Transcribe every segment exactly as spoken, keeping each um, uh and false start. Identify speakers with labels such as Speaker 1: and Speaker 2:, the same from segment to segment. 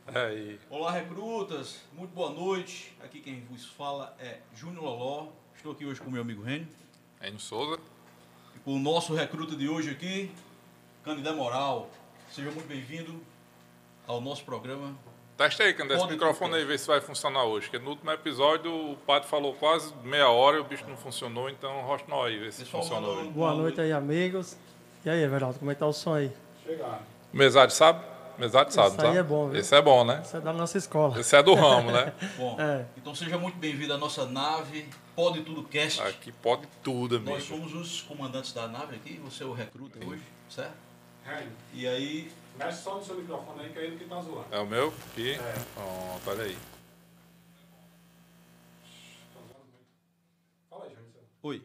Speaker 1: Aí.
Speaker 2: Olá, recrutas, muito boa noite. Aqui quem vos fala é Júnior Loló. Estou aqui hoje com o meu amigo Rênio.
Speaker 1: Rênio Souza.
Speaker 2: E com o nosso recruta de hoje aqui, Candidé Moral. Seja muito bem-vindo ao nosso programa.
Speaker 1: Testa aí, Candidé, esse microfone aí, ver se vai funcionar hoje. Porque no último episódio o padre falou quase meia hora e o bicho não funcionou, então rocha nó aí, ver se
Speaker 2: Pessoal,
Speaker 1: funcionou
Speaker 2: boa
Speaker 1: hoje.
Speaker 3: Boa noite aí, amigos. E aí, Everaldo, como é que tá o som aí?
Speaker 4: Chegar.
Speaker 1: Mesade sabe? Mesade sabe,
Speaker 3: Esse aí
Speaker 1: sabe?
Speaker 3: é bom, viu?
Speaker 1: Esse é bom, né?
Speaker 3: Isso é da nossa escola.
Speaker 1: Esse é do ramo, né?
Speaker 2: Bom,
Speaker 3: É.
Speaker 2: então seja muito bem-vindo à nossa nave Pode Tudo Cast.
Speaker 1: Aqui pode tudo, amigo.
Speaker 2: Nós somos os comandantes da nave aqui, você é o recruta hoje, certo?
Speaker 4: Rênio,
Speaker 2: E aí,
Speaker 4: mexe só no seu microfone aí, que é ele que tá zoando.
Speaker 1: É o meu? Aqui?
Speaker 4: É.
Speaker 1: Pronto, olha aí.
Speaker 4: Tá zoando muito. Fala aí, Júnior.
Speaker 2: oi,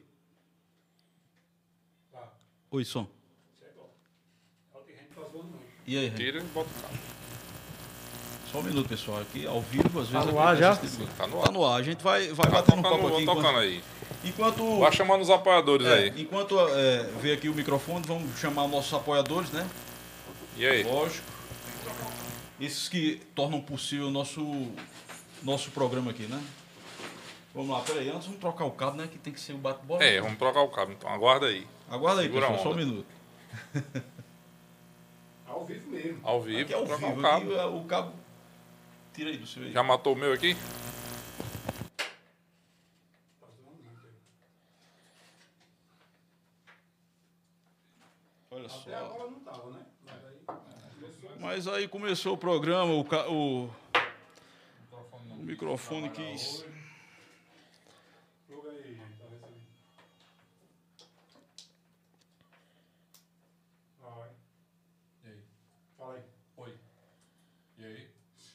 Speaker 4: Tá.
Speaker 2: oi, som.
Speaker 4: Isso é igual. É o que a gente tá zoando muito.
Speaker 2: E aí, Rênio?
Speaker 1: Tira e bota o cabo.
Speaker 2: Só um minuto, pessoal, aqui ao vivo, às vezes...
Speaker 3: no ar
Speaker 2: acontece
Speaker 3: já?
Speaker 2: esse tipo de-
Speaker 1: Tá no
Speaker 2: Tá
Speaker 1: ar.
Speaker 2: no ar, a gente vai, vai
Speaker 1: Tá
Speaker 2: batendo um
Speaker 1: tocando,
Speaker 2: papo aqui.
Speaker 1: vou tocando
Speaker 2: Enquanto,
Speaker 1: aí.
Speaker 2: enquanto,
Speaker 1: Vai chamando os apoiadores
Speaker 2: é,
Speaker 1: aí.
Speaker 2: enquanto é, vê aqui o microfone, vamos chamar nossos apoiadores, né?
Speaker 1: E aí?
Speaker 2: Lógico. Esses que tornam possível o nosso, nosso programa aqui, né? Vamos lá, peraí, antes vamos trocar o cabo, né? Que tem que ser o bate-bola.
Speaker 1: É, vamos trocar o cabo, então aguarda aí.
Speaker 2: Aguarda aí,
Speaker 1: Segura a
Speaker 2: pessoal, só um
Speaker 1: onda.
Speaker 2: minuto.
Speaker 4: Ao vivo mesmo.
Speaker 1: Ao vivo,
Speaker 2: Aqui é ao
Speaker 1: trocar
Speaker 2: vivo,
Speaker 1: o cabo.
Speaker 2: aqui, é, o cabo... Tira aí do seu aí.
Speaker 1: Já matou o meu aqui?
Speaker 4: Tá zoando muito aí.
Speaker 2: Olha
Speaker 4: Até
Speaker 2: só.
Speaker 4: agora não tava, né? Mas aí começou.
Speaker 2: Mas aí começou o programa, o, ca- o, o microfone
Speaker 4: Trabalhar
Speaker 2: quis...
Speaker 4: hoje. Pluga aí, gente. Tá recebendo. Vai.
Speaker 1: E aí?
Speaker 4: Fala aí.
Speaker 1: Oi. E aí?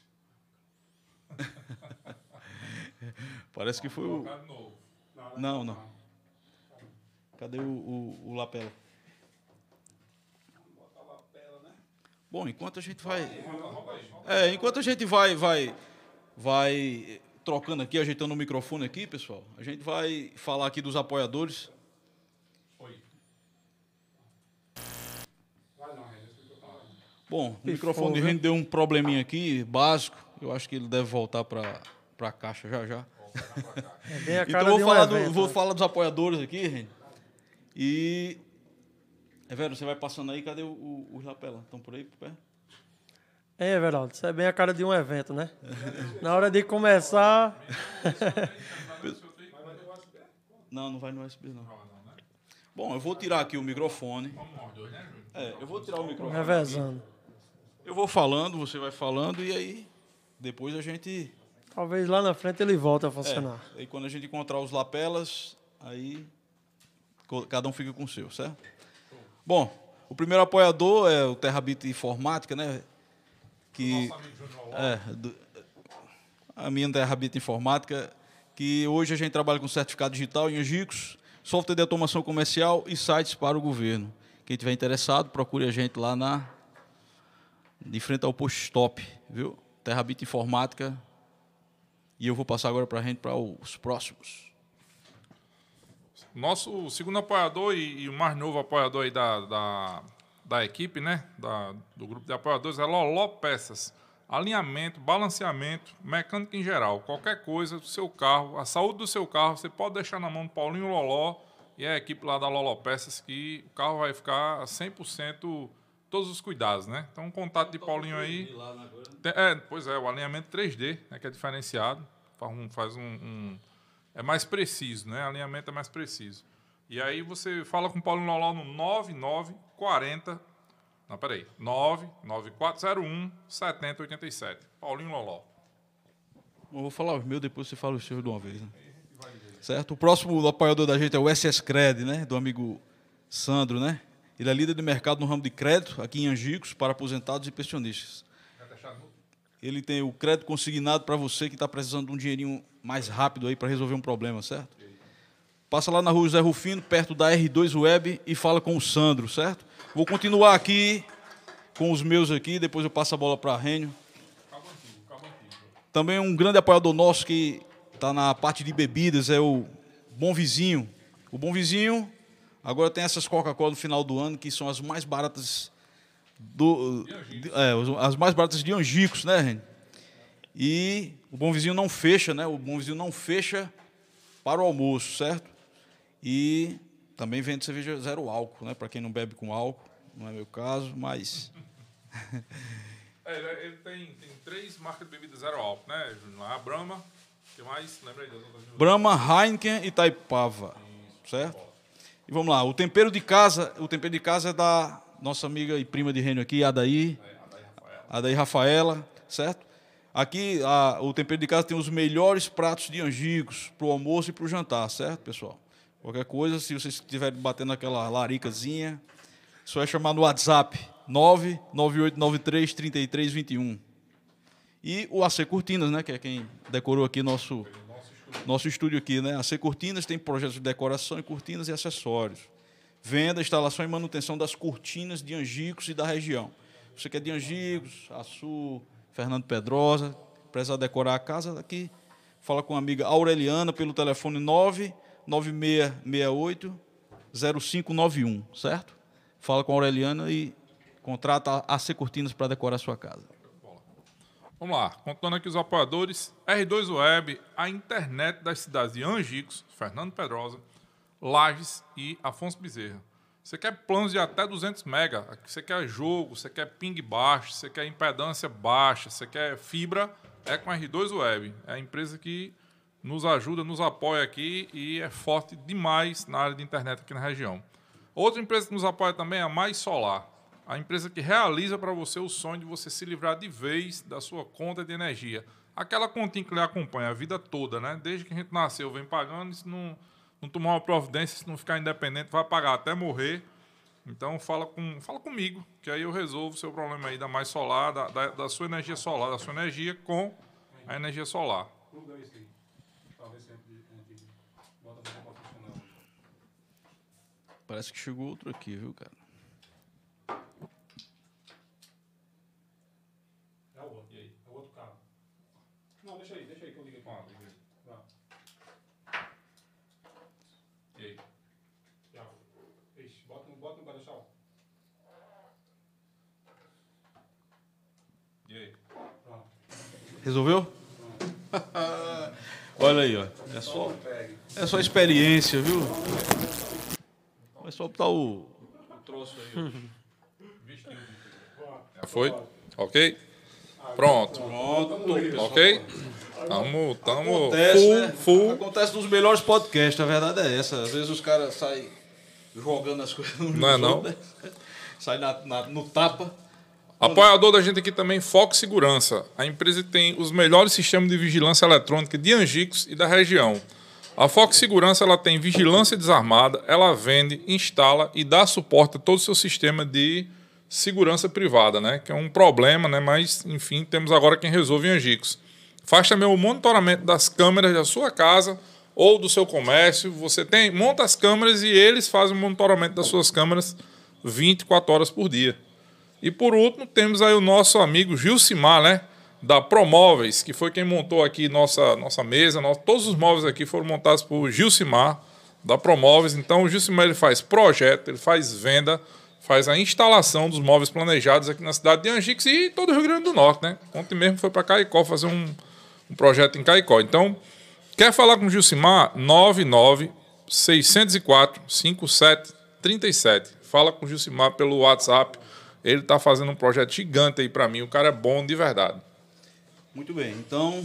Speaker 2: Parece que foi o...
Speaker 1: de novo.
Speaker 2: Não, não. Cadê o, o, o lapela?
Speaker 4: Bota a lapela, né?
Speaker 2: Bom, enquanto a gente vai... É, enquanto a gente vai, vai, vai trocando aqui, ajeitando o microfone aqui, pessoal, a gente vai falar aqui dos apoiadores.
Speaker 1: Oi.
Speaker 4: Vai não, Rênio. Esse microfone.
Speaker 2: Bom, o
Speaker 3: Pifou,
Speaker 2: microfone de
Speaker 3: viu?
Speaker 2: gente deu um probleminha aqui, básico. Eu acho que ele deve voltar para a caixa já já.
Speaker 3: É bem a
Speaker 2: Então
Speaker 3: cara
Speaker 2: eu vou
Speaker 3: de um
Speaker 2: falar, do-
Speaker 3: evento,
Speaker 2: vou
Speaker 3: né?
Speaker 2: falar dos apoiadores aqui, Reni. E... É, velho, você vai passando aí, cadê o, o, os lapela? Estão por aí, por pé?
Speaker 3: É, Everaldo, isso é bem a cara de um evento, né? Na hora de começar...
Speaker 2: Não, não vai no U S B, não. Bom, eu vou tirar aqui o microfone. É, eu vou tirar o microfone.
Speaker 3: revezando.
Speaker 2: Eu vou falando, você vai falando e aí depois a gente...
Speaker 3: Talvez lá na frente ele volte a funcionar.
Speaker 2: É, aí quando a gente encontrar os lapelas, aí co- cada um fica com o seu, certo? Bom, o primeiro apoiador é o Terrabit Informática, né? Que é do, a minha Terrabit Informática, que hoje a gente trabalha com certificado digital em Angicos, software de automação comercial e sites para o governo. Quem tiver interessado, procure a gente lá na de frente ao post stop, viu? Terrabit Informática. E eu vou passar agora para a gente para os próximos.
Speaker 1: Nosso segundo apoiador e, e o mais novo apoiador aí da, da, da equipe, né? Da, do grupo de apoiadores é Loló Peças. Alinhamento, balanceamento, mecânica em geral. Qualquer coisa do seu carro, a saúde do seu carro, você pode deixar na mão do Paulinho Loló e a equipe lá da Loló Peças, que o carro vai ficar cem por cento todos os cuidados, né? Então, um contato de Paulinho aí. Tem- É, pois é, o alinhamento três D, né, que é diferenciado, faz um, faz um, um- é mais preciso, né? O alinhamento é mais preciso. E aí você fala com o Paulinho Loló no nove nove quatro zero, não, peraí, nove nove quatro zero um sete zero oito sete. Paulinho Loló.
Speaker 2: Eu vou falar os meus, depois você fala os seus de uma vez, né? Certo? O próximo apoiador da gente é o S S Cred, né? Do amigo Sandro, né? Ele é líder de mercado no ramo de crédito aqui em Angicos para aposentados e pensionistas. Ele tem o crédito consignado para você que está precisando de um dinheirinho mais rápido aí para resolver um problema, certo? Passa lá na rua José Rufino, perto da R dois Web e fala com o Sandro, certo? Vou continuar aqui com os meus aqui, depois eu passo a bola para Rênio. Também um grande apoiador nosso que está na parte de bebidas é o Bom Vizinho. O Bom Vizinho agora tem essas Coca-Cola no final do ano que são as mais baratas do, de- é, as mais baratas de Angicos, né, Reni? E o Bom Vizinho não fecha, né? O Bom Vizinho não fecha para o almoço, certo? E também vende cerveja zero álcool, né? Para quem não bebe com álcool, não é meu caso, mas...
Speaker 1: É, ele ele tem, tem três marcas de bebida zero álcool, né, Júnior? A Brahma, o que mais? Lembra aí das outras?
Speaker 2: Brahma, Heineken e Taipava, certo? E vamos lá, o tempero de casa, o tempero de casa é da nossa amiga e prima de reino aqui, Adaí, Adaí Rafaela, certo? Aqui, a, o tempero de casa tem os melhores pratos de angicos para o almoço e para o jantar, certo, pessoal? Qualquer coisa, se vocês estiverem batendo aquela laricazinha, só é chamar no WhatsApp, nove nove oito nove três, três três dois um. E o A C Cortinas, né, que é quem decorou aqui nosso, nosso estúdio aqui, né? A C Cortinas tem projetos de decoração e cortinas e acessórios. Venda, instalação e manutenção das cortinas de Angicos e da região. Você quer de Angicos, Açu, Fernando Pedrosa, precisa decorar a casa aqui, fala com a amiga Aureliana pelo telefone nove nove seis seis oito zero cinco nove um, certo? Fala com a Aureliana e contrata a C Cortinas para decorar a sua casa.
Speaker 1: Vamos lá, contando aqui os apoiadores. R dois Web, a internet das cidades de Angicos, Fernando Pedrosa, Lages e Afonso Bezerra. Você quer planos de até duzentos mega, você quer jogo, você quer ping baixo, você quer impedância baixa, você quer fibra, é com a R dois Web. É a empresa que nos ajuda, nos apoia aqui e é forte demais na área de internet aqui na região. Outra empresa que nos apoia também é a Mais Solar, a empresa que realiza para você o sonho de você se livrar de vez da sua conta de energia. Aquela continha que lhe acompanha a vida toda, né? Desde que a gente nasceu, vem pagando, e se não, não tomar uma providência, se não ficar independente, vai pagar até morrer. Então, fala, com, fala comigo, que aí eu resolvo o seu problema aí da Mais Solar, da, da, da sua energia solar, da sua energia com a energia solar.
Speaker 4: Pluga isso aí. Talvez sempre a gente bota pra funcionar.
Speaker 2: Parece que chegou outro aqui, viu, cara?
Speaker 4: É o outro. E aí? É o outro carro. Não, deixa aí, deixa aí que eu ligo aqui. Ah, liga aí. Tá.
Speaker 1: E aí?
Speaker 4: Já. Ixi, bota no, bota no guarda-chave.
Speaker 1: E aí?
Speaker 4: Pronto.
Speaker 2: Resolveu? Olha aí, ó. É só, é só experiência, viu? Vai só botar o, o troço aí.
Speaker 1: Já foi? Ok? Pronto.
Speaker 2: Pronto.
Speaker 1: Ok? Tamo, tamo
Speaker 2: Acontece,
Speaker 1: full,
Speaker 2: né?
Speaker 1: full.
Speaker 2: Acontece nos melhores podcasts, a verdade é essa. Às vezes os caras saem jogando as coisas no
Speaker 1: Não é não?
Speaker 2: Sai na, na- no tapa.
Speaker 1: Apoiador da gente aqui também, Foco Segurança. A empresa tem os melhores sistemas de vigilância eletrônica de Angicos e da região. A Foco Segurança ela tem vigilância desarmada, ela vende, instala e dá suporte a todo o seu sistema de segurança privada, né? Que é um problema, né? Mas, enfim, temos agora quem resolve em Angicos. Faz também o monitoramento das câmeras da sua casa ou do seu comércio. Você tem, monta as câmeras e eles fazem o monitoramento das suas câmeras vinte e quatro horas por dia. E por último, temos aí o nosso amigo Gilcimar, né? Da Promóveis, que foi quem montou aqui nossa, nossa mesa. Nós, todos os móveis aqui foram montados por Gilcimar, da Promóveis. Então, o Gilcimar ele faz projeto, ele faz venda, faz a instalação dos móveis planejados aqui na cidade de Angicos e todo o Rio Grande do Norte, né? Ontem mesmo foi para Caicó fazer um, um projeto em Caicó. Então, quer falar com o Gilcimar? nove nove seis zero quatro cinco sete três sete. Fala com o Gilcimar pelo WhatsApp. Ele está fazendo um projeto gigante aí para mim. O cara é bom de verdade.
Speaker 2: Muito bem, então,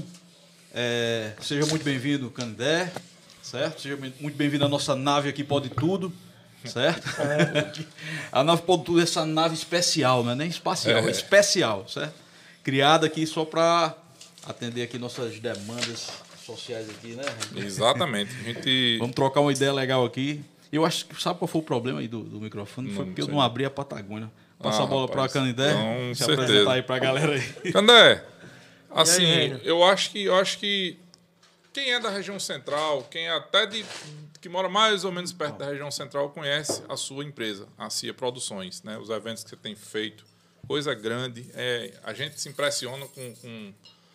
Speaker 2: é, seja muito bem-vindo, Candé, certo? Seja bem- muito bem-vindo à nossa nave aqui, Pode Tudo, certo? A nave Pode Tudo é essa nave especial, não é nem espacial, é,
Speaker 1: É.
Speaker 2: especial, certo? Criada aqui só para atender aqui nossas demandas sociais aqui, né?
Speaker 1: Exatamente. A gente...
Speaker 2: Vamos trocar uma ideia legal aqui. Eu acho que, sabe qual foi o problema aí do, do microfone? Foi
Speaker 1: Não
Speaker 2: porque eu
Speaker 1: sei.
Speaker 2: não abri a Patagônia. Passa
Speaker 1: Ah,
Speaker 2: a bola para a
Speaker 1: rapaz,
Speaker 2: Canidé,
Speaker 1: com
Speaker 2: se
Speaker 1: certeza.
Speaker 2: apresentar aí para a galera aí.
Speaker 1: Candé, assim,
Speaker 3: Reino?
Speaker 1: eu acho que eu acho que quem é da região central, quem é até de que mora mais ou menos perto da região central conhece a sua empresa, a C I A Produções, né? Os eventos que você tem feito, coisa grande. É, a gente se impressiona com, com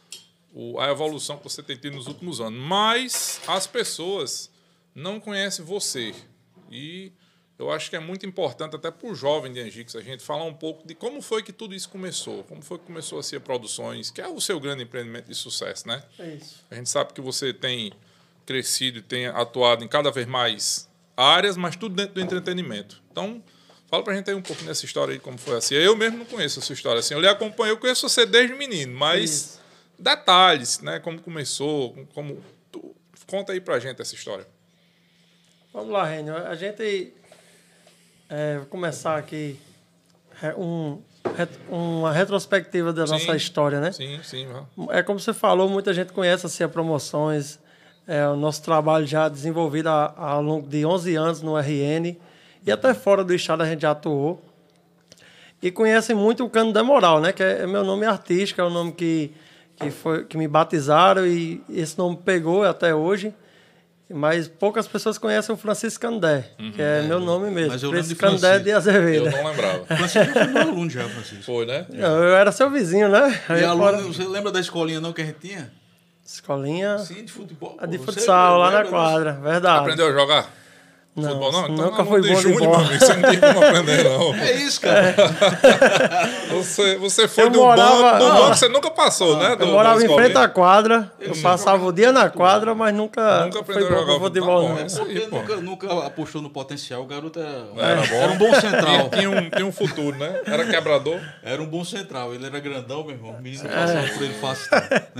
Speaker 1: o, a evolução que você tem tido nos últimos anos, mas as pessoas não conhecem você. E eu acho que é muito importante até para o jovem de Angicos a gente falar um pouco de como foi que tudo isso começou, como foi que começou a ser Produções, que é o seu grande empreendimento de sucesso, né?
Speaker 3: É isso.
Speaker 1: A gente sabe que você tem crescido e tem atuado em cada vez mais áreas, mas tudo dentro do entretenimento. Então, fala pra gente aí um pouco dessa história aí, como foi assim. Eu mesmo não conheço a sua história assim. Eu lhe acompanho, eu conheço você desde menino, mas isso. Detalhes, né? Como começou, como... Tu, conta aí pra gente essa história.
Speaker 3: Vamos lá, Rênio. A gente... É, vou começar aqui um, uma retrospectiva da sim, nossa história, né?
Speaker 1: Sim, sim.
Speaker 3: É como você falou, muita gente conhece assim, a Promoções, é, o nosso trabalho já desenvolvido ao longo de onze anos no R N, e até fora do estado a gente já atuou. E conhecem muito o Cano da Moral, né? Que é, é meu nome artístico, é o nome que, que, foi, que me batizaram, e esse nome pegou até hoje. Mas poucas pessoas conhecem o Francisco Candé, uhum, que é, é meu nome mesmo.
Speaker 2: Mas eu
Speaker 3: Francisco
Speaker 2: lembro de
Speaker 3: Candé de Azevedo.
Speaker 1: Eu não lembrava.
Speaker 2: Francisco foi meu aluno já, Francisco.
Speaker 1: Foi, né?
Speaker 3: Eu, eu era seu vizinho, né?
Speaker 2: E aluno, fora... você lembra da escolinha não que a gente tinha?
Speaker 3: Escolinha?
Speaker 2: Sim, de futebol.
Speaker 3: A de futsal, lá na quadra, verdade.
Speaker 1: Aprendeu a jogar?
Speaker 3: Não,
Speaker 1: futebol não? Então,
Speaker 3: nunca foi bom de
Speaker 1: junho,
Speaker 3: bola.
Speaker 1: Meu amigo, você não tem como aprender, não.
Speaker 2: É isso, cara.
Speaker 1: É. Você, você foi
Speaker 3: eu
Speaker 1: do
Speaker 3: morava,
Speaker 1: banco, do
Speaker 3: não,
Speaker 1: banco você nunca passou,
Speaker 3: não,
Speaker 1: né?
Speaker 3: Eu
Speaker 1: do,
Speaker 3: morava em frente à quadra, eu, eu passava o dia na quadra, mas nunca,
Speaker 1: nunca
Speaker 3: foi bom com futebol, não.
Speaker 1: É isso aí, pô.
Speaker 2: Nunca, nunca apostou no potencial, o garoto era,
Speaker 1: era, bom.
Speaker 2: era um bom central.
Speaker 1: Tinha um, tinha um futuro, né? Era quebrador.
Speaker 2: Era um bom central, ele era grandão, meu irmão. O menino passava por ele fácil.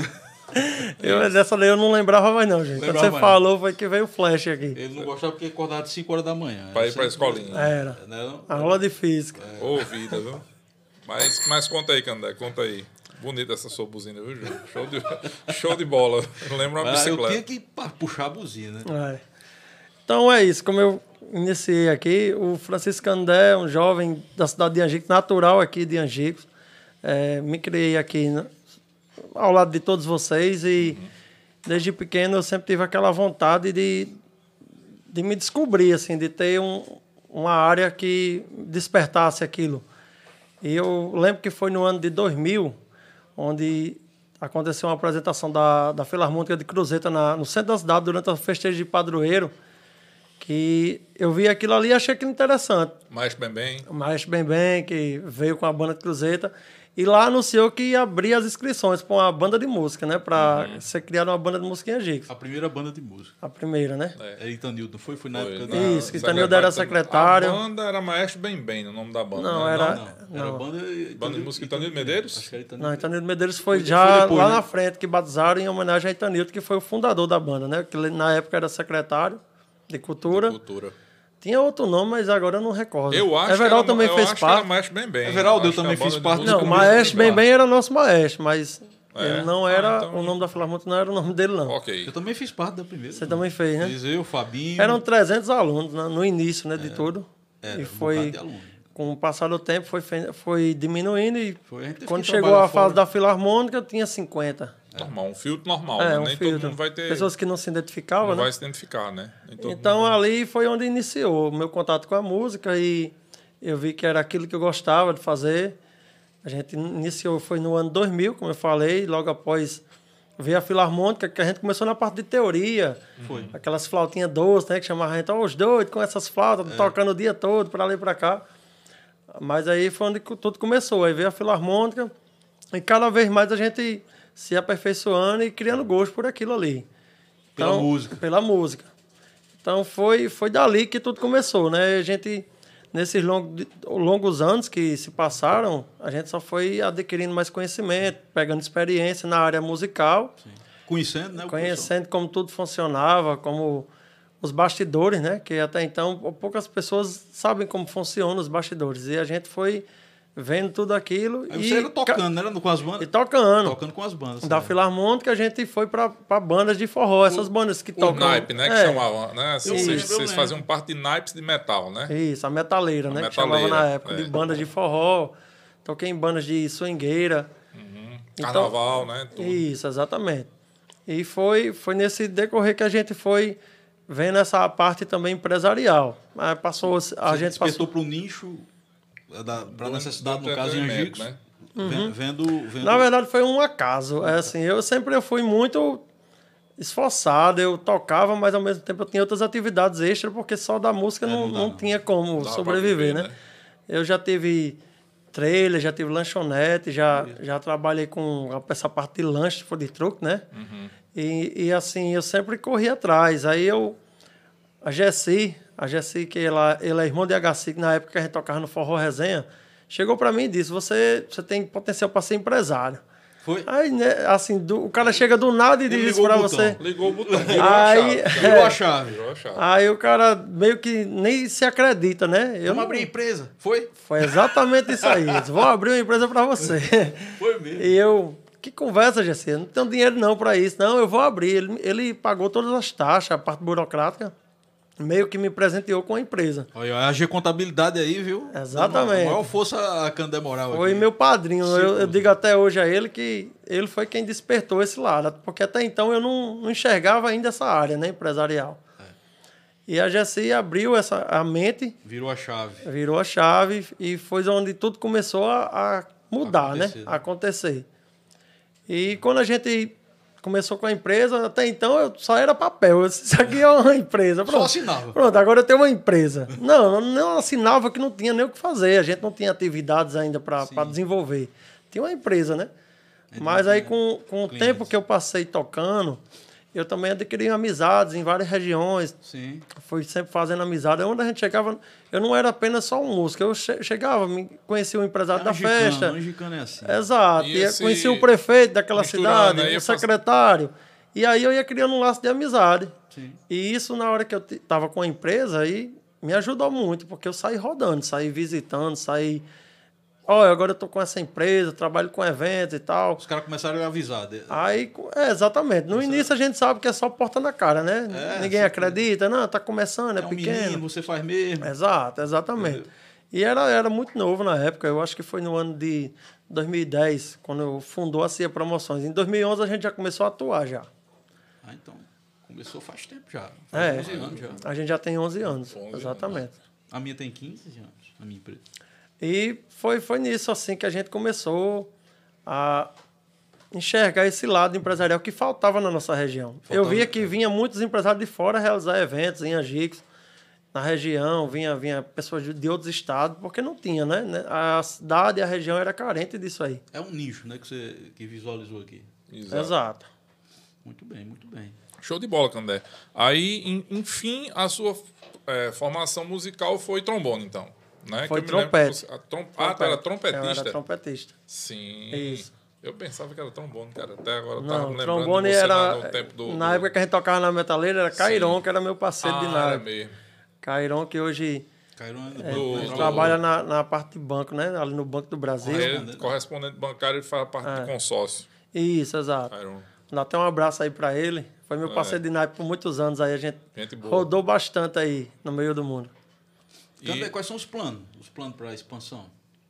Speaker 3: Eu, dessa lei eu não lembrava mais não, gente. Quando você mais. falou, foi que veio o flash aqui.
Speaker 2: Ele não gostava porque acordava de cinco horas da manhã.
Speaker 1: Para ir para a escolinha.
Speaker 3: Era.
Speaker 2: Não?
Speaker 3: A aula de física.
Speaker 1: É. Ô, vida, viu? Mas, mas conta aí, Candé, conta aí. Bonita essa sua buzina, viu, Júlio? Show de, show de bola. Lembra uma bicicleta.
Speaker 2: Eu tinha que puxar a buzina.
Speaker 3: É. Então é isso. Como eu iniciei aqui, o Francisco Candé, um jovem da cidade de Angicos, natural aqui de Angicos. É, me criei aqui ao lado de todos vocês e uhum. desde pequeno eu sempre tive aquela vontade de, de me descobrir, assim, de ter um, uma área que despertasse aquilo. E eu lembro que foi no ano de dois mil, onde aconteceu uma apresentação da, da Filarmônica de Cruzeta na, no centro da cidade, durante a festejo de padroeiro, que eu vi aquilo ali e achei aquilo interessante.
Speaker 1: Maestro Bem-Bem.
Speaker 3: O Maestro Bem-Bem, que veio com a banda de Cruzeta. E lá anunciou que ia abrir as inscrições para uma banda de música, né? Para uhum. ser criada uma banda de música em Angicos.
Speaker 2: A primeira banda de música.
Speaker 3: A primeira, né?
Speaker 2: É, é Itanildo, não foi? Foi na
Speaker 1: foi,
Speaker 2: época
Speaker 1: na,
Speaker 2: da...
Speaker 3: Isso, Itanildo era secretário.
Speaker 1: A banda era Maestro Bem-Bem, o nome da banda.
Speaker 3: Não,
Speaker 1: né?
Speaker 3: era...
Speaker 2: Não, não. Era
Speaker 3: não.
Speaker 2: banda...
Speaker 1: Banda de música Itanildo Medeiros?
Speaker 2: Acho que era Itanildo.
Speaker 3: Não, Itanildo Medeiros foi,
Speaker 2: foi
Speaker 3: já
Speaker 2: foi depois,
Speaker 3: lá
Speaker 2: né?
Speaker 3: na frente, que batizaram em homenagem a Itanildo, que foi o fundador da banda, né? Que na época era secretário de Cultura.
Speaker 1: De Cultura.
Speaker 3: Tinha outro nome, mas agora eu não recordo.
Speaker 1: Eu acho
Speaker 3: Everaldo
Speaker 1: que era,
Speaker 3: também
Speaker 1: eu
Speaker 3: fez
Speaker 1: acho
Speaker 3: parte.
Speaker 1: Que era Maestro Bem-Bem.
Speaker 2: Everaldo eu
Speaker 1: acho
Speaker 2: também fiz parte.
Speaker 3: Não, o Maestro Bem-Bem era nosso maestro, mas
Speaker 1: é?
Speaker 3: ele não era...
Speaker 1: Ah, então...
Speaker 3: O nome da Filarmônica não era o nome dele, não.
Speaker 1: Ok.
Speaker 2: Eu também fiz parte da primeira.
Speaker 3: Você também fez, né?
Speaker 2: Fiz eu, Fabinho...
Speaker 3: Eram trezentos alunos né, no início, né, de é, tudo.
Speaker 2: Era,
Speaker 3: e foi,
Speaker 2: um
Speaker 3: com o passar do tempo, foi, foi diminuindo e
Speaker 2: foi,
Speaker 3: quando chegou a fase da Filarmônica, tinha cinquenta.
Speaker 1: Normal, um filtro normal,
Speaker 3: é,
Speaker 1: né?
Speaker 3: um
Speaker 1: Nem
Speaker 3: filtro.
Speaker 1: todo mundo vai ter...
Speaker 3: Pessoas que não se identificavam,
Speaker 1: não
Speaker 3: né?
Speaker 1: vai se identificar, né?
Speaker 3: Então, ali foi onde iniciou o meu contato com a música e eu vi que era aquilo que eu gostava de fazer. A gente iniciou, foi no ano dois mil, como eu falei, logo após veio a Filarmônica, que a gente começou na parte de teoria.
Speaker 2: Foi.
Speaker 3: Aquelas flautinhas doces, né? Que chamavam a gente, ó, os doidos com essas flautas, é. tocando o dia todo, para ali e para cá. Mas aí foi onde tudo começou. Aí veio a Filarmônica e cada vez mais a gente se aperfeiçoando e criando gosto por aquilo ali.
Speaker 2: Pela
Speaker 3: então,
Speaker 2: música.
Speaker 3: Pela música. Então foi, foi dali que tudo começou, né? A gente, nesses longos, longos anos que se passaram, a gente só foi adquirindo mais conhecimento, pegando experiência na área musical.
Speaker 2: Sim. Conhecendo, né?
Speaker 3: Conhecendo como tudo funcionava, como os bastidores, né? Que até então poucas pessoas sabem como funcionam os bastidores. E a gente foi vendo tudo aquilo.
Speaker 2: Aí
Speaker 3: e
Speaker 2: você era tocando, né? Com as bandas?
Speaker 3: E tocando.
Speaker 2: Tocando com as bandas.
Speaker 3: Da
Speaker 2: né?
Speaker 3: Filarmônica, a gente foi para bandas de forró, essas bandas que
Speaker 1: o
Speaker 3: tocam.
Speaker 1: O naipe, né? Que
Speaker 3: é.
Speaker 1: chamavam, né?
Speaker 2: Eu
Speaker 1: Vocês,
Speaker 2: lembro,
Speaker 1: vocês faziam parte de naipes de metal, né?
Speaker 3: Isso, a metaleira,
Speaker 1: a
Speaker 3: né?
Speaker 1: metaleira,
Speaker 3: que chamava na época,
Speaker 1: é.
Speaker 3: de bandas de forró. Toquei em bandas de swingueira.
Speaker 1: Uhum.
Speaker 3: Então,
Speaker 1: Carnaval, né? Tudo.
Speaker 3: Isso, exatamente. E foi, foi nesse decorrer que a gente foi vendo essa parte também empresarial. Aí passou, a
Speaker 2: Você
Speaker 3: gente
Speaker 2: despertou
Speaker 3: passou
Speaker 2: para o nicho, para a necessidade,
Speaker 1: do
Speaker 2: no caso, em Angicos,
Speaker 1: né?
Speaker 2: Uhum. Vendo, vendo...
Speaker 3: Na verdade, foi um acaso. É assim, eu sempre eu fui muito... esforçado, eu tocava, mas ao mesmo tempo eu tinha outras atividades extras, porque só da música
Speaker 2: É,
Speaker 3: não,
Speaker 2: não dá,
Speaker 3: não
Speaker 2: não.
Speaker 3: tinha como
Speaker 1: Dá
Speaker 3: sobreviver,
Speaker 1: pra viver,
Speaker 3: né?
Speaker 1: né?
Speaker 3: Eu já tive trailer, já tive lanchonete, já, já trabalhei com essa parte de lanche, food truck, né?
Speaker 1: Uhum.
Speaker 3: E, e assim, eu sempre corri atrás. Aí eu, a Jessi, a Jessi, que ela, ela é irmã de Agaci, que na época que a gente tocava no Forró Resenha, chegou para mim e disse, você, você tem potencial para ser empresário.
Speaker 2: Foi?
Speaker 3: Aí, né, assim, do, o cara chega do nada e
Speaker 2: Ele
Speaker 3: diz isso
Speaker 2: ligou
Speaker 3: pra
Speaker 2: o botão.
Speaker 3: você.
Speaker 1: Ligou o botão, virou
Speaker 3: Aí,
Speaker 1: a chave.
Speaker 2: Virou a chave.
Speaker 1: Virou a chave.
Speaker 3: Aí o cara meio que nem se acredita, né? Eu
Speaker 2: Vamos
Speaker 3: não-
Speaker 2: abrir a empresa. Foi?
Speaker 3: Foi exatamente isso aí. Eu disse, vou abrir uma empresa para você.
Speaker 2: Foi mesmo.
Speaker 3: E eu, que conversa, Gessi? Eu não tenho dinheiro não para isso. Não, eu vou abrir. Ele, ele pagou todas as taxas, a parte burocrática, meio que me presenteou com a empresa.
Speaker 2: Olha, a G Contabilidade aí, viu?
Speaker 3: Exatamente.
Speaker 2: A maior força a Candé Moral
Speaker 3: Foi
Speaker 2: aqui.
Speaker 3: meu padrinho.
Speaker 2: Sim,
Speaker 3: Eu, eu
Speaker 2: pô.
Speaker 3: digo até hoje a ele que ele foi quem despertou esse lado. Porque até então eu não, não enxergava ainda essa área, né, empresarial.
Speaker 2: É.
Speaker 3: E a Gessi abriu essa, a mente,
Speaker 2: Virou a chave.
Speaker 3: virou a chave e foi onde tudo começou a, a mudar,
Speaker 2: Acontecer,
Speaker 3: né?
Speaker 2: né?
Speaker 3: A acontecer. E quando a gente começou com a empresa, até então eu só era papel. Eu disse, isso aqui é uma empresa. Pronto.
Speaker 2: Só assinava.
Speaker 3: Pronto, agora eu tenho uma empresa. Não, não assinava que não tinha nem o que fazer. A gente não tinha atividades ainda para desenvolver. Tinha uma empresa, né? Mas aí com, com o
Speaker 2: clientes.
Speaker 3: tempo que eu passei tocando, eu também adquiri amizades em várias regiões.
Speaker 2: Sim.
Speaker 3: Fui sempre fazendo amizade. Onde a gente chegava, eu não era apenas só um músico. Eu che- chegava, me conhecia o empresário da
Speaker 2: Angicano,
Speaker 3: festa.
Speaker 2: Angicano é assim.
Speaker 3: Exato.
Speaker 1: E
Speaker 3: E
Speaker 1: esse-
Speaker 3: conhecia o prefeito daquela
Speaker 1: misturando,
Speaker 3: cidade,
Speaker 1: aí
Speaker 3: o
Speaker 1: faz-
Speaker 3: secretário. E aí eu ia criando um laço de amizade.
Speaker 2: Sim.
Speaker 3: E isso, na hora que eu estava com a empresa, aí me ajudou muito, porque eu saí rodando, saí visitando, saí... Olha, agora eu tô com essa empresa, trabalho com eventos e tal.
Speaker 2: Os caras começaram a avisar. de-
Speaker 3: Aí, é, exatamente. No início a gente sabe que é só porta na cara, né?
Speaker 2: É,
Speaker 3: Ninguém
Speaker 2: sim.
Speaker 3: acredita. Não, tá começando, é,
Speaker 2: É um
Speaker 3: pequeno.
Speaker 2: menino, você faz mesmo.
Speaker 3: Exato, exatamente. E era, era muito novo na época. Eu acho que foi no ano de dois mil e dez, quando eu fundou a CIA Promoções. Em dois mil e onze a gente já começou a atuar já.
Speaker 2: Ah, então, começou faz tempo já. Faz
Speaker 3: É,
Speaker 2: onze anos já.
Speaker 3: a gente já tem onze anos.
Speaker 1: onze
Speaker 3: Exatamente.
Speaker 2: A minha tem quinze anos, a minha empresa.
Speaker 3: E foi, foi nisso assim que a gente começou a enxergar esse lado empresarial que faltava na nossa região. Eu
Speaker 2: Faltava-
Speaker 3: via que vinha muitos empresários de fora realizar eventos em Angicos, na região, vinha, vinha pessoas de, de outros estados, porque não tinha, né? A cidade e a região era carente disso aí.
Speaker 2: É um nicho, né, que você que visualizou aqui.
Speaker 1: Exato.
Speaker 3: Exato.
Speaker 2: Muito bem, muito bem.
Speaker 1: Show de bola, Candé. Aí, em- enfim, a sua é, formação musical foi trombone, então. Né?
Speaker 3: Foi
Speaker 1: Que eu me lembro
Speaker 3: trompete.
Speaker 1: que você- a trom- Ah, tu era
Speaker 3: Eu
Speaker 1: trompetista?
Speaker 3: era trompetista.
Speaker 1: Sim.
Speaker 3: Isso.
Speaker 1: Eu pensava que era trombone, cara. Até agora eu tava
Speaker 3: Não,
Speaker 1: me lembrando
Speaker 3: trombone
Speaker 1: de você
Speaker 3: era.
Speaker 1: lá no tempo do...
Speaker 3: Na
Speaker 1: do-
Speaker 3: época que a gente tocava na metaleira, era Cairon, que era meu parceiro
Speaker 1: ah,
Speaker 3: de
Speaker 1: era
Speaker 3: nave.
Speaker 1: mesmo.
Speaker 3: Cairon, que hoje
Speaker 2: Caíram é do
Speaker 3: é,
Speaker 2: banco,
Speaker 1: do-
Speaker 2: né?
Speaker 1: do-
Speaker 3: trabalha na, na parte de banco, né? Ali no Banco do Brasil.
Speaker 1: Ele, correspondente bancário, ele faz a parte
Speaker 3: É.
Speaker 1: de consórcio.
Speaker 3: Isso, exato.
Speaker 1: Iron.
Speaker 3: Dá até um abraço aí pra ele. Foi meu
Speaker 1: É.
Speaker 3: parceiro de naipe por muitos anos aí. A gente
Speaker 1: Gente boa.
Speaker 3: rodou bastante aí no meio do mundo.
Speaker 2: Candé,
Speaker 1: E-
Speaker 2: quais são os planos? Os planos para a expansão?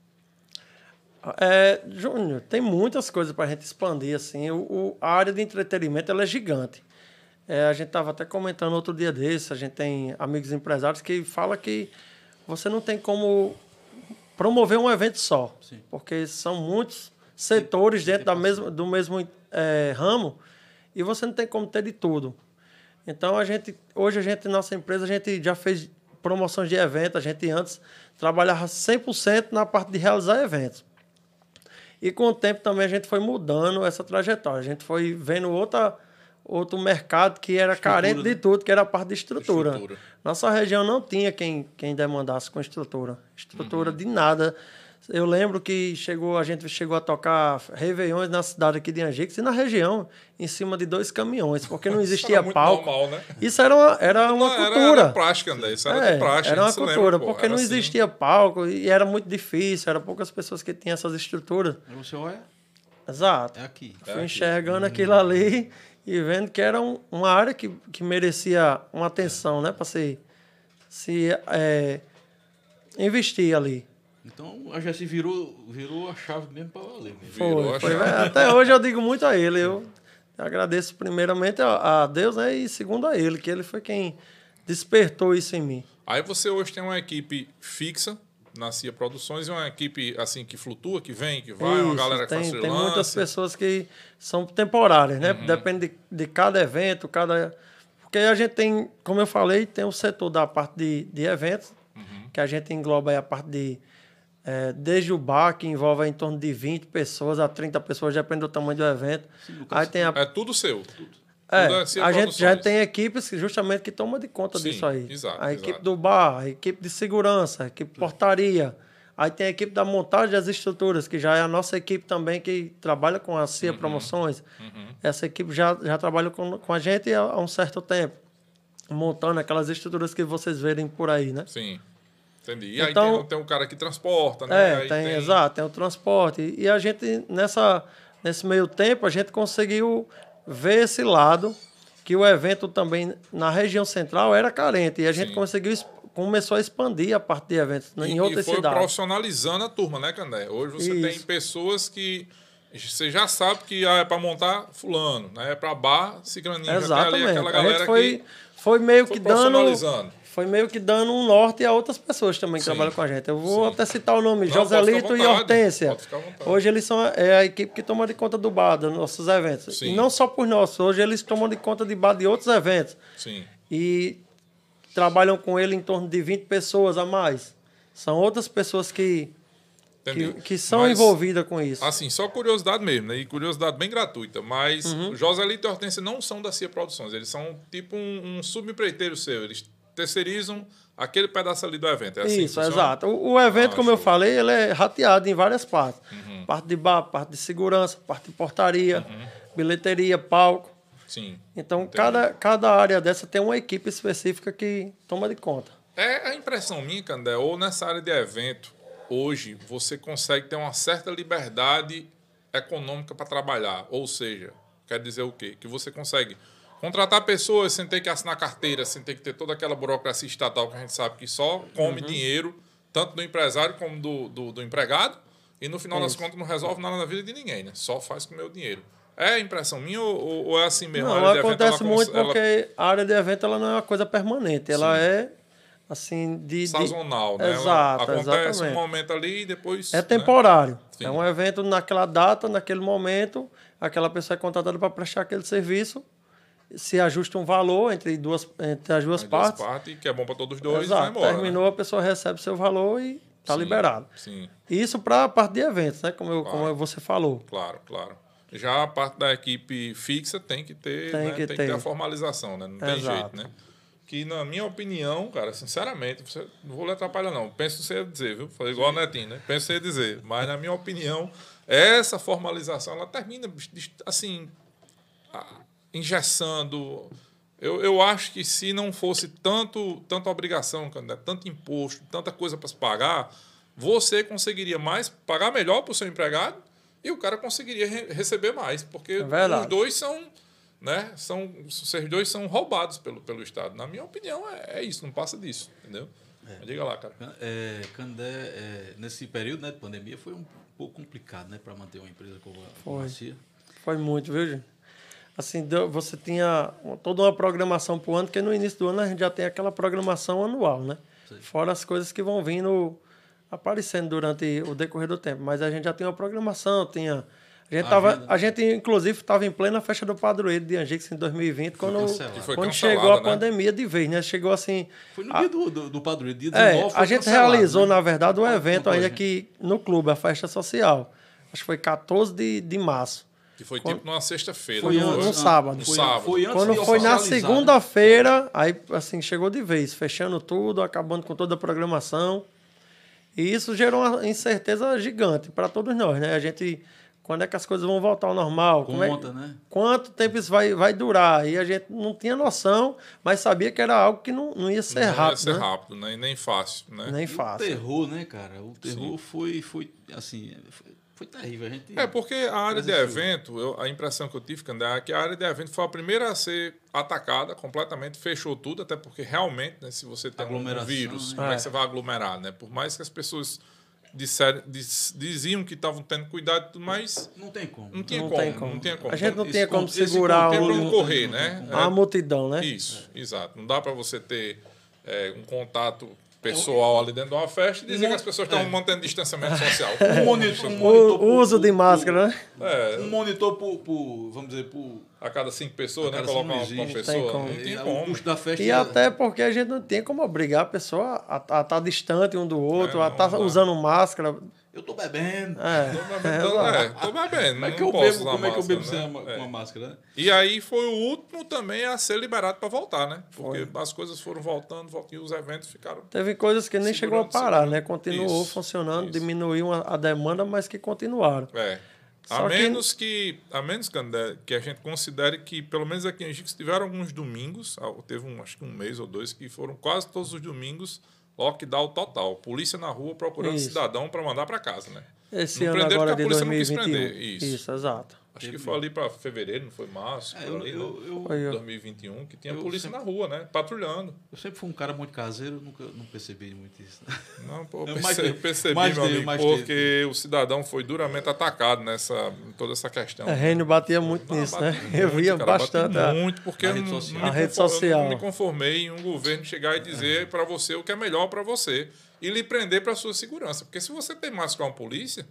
Speaker 3: É, Júnior, tem muitas coisas para a gente expandir. Assim. O, o- a área de entretenimento ela é gigante. É, a gente estava até comentando outro dia desse. A gente tem amigos empresários que falam que você não tem como promover um evento só.
Speaker 2: Sim.
Speaker 3: Porque são muitos setores dentro da mesma, do mesmo é, ramo e você não tem como ter de tudo. Então, a gente, hoje, a gente, nossa empresa, a gente já fez promoções de eventos. A gente antes trabalhava cem por cento na parte de realizar eventos. E com o tempo também a gente foi mudando essa trajetória. A gente foi vendo outra, outro mercado que era
Speaker 2: Estrutura,
Speaker 3: carente de
Speaker 2: né?
Speaker 3: tudo, que era a parte de estrutura.
Speaker 1: Estrutura.
Speaker 3: Nossa região não tinha quem, quem demandasse com estrutura.
Speaker 2: Uhum.
Speaker 3: Estrutura de nada. Eu lembro que chegou, a gente chegou a tocar réveillões na cidade aqui de Angicos e na região, em cima de dois caminhões, porque não
Speaker 1: Isso
Speaker 3: existia
Speaker 1: era muito
Speaker 3: palco.
Speaker 1: normal, né?
Speaker 3: Isso era uma, era uma
Speaker 1: Não, era-
Speaker 3: cultura.
Speaker 1: Era prática, André. Isso era
Speaker 3: É,
Speaker 1: de praxe.
Speaker 3: era
Speaker 1: a
Speaker 3: uma
Speaker 1: gente se
Speaker 3: cultura,
Speaker 1: lembra, pô.
Speaker 3: porque
Speaker 1: Era
Speaker 3: não
Speaker 1: assim.
Speaker 3: existia palco e era muito difícil, eram poucas pessoas que tinham essas estruturas.
Speaker 2: Aí você olha,
Speaker 3: Exato.
Speaker 2: é aqui.
Speaker 3: Fui
Speaker 1: aqui.
Speaker 3: enxergando aquilo ali e vendo que era um- uma área que, que merecia uma atenção, né? Para se, se é, investir ali.
Speaker 2: Então a Jessi virou, virou a chave mesmo para valer. Mesmo.
Speaker 1: Virou
Speaker 3: Foi,
Speaker 1: a
Speaker 3: foi,
Speaker 1: chave.
Speaker 3: é, até hoje eu digo muito a ele. Eu agradeço primeiramente a, a Deus, né? E segundo a ele, que ele foi quem despertou isso em mim.
Speaker 1: Aí você hoje tem uma equipe fixa, na C I A Produções é uma equipe assim que flutua, que vem, que vai, uma
Speaker 3: Isso,
Speaker 1: galera que
Speaker 3: tem,
Speaker 1: faz
Speaker 3: tem
Speaker 1: freelance.
Speaker 3: muitas pessoas que são temporárias, né?
Speaker 1: Uhum.
Speaker 3: Depende de, de cada evento, cada... Porque a gente tem, como eu falei, tem o setor da parte de, de eventos,
Speaker 1: Uhum.
Speaker 3: que a gente engloba aí a parte de... É, desde o bar, que envolve em torno de vinte pessoas a trinta pessoas, depende do tamanho do evento.
Speaker 2: Sim,
Speaker 3: Aí tem a...
Speaker 1: É tudo seu. Tudo.
Speaker 3: É,
Speaker 1: Tudo é C I A
Speaker 3: a gente já
Speaker 1: Produções.
Speaker 3: tem equipes que justamente que tomam de conta
Speaker 1: Sim,
Speaker 3: disso aí.
Speaker 1: exato,
Speaker 3: a equipe
Speaker 1: exato.
Speaker 3: do bar, a equipe de segurança, a equipe de portaria. Aí tem a equipe da montagem das estruturas, que já é a nossa equipe também que trabalha com a C I A
Speaker 1: Uhum,
Speaker 3: Promoções.
Speaker 1: uhum.
Speaker 3: Essa equipe já, já trabalha com, com a gente há, há um certo tempo, montando aquelas estruturas que vocês verem por aí, né?
Speaker 1: Sim, entendi. E aí
Speaker 3: Então-
Speaker 1: tem, tem um cara que transporta, né?
Speaker 3: É,
Speaker 1: Aí
Speaker 3: tem, exato, tem o transporte. E, e a gente, nessa, nesse meio tempo, a gente conseguiu ver esse lado, que o evento também, na região central, era carente. E a gente
Speaker 1: Sim.
Speaker 3: conseguiu, es- começou a expandir a parte de eventos
Speaker 1: E,
Speaker 3: em outras
Speaker 1: e foi
Speaker 3: cidades.
Speaker 1: profissionalizando a turma, né, Candé? Hoje você
Speaker 3: Isso.
Speaker 1: tem pessoas que você já sabe que ah, é para montar fulano, né? É para bar, ciclaninho. Já tem ali
Speaker 3: Exatamente.
Speaker 1: aquela
Speaker 3: A
Speaker 1: galera
Speaker 3: gente foi,
Speaker 1: que
Speaker 3: foi meio
Speaker 1: foi
Speaker 3: que dando...
Speaker 1: profissionalizando.
Speaker 3: Foi meio que dando um norte a outras pessoas também que
Speaker 1: Sim.
Speaker 3: trabalham com a gente. Eu vou
Speaker 1: Sim.
Speaker 3: até citar o nome,
Speaker 1: Não, pode
Speaker 3: Joselito
Speaker 1: ficar à
Speaker 3: e
Speaker 1: vontade,
Speaker 3: Hortência.
Speaker 1: pode ficar à vontade.
Speaker 3: Hoje eles são é a equipe que toma de conta do bar, dos nossos eventos.
Speaker 1: Sim.
Speaker 3: E não só por nós, hoje eles tomam de conta de bar de outros eventos.
Speaker 1: Sim.
Speaker 3: E trabalham com ele em torno de vinte pessoas a mais. São outras pessoas que, que,
Speaker 1: Entendeu?
Speaker 3: que são
Speaker 1: Mas,
Speaker 3: envolvidas com isso.
Speaker 1: Assim, só curiosidade mesmo, né? E curiosidade bem gratuita. Mas
Speaker 3: Uhum.
Speaker 1: o Joselito e Hortência não são da C I A Produções. Eles são tipo um, um subempreiteiro seu. Eles terceirizam aquele pedaço ali do evento. É assim que
Speaker 3: Isso,
Speaker 1: funciona?
Speaker 3: exato. O, o evento,
Speaker 1: Ah,
Speaker 3: como eu
Speaker 1: show.
Speaker 3: falei, ele é rateado em várias partes.
Speaker 1: Uhum.
Speaker 3: Parte de bar, parte de segurança, parte de portaria, bilheteria, palco.
Speaker 1: Sim.
Speaker 3: Então,
Speaker 1: Entendi.
Speaker 3: cada, cada área dessa tem uma equipe específica que toma de conta.
Speaker 1: É a impressão minha, Candé, ou nessa área de evento, hoje você consegue ter uma certa liberdade econômica para trabalhar. Ou seja, quer dizer o quê? Que você consegue contratar pessoas sem ter que assinar carteira, sem ter que ter toda aquela burocracia estatal que a gente sabe que só come dinheiro, tanto do empresário como do, do, do empregado, e no final das
Speaker 3: Isso.
Speaker 1: contas não resolve nada na vida de ninguém, né? Só faz comer o dinheiro. É a impressão minha ou, ou é assim mesmo? A
Speaker 3: Não,
Speaker 1: área de evento,
Speaker 3: acontece
Speaker 1: ela
Speaker 3: muito
Speaker 1: cons- ela-
Speaker 3: porque a área de evento ela não é uma coisa permanente. Ela
Speaker 1: Sim.
Speaker 3: é, assim, de... de-
Speaker 1: sazonal, né? Ela
Speaker 3: Exato,
Speaker 1: acontece
Speaker 3: exatamente.
Speaker 1: um momento ali e depois...
Speaker 3: É
Speaker 1: né?
Speaker 3: temporário.
Speaker 1: Sim.
Speaker 3: É um evento naquela data, naquele momento, aquela pessoa é contratada para prestar aquele serviço, se ajusta um valor entre, duas, entre as duas
Speaker 1: As duas
Speaker 3: partes.
Speaker 1: partes, que é bom para todos os dois, e
Speaker 3: Exato.
Speaker 1: vai embora.
Speaker 3: Terminou, a pessoa recebe seu valor e está
Speaker 1: Sim,
Speaker 3: liberado.
Speaker 1: Sim,
Speaker 3: Isso para a parte de eventos, né? Como, eu,
Speaker 1: Claro.
Speaker 3: como você falou.
Speaker 1: claro, claro. Já a parte da equipe fixa tem que ter,
Speaker 3: Tem
Speaker 1: né?
Speaker 3: que
Speaker 1: tem que
Speaker 3: ter.
Speaker 1: ter a formalização, né? Não tem
Speaker 3: Exato.
Speaker 1: jeito, né? Que, na minha opinião, cara, sinceramente, você, não vou lhe atrapalhar, não. Penso que você ia dizer, viu? Falei igual o Netinho, né? Penso que você ia dizer. Mas, na minha opinião, essa formalização, ela termina, assim, a- engessando. Eu, eu acho que se não fosse tanto, tanta obrigação, Candé, tanto imposto, tanta coisa para se pagar, você conseguiria mais, pagar melhor para o seu empregado e o cara conseguiria re- receber mais. Porque
Speaker 3: É verdade.
Speaker 1: os dois são, né, são, os dois são roubados pelo, pelo Estado. Na minha opinião, é, é isso, não passa disso, entendeu? Mas diga lá, cara.
Speaker 2: É, Candé, é, nesse período, né, de pandemia, foi um pouco complicado, né, para manter uma empresa como a, como a
Speaker 3: Foi.
Speaker 2: C I A.
Speaker 3: Foi muito, viu, gente? Assim, deu- você tinha uma- toda uma programação para o ano, porque no início do ano a gente já tem aquela programação anual, né?
Speaker 2: Sim.
Speaker 3: Fora as coisas que vão vindo, aparecendo durante o decorrer do tempo. Mas a gente já tem uma programação, tinha... A gente,
Speaker 2: A
Speaker 3: tava,
Speaker 2: vida.
Speaker 3: a gente inclusive, estava em plena festa do padroeiro de Angix em dois mil e vinte, quando,
Speaker 2: cancelado.
Speaker 1: Que foi
Speaker 3: quando
Speaker 1: cancelada,
Speaker 3: chegou a
Speaker 1: né?
Speaker 3: pandemia de vez, né? Chegou assim...
Speaker 2: Foi no
Speaker 3: a-
Speaker 2: dia do, do, do padroeiro, dia
Speaker 3: É,
Speaker 2: dezenove. foi
Speaker 3: a gente
Speaker 2: cancelado,
Speaker 3: realizou,
Speaker 2: né?
Speaker 3: na verdade, o
Speaker 2: Conta-
Speaker 3: evento
Speaker 2: conta,
Speaker 3: ainda
Speaker 2: gente.
Speaker 3: aqui no clube, a festa social. Acho que foi quatorze de, de março.
Speaker 1: Que foi
Speaker 3: Quando-
Speaker 1: tipo numa sexta-feira.
Speaker 3: Foi
Speaker 1: não
Speaker 3: no-
Speaker 1: foi?
Speaker 3: no sábado.
Speaker 1: No
Speaker 2: Foi,
Speaker 1: sábado.
Speaker 2: foi antes
Speaker 3: Quando
Speaker 2: de
Speaker 3: foi na
Speaker 2: oficializar, né?
Speaker 3: segunda-feira, aí assim, chegou de vez, fechando tudo, acabando com toda a programação. E isso gerou uma incerteza gigante para todos nós, né? A gente, quando é que as coisas vão voltar ao normal? Como é-
Speaker 2: Conta, né?
Speaker 3: Quanto tempo isso vai, vai durar? E a gente não tinha noção, mas sabia que era algo que não, não ia ser
Speaker 1: Não
Speaker 3: rápido,
Speaker 1: ia ser
Speaker 3: né?
Speaker 1: rápido, né? E nem fácil, né?
Speaker 3: Nem
Speaker 2: E
Speaker 3: fácil.
Speaker 2: O terror, né, cara? O terror foi, foi, assim, foi, foi terrível. A gente...
Speaker 1: É, porque a área de
Speaker 2: Existiu.
Speaker 1: evento, eu- a impressão que eu tive, Candé, é que a área de evento foi a primeira a ser atacada completamente, fechou tudo, até porque realmente, né, se você tem um
Speaker 2: Aglomeração,
Speaker 1: vírus,
Speaker 2: né?
Speaker 1: como é
Speaker 3: É.
Speaker 1: que você vai aglomerar, né? Por mais que as pessoas disseram, diz- diziam que estavam tendo cuidado, e tudo, mas
Speaker 2: Não tem como.
Speaker 1: não tinha
Speaker 3: Não
Speaker 1: como,
Speaker 3: tem como.
Speaker 1: não tinha como.
Speaker 3: A gente não
Speaker 1: Então,
Speaker 3: tinha
Speaker 2: esse
Speaker 3: como
Speaker 2: con- esse
Speaker 3: segurar
Speaker 1: não tem pra
Speaker 3: um-
Speaker 1: onde correr,
Speaker 2: não
Speaker 1: né?
Speaker 2: tem como.
Speaker 3: uma multidão, né?
Speaker 1: Isso, exato. Não dá para você ter é, um contato pessoal ali dentro de uma festa e dizer que as pessoas estão
Speaker 2: É.
Speaker 1: mantendo distanciamento social.
Speaker 2: Um monitor, um monitor
Speaker 3: O, o uso
Speaker 2: por-
Speaker 3: de
Speaker 2: por-
Speaker 3: máscara, né?
Speaker 1: É,
Speaker 2: Um monitor por, por, vamos dizer, por...
Speaker 1: a cada cinco pessoas,
Speaker 2: A
Speaker 1: né?
Speaker 2: cada
Speaker 1: Colocar
Speaker 2: cinco
Speaker 1: uma,
Speaker 2: não
Speaker 1: uma
Speaker 2: existe,
Speaker 1: pessoa.
Speaker 3: tem como.
Speaker 1: Não tem
Speaker 2: é, o
Speaker 1: como.
Speaker 2: custo da festa...
Speaker 3: E até porque a gente não tem como obrigar a pessoa a estar distante um do outro,
Speaker 1: É,
Speaker 3: a
Speaker 1: não
Speaker 3: estar
Speaker 1: dá.
Speaker 3: usando máscara.
Speaker 2: Eu tô bebendo.
Speaker 3: É,
Speaker 1: Tô bebendo, é, tô bebendo.
Speaker 2: Como é que
Speaker 1: não
Speaker 2: eu
Speaker 1: posso
Speaker 2: bebo,
Speaker 1: usar
Speaker 2: como é que eu bebo
Speaker 1: máscara,
Speaker 2: sem
Speaker 1: né?
Speaker 2: a,
Speaker 1: É.
Speaker 2: com a máscara, né?
Speaker 1: E aí foi o último também a ser liberado para voltar, né? Porque as coisas foram voltando, voltando, e os eventos ficaram.
Speaker 3: teve coisas que nem chegou a
Speaker 1: Segurando,
Speaker 3: parar,
Speaker 1: segurando.
Speaker 3: né? Continuou
Speaker 1: Isso,
Speaker 3: funcionando,
Speaker 1: isso.
Speaker 3: diminuiu a, a demanda, mas que continuaram.
Speaker 1: É. A
Speaker 3: Só que-
Speaker 1: menos que, a menos Candé, que a gente considere que, pelo menos aqui em Egito, tiveram alguns domingos, ah, teve um, acho que um mês ou dois, que foram quase todos os domingos lockdown total. Polícia na rua procurando
Speaker 3: Isso.
Speaker 1: cidadão para mandar para casa, né?
Speaker 3: Esse
Speaker 1: Não
Speaker 3: ano
Speaker 1: prenderam
Speaker 3: agora
Speaker 1: porque
Speaker 3: de
Speaker 1: a polícia não quis
Speaker 3: dois mil e vinte e um.
Speaker 1: prender. Isso.
Speaker 3: Isso, exato.
Speaker 1: Acho que foi ali para fevereiro, não foi março,
Speaker 2: É,
Speaker 1: por
Speaker 2: eu,
Speaker 1: ali, né?
Speaker 2: eu, eu,
Speaker 3: Foi eu.
Speaker 1: dois mil e vinte e um, que tinha
Speaker 2: eu
Speaker 1: polícia
Speaker 2: sempre-
Speaker 1: na rua, né? Patrulhando.
Speaker 2: eu sempre fui um cara muito caseiro, nunca não percebi muito isso.
Speaker 1: Não, pô,
Speaker 2: É,
Speaker 1: eu
Speaker 2: mais
Speaker 1: percebi,
Speaker 2: teve,
Speaker 1: percebi
Speaker 2: mais
Speaker 1: meu
Speaker 2: teve,
Speaker 1: amigo,
Speaker 2: mais
Speaker 1: porque
Speaker 2: teve.
Speaker 1: o cidadão foi duramente atacado nessa, em toda essa questão.
Speaker 3: A Rênio batia muito
Speaker 1: Não,
Speaker 3: nisso,
Speaker 1: bate
Speaker 3: né?
Speaker 1: muito,
Speaker 3: Eu via
Speaker 1: cara, bate
Speaker 3: bastante. a-
Speaker 1: muito, porque
Speaker 2: A
Speaker 1: eu
Speaker 2: rede
Speaker 1: não,
Speaker 2: social.
Speaker 1: não me
Speaker 3: A rede
Speaker 1: confo- eu
Speaker 3: social.
Speaker 1: não me conformei em um governo chegar e dizer para você o que é melhor para você e lhe prender para sua segurança. Porque se você tem mais com a polícia,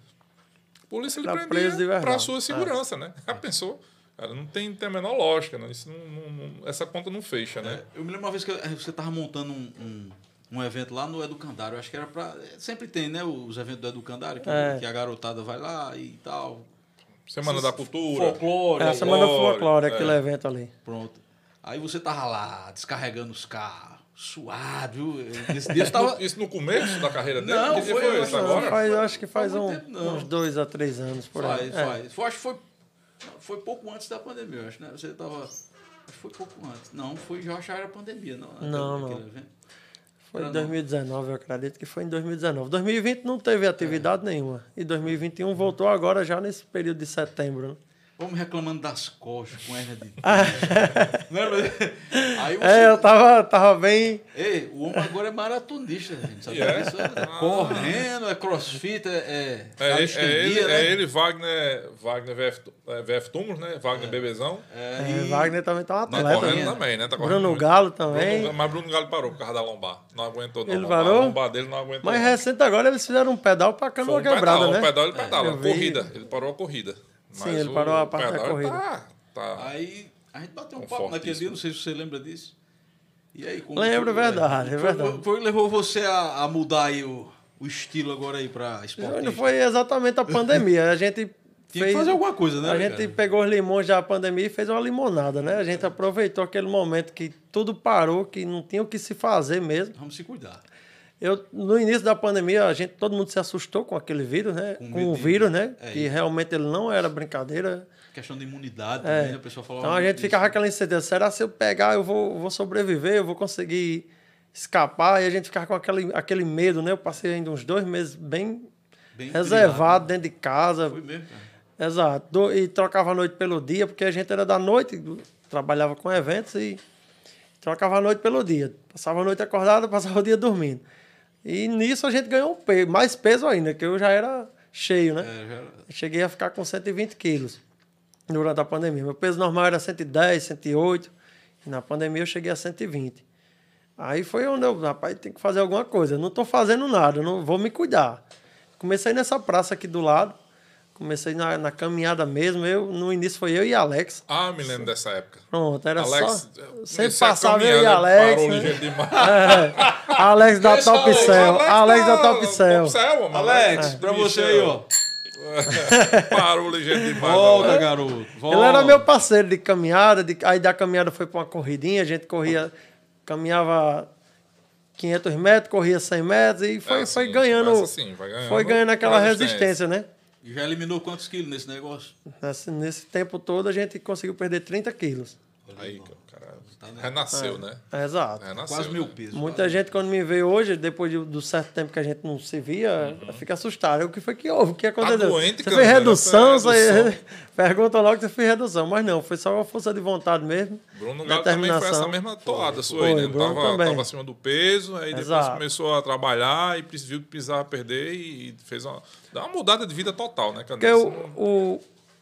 Speaker 1: a polícia lhe
Speaker 3: Tá preso de
Speaker 1: prendia
Speaker 3: verdade.
Speaker 1: para sua
Speaker 3: É.
Speaker 1: segurança, né? Já pensou? Cara, não tem, tem a menor lógica, né? Isso não, não- não- essa conta não fecha, né?
Speaker 2: É, eu me lembro uma vez que você estava montando um, um, um evento lá no Educandário. Eu acho que era para. Sempre tem, né? Os eventos do Educandário, que,
Speaker 3: É.
Speaker 2: que a garotada vai lá e tal.
Speaker 1: Semana da Cultura.
Speaker 2: Folclore.
Speaker 3: É a Semana do
Speaker 1: folclore,
Speaker 3: Folclore,
Speaker 1: é.
Speaker 3: aquele evento ali.
Speaker 2: Pronto. Aí você tava lá, descarregando os carros, suado, viu? Nesse dia eu tava.
Speaker 1: Isso no começo da carreira dele?
Speaker 2: Não,
Speaker 1: Que dia
Speaker 2: foi-
Speaker 1: foi
Speaker 2: eu
Speaker 1: esse
Speaker 2: acho-
Speaker 1: agora?
Speaker 3: Faz, eu acho que faz,
Speaker 2: Faz
Speaker 3: um-
Speaker 2: muito tempo, não.
Speaker 3: uns dois a três anos por aí.
Speaker 2: Faz,
Speaker 3: É.
Speaker 2: faz. Foi, acho que foi. Foi pouco antes da pandemia, eu acho, né? Você tava. Acho que foi pouco antes. Não, foi, já já era pandemia, não.
Speaker 3: Não,
Speaker 2: aquele
Speaker 3: não.
Speaker 2: evento.
Speaker 3: Foi
Speaker 2: Era
Speaker 3: em dois mil e dezenove, eu acredito que foi em dois mil e dezenove. dois mil e vinte não teve atividade nenhuma. E dois mil e vinte e um voltou agora já nesse período de setembro. Né?
Speaker 2: Vamos reclamando das costas com hernia de
Speaker 3: Ah.
Speaker 2: Lembra? Aí você...
Speaker 3: É, eu tava, tava bem.
Speaker 2: Ei, o homem agora é maratonista, gente. Sabe
Speaker 1: E é?
Speaker 2: disso?
Speaker 1: Ah.
Speaker 2: Correndo, é crossfit, é. É,
Speaker 1: É, é,
Speaker 2: calistenia,
Speaker 1: ele,
Speaker 2: né?
Speaker 1: é ele, Wagner, Wagner V F, é, V F Túmulos, né? Wagner Bebezão.
Speaker 2: É,
Speaker 3: É,
Speaker 2: e-
Speaker 3: Wagner também tá um
Speaker 1: Tá
Speaker 3: atleta.
Speaker 1: correndo
Speaker 3: né?
Speaker 1: também, né? Tá correndo
Speaker 3: Bruno
Speaker 1: muito.
Speaker 3: Galo também.
Speaker 1: Bruno- mas Bruno Galo parou por causa da lombar. Não aguentou, não.
Speaker 3: Ele
Speaker 1: A
Speaker 3: parou?
Speaker 1: lombar dele não aguentou.
Speaker 3: Mas
Speaker 1: não.
Speaker 3: recente agora eles fizeram um pedal pra
Speaker 1: Foi
Speaker 3: canoa
Speaker 1: um pedal,
Speaker 3: quebrada,
Speaker 1: o
Speaker 3: né?
Speaker 1: pedal ele pedala,
Speaker 3: Eu vi.
Speaker 1: corrida. Ele parou a corrida.
Speaker 3: Sim, ele parou a parte da
Speaker 1: pedal
Speaker 3: corrida.
Speaker 1: Tá, tá.
Speaker 2: Aí a gente bateu um papo
Speaker 1: Confortíssimo.
Speaker 2: naquele dia, não sei se você lembra disso. E aí, como
Speaker 3: Lembro,
Speaker 2: foi,
Speaker 3: verdade,
Speaker 2: foi,
Speaker 3: é verdade.
Speaker 2: Foi, foi, levou você a, a mudar aí o, o estilo agora aí pra esporte?
Speaker 3: Não foi exatamente a pandemia. A gente
Speaker 2: Tinha
Speaker 3: fez,
Speaker 2: que fazer alguma coisa, né?
Speaker 3: A gente
Speaker 2: cara?
Speaker 3: pegou os limões da pandemia e fez uma limonada, né? A gente aproveitou aquele momento que tudo parou, que não tinha o que se fazer mesmo.
Speaker 2: Vamos se cuidar.
Speaker 3: Eu, no início da pandemia, a gente, todo mundo se assustou com aquele vírus, né?
Speaker 2: Com
Speaker 3: Com,
Speaker 2: medo
Speaker 3: o
Speaker 2: de-
Speaker 3: vírus, né?
Speaker 2: é
Speaker 3: que
Speaker 2: isso.
Speaker 3: realmente ele não era brincadeira.
Speaker 2: Questão de imunidade
Speaker 3: É.
Speaker 2: também, né? O pessoal falava
Speaker 3: Então a
Speaker 2: muito
Speaker 3: gente
Speaker 2: disso.
Speaker 3: ficava aquela incerteza, será se eu pegar, eu vou, vou sobreviver, eu vou conseguir escapar? E a gente ficava com aquele, aquele medo, né? Eu passei ainda uns dois meses bem,
Speaker 2: Bem
Speaker 3: reservado
Speaker 2: intrigado.
Speaker 3: dentro de casa.
Speaker 2: Foi mesmo, cara.
Speaker 3: Exato. Do- E trocava a noite pelo dia, porque a gente era da noite, trabalhava com eventos e trocava a noite pelo dia. Passava a noite acordado, passava o dia dormindo. E nisso a gente ganhou um peso, mais peso ainda, que eu já era cheio, né?
Speaker 2: É, já era-
Speaker 3: Cheguei a ficar com cento e vinte quilos durante a pandemia. Meu peso normal era cento e dez, cento e oito. E na pandemia eu cheguei a cento e vinte. Aí foi onde eu, rapaz, tem que fazer alguma coisa. Eu não estou fazendo nada, eu não vou me cuidar. Comecei nessa praça aqui do lado. Comecei na, na caminhada mesmo. Eu, no início foi eu e Alex.
Speaker 1: Ah, me lembro dessa época.
Speaker 3: Pronto, era
Speaker 1: Alex,
Speaker 3: só.
Speaker 1: eu
Speaker 3: Sempre
Speaker 1: comecei a
Speaker 3: passava eu
Speaker 1: caminhar,
Speaker 3: e
Speaker 1: né?
Speaker 3: Alex.
Speaker 1: Parou
Speaker 3: né?
Speaker 1: ligeiro demais.
Speaker 3: É, Alex da
Speaker 1: Deixa
Speaker 3: Top
Speaker 1: o
Speaker 3: Cell. Alex da Top Cell.
Speaker 1: Top Cell, mano.
Speaker 2: Alex, pra você aí, ó.
Speaker 1: Parou ligeiro demais.
Speaker 2: Volta,
Speaker 1: Alex.
Speaker 2: garoto. Volta.
Speaker 3: Ele era meu parceiro de caminhada, de, aí da caminhada foi para uma corridinha, a gente corria, caminhava quinhentos metros, corria cem metros e foi,
Speaker 1: É,
Speaker 3: foi
Speaker 1: assim,
Speaker 3: ganhando,
Speaker 1: começa assim, vai ganhando
Speaker 3: foi ganhando aquela
Speaker 1: resistência.
Speaker 3: resistência, né?
Speaker 2: E já eliminou quantos quilos nesse negócio?
Speaker 3: Nesse, nesse tempo todo a gente conseguiu perder trinta quilos.
Speaker 1: Aí, cara,
Speaker 2: Tá, né?
Speaker 1: renasceu, né?
Speaker 3: É, exato.
Speaker 1: Renasceu,
Speaker 2: Quase mil
Speaker 1: né?
Speaker 2: pesos.
Speaker 3: Muita
Speaker 2: quase.
Speaker 3: gente, quando me vê hoje, depois de- do certo tempo que a gente não se via, fica assustada. O que foi que houve? O que aconteceu?
Speaker 1: doente,
Speaker 3: você
Speaker 1: cara,
Speaker 3: fez redução?
Speaker 1: né? Foi
Speaker 3: Você...
Speaker 1: redução.
Speaker 3: Pergunta logo se fez redução. Mas não, foi só uma força de vontade mesmo.
Speaker 1: Bruno Galo também foi essa
Speaker 3: determinação.
Speaker 1: mesma toada sua
Speaker 3: Foi,
Speaker 1: aí, né?
Speaker 3: Bruno
Speaker 1: Tava,
Speaker 3: também.
Speaker 1: tava acima do peso, aí depois
Speaker 3: Exato.
Speaker 1: começou a trabalhar e precis- viu que precisava perder e fez uma, dá uma mudada de vida total, né? Cara?
Speaker 3: Porque o, o,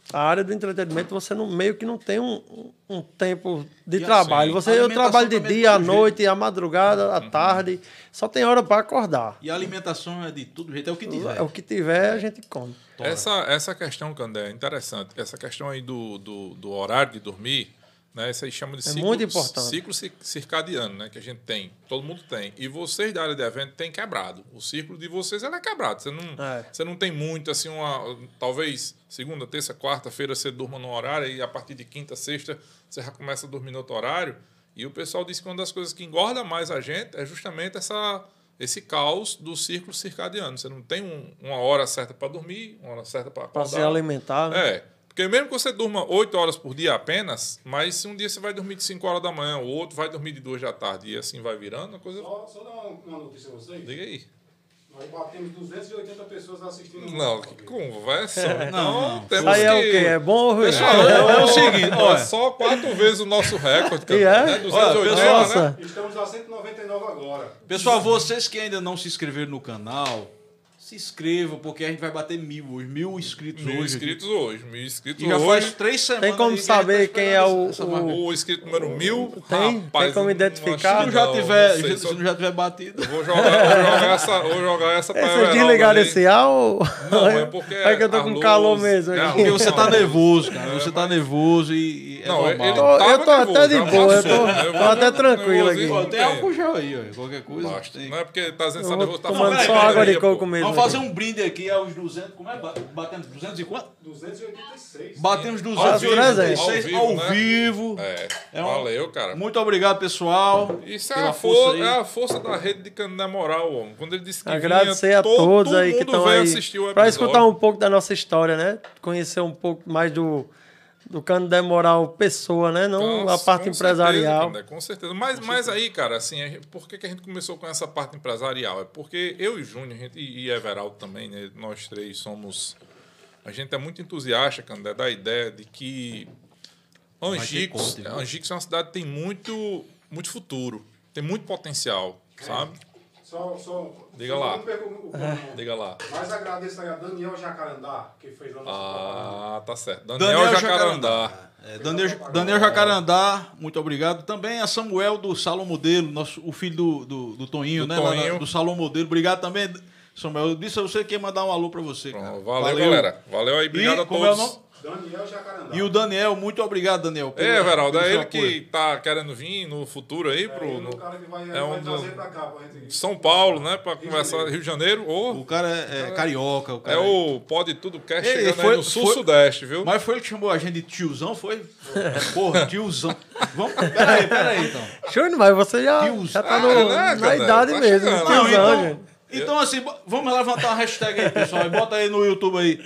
Speaker 3: A área do entretenimento, você não, meio que não tem um, um tempo de
Speaker 2: E
Speaker 3: trabalho.
Speaker 2: assim,
Speaker 3: Você,
Speaker 2: a
Speaker 3: eu
Speaker 2: alimentação
Speaker 3: trabalho de
Speaker 2: também
Speaker 3: dia, à
Speaker 2: tem jeito.
Speaker 3: noite, à madrugada, à tarde. Só tem hora para acordar.
Speaker 2: E a alimentação é de tudo jeito, é o que tiver.
Speaker 3: É o que tiver, a gente come.
Speaker 1: Essa, essa questão, Candé, é interessante. Essa questão aí do, do, do horário de dormir, né? Isso aí chama de
Speaker 3: É
Speaker 1: ciclo,
Speaker 3: muito importante.
Speaker 1: ciclo ci- circadiano, né? Que a gente tem. Todo mundo tem. E vocês da área de evento têm quebrado. O ciclo de vocês ele é quebrado. Você não,
Speaker 3: É.
Speaker 1: você não tem muito, assim, uma. Talvez segunda, terça, quarta-feira você durma num horário e a partir de quinta, sexta você já começa a dormir no outro horário. E o pessoal diz que uma das coisas que engorda mais a gente é justamente essa, esse caos do ciclo circadiano. Você não tem um- uma hora certa para dormir, uma hora certa para
Speaker 3: Para
Speaker 1: acordar.
Speaker 3: se alimentar, né?
Speaker 1: É. Porque mesmo que você durma oito horas por dia apenas, mas se um dia você vai dormir de cinco horas da manhã, o outro vai dormir de duas da tarde e assim vai virando, a coisa.
Speaker 4: Só, só dar uma, uma notícia a vocês.
Speaker 1: Diga aí.
Speaker 4: Nós batemos duzentas e oitenta pessoas assistindo.
Speaker 1: Não, que conversa. Então,
Speaker 2: Não,
Speaker 1: temos
Speaker 3: Isso aí é o
Speaker 1: que...
Speaker 3: quê? É bom ou ruim?
Speaker 2: Pessoal, é, é o seguinte,
Speaker 1: É
Speaker 2: olha.
Speaker 1: só quatro vezes o nosso recorde, cara.
Speaker 3: E é?
Speaker 1: Né? duzentos e oitenta,
Speaker 3: Nossa.
Speaker 1: né?
Speaker 4: Estamos a cento e noventa e nove agora.
Speaker 2: Pessoal, vocês que ainda não se inscreveram no canal, se inscrevam, porque a gente vai bater mil hoje, mil inscritos
Speaker 1: Mil
Speaker 2: hoje.
Speaker 1: inscritos hoje. Mil inscritos
Speaker 2: E já
Speaker 1: hoje.
Speaker 2: faz três semanas.
Speaker 3: Tem como
Speaker 2: aí que a gente tá
Speaker 3: saber quem é
Speaker 2: esperando
Speaker 3: o-
Speaker 2: essa
Speaker 3: o-
Speaker 2: marca.
Speaker 1: O inscrito número mil.
Speaker 3: Tem?
Speaker 1: rapaz,
Speaker 3: Tem como
Speaker 1: não
Speaker 3: identificar?
Speaker 1: acho
Speaker 2: Se não já
Speaker 1: não,
Speaker 2: tiver,
Speaker 1: não sei,
Speaker 2: se
Speaker 1: só-
Speaker 2: não já tiver batido.
Speaker 1: Vou jogar, vou jogar essa, vou jogar essa pra
Speaker 3: É, vocês
Speaker 1: Everaldo
Speaker 3: desligaram
Speaker 1: ali.
Speaker 3: esse ar ou...
Speaker 1: Não, é porque
Speaker 3: É que eu tô
Speaker 1: a
Speaker 3: com
Speaker 1: luz-
Speaker 3: calor mesmo
Speaker 1: é a
Speaker 3: aqui.
Speaker 2: Porque
Speaker 1: luz-
Speaker 2: você tá
Speaker 1: a luz-
Speaker 2: nervoso, cara.
Speaker 1: É,
Speaker 2: Você tá
Speaker 1: mas-
Speaker 2: nervoso e, e é
Speaker 1: Não,
Speaker 2: normal.
Speaker 1: ele
Speaker 3: Tô-
Speaker 1: tava
Speaker 3: eu tô até
Speaker 1: nervoso,
Speaker 3: de
Speaker 1: já
Speaker 3: boa, eu
Speaker 1: passou,
Speaker 3: tô-
Speaker 1: né?
Speaker 3: tô
Speaker 1: vou-
Speaker 3: até tranquilo aqui.
Speaker 1: nervosismo
Speaker 2: Ó,
Speaker 1: não
Speaker 2: tem álcool gel aí, ó. Qualquer coisa.
Speaker 1: Basta.
Speaker 2: tem.
Speaker 1: Não é porque tá dizendo que
Speaker 3: Eu
Speaker 1: tá
Speaker 3: vou
Speaker 1: nervoso, tá
Speaker 3: tomando
Speaker 2: peraí,
Speaker 3: só
Speaker 2: peraí,
Speaker 3: água de
Speaker 1: pô.
Speaker 3: coco mesmo.
Speaker 2: Vamos
Speaker 3: aqui.
Speaker 2: fazer um brinde aqui aos duzentos. Como é? Ba- Batemos duzentos e quanto?
Speaker 4: duzentos e oitenta e seis.
Speaker 2: Batemos
Speaker 1: Ao
Speaker 2: duzentos e oitenta e seis
Speaker 1: vivo,
Speaker 2: ao
Speaker 1: ao vivo, né?
Speaker 2: vivo.
Speaker 1: É,
Speaker 2: É um-
Speaker 1: valeu, cara.
Speaker 2: Muito obrigado, pessoal.
Speaker 1: Isso é
Speaker 2: pela
Speaker 1: a,
Speaker 2: força
Speaker 1: for
Speaker 2: aí.
Speaker 1: é a força da rede de Candé Moral, homem. Quando ele disse que
Speaker 3: Agradecer
Speaker 1: vinha,
Speaker 3: a
Speaker 1: todo,
Speaker 3: todos aí
Speaker 1: todo
Speaker 3: que
Speaker 1: mundo
Speaker 3: estão
Speaker 1: veio
Speaker 3: aí
Speaker 1: assistir o
Speaker 3: para
Speaker 1: episódio.
Speaker 3: escutar um pouco da nossa história, né? Conhecer um pouco mais do, do Candé Moral pessoa, né? Não
Speaker 1: Nossa,
Speaker 3: a parte
Speaker 1: com
Speaker 3: empresarial.
Speaker 1: Certeza, Candé, com certeza. Mas, mas aí, cara, assim, a gente- por que, que a gente começou com essa parte empresarial? É porque eu e Júnior, a gente, e e Everaldo também, né? Nós três somos... A gente é muito entusiasta, Candé, da ideia de que Angicos,
Speaker 2: conta, viu?
Speaker 1: Angicos é uma cidade que tem muito, muito futuro, tem muito potencial, sabe?
Speaker 4: Só, só,
Speaker 1: Diga
Speaker 4: só
Speaker 1: lá.
Speaker 4: não perco o plano.
Speaker 1: Diga lá.
Speaker 4: Mas agradeço aí a Daniel Jacarandá, que fez lá nosso
Speaker 1: Ah, tá certo. Daniel, Jacarandá.
Speaker 2: É, Daniel, Daniel Jacarandá, muito obrigado. Também a Samuel do Salão Modelo, nosso, o filho do, do, do Toninho,
Speaker 1: Do
Speaker 2: né? lá na-
Speaker 1: Toninho.
Speaker 2: do Salão Modelo. Obrigado também, Samuel. Eu disse a você que ia mandar um alô pra você, cara.
Speaker 1: Pronto, valeu, galera. Valeu aí, obrigado
Speaker 2: E,
Speaker 1: a
Speaker 2: como é o
Speaker 1: todos.
Speaker 2: nome?
Speaker 4: Daniel Jacarandá.
Speaker 2: E o Daniel, muito obrigado, Daniel. pelo-
Speaker 1: É, Everaldo,
Speaker 2: pelo
Speaker 1: é
Speaker 2: seu
Speaker 1: ele
Speaker 2: apoio.
Speaker 1: que tá querendo vir no futuro aí
Speaker 4: É
Speaker 1: pro
Speaker 4: ele,
Speaker 1: no
Speaker 4: o cara que vai,
Speaker 1: é um
Speaker 4: vai
Speaker 1: do-
Speaker 4: trazer pra cá pra gente.
Speaker 1: São Paulo, né, para
Speaker 4: de
Speaker 1: conversar
Speaker 4: Janeiro.
Speaker 1: Rio de Janeiro ou
Speaker 2: O cara é, é carioca. O
Speaker 1: é
Speaker 2: cara
Speaker 1: o Pode Tudo Quer
Speaker 2: Ei,
Speaker 1: chegando
Speaker 2: foi-
Speaker 1: aí no sul
Speaker 2: foi-
Speaker 1: sudeste, viu?
Speaker 2: Mas foi ele que chamou a gente de tiozão, foi? Porra, tiozão. Vamos, peraí, peraí, então.
Speaker 3: Júnior, mas você já,
Speaker 2: Tios.
Speaker 3: já tá
Speaker 1: Ah,
Speaker 3: no-
Speaker 1: né,
Speaker 3: na
Speaker 1: Candé?
Speaker 3: idade
Speaker 1: Tá
Speaker 3: mesmo.
Speaker 1: chegando.
Speaker 2: Não,
Speaker 3: tiozão,
Speaker 2: então,
Speaker 3: gente.
Speaker 2: então, assim, bo- vamos levantar uma hashtag aí, pessoal. Bota aí no YouTube aí.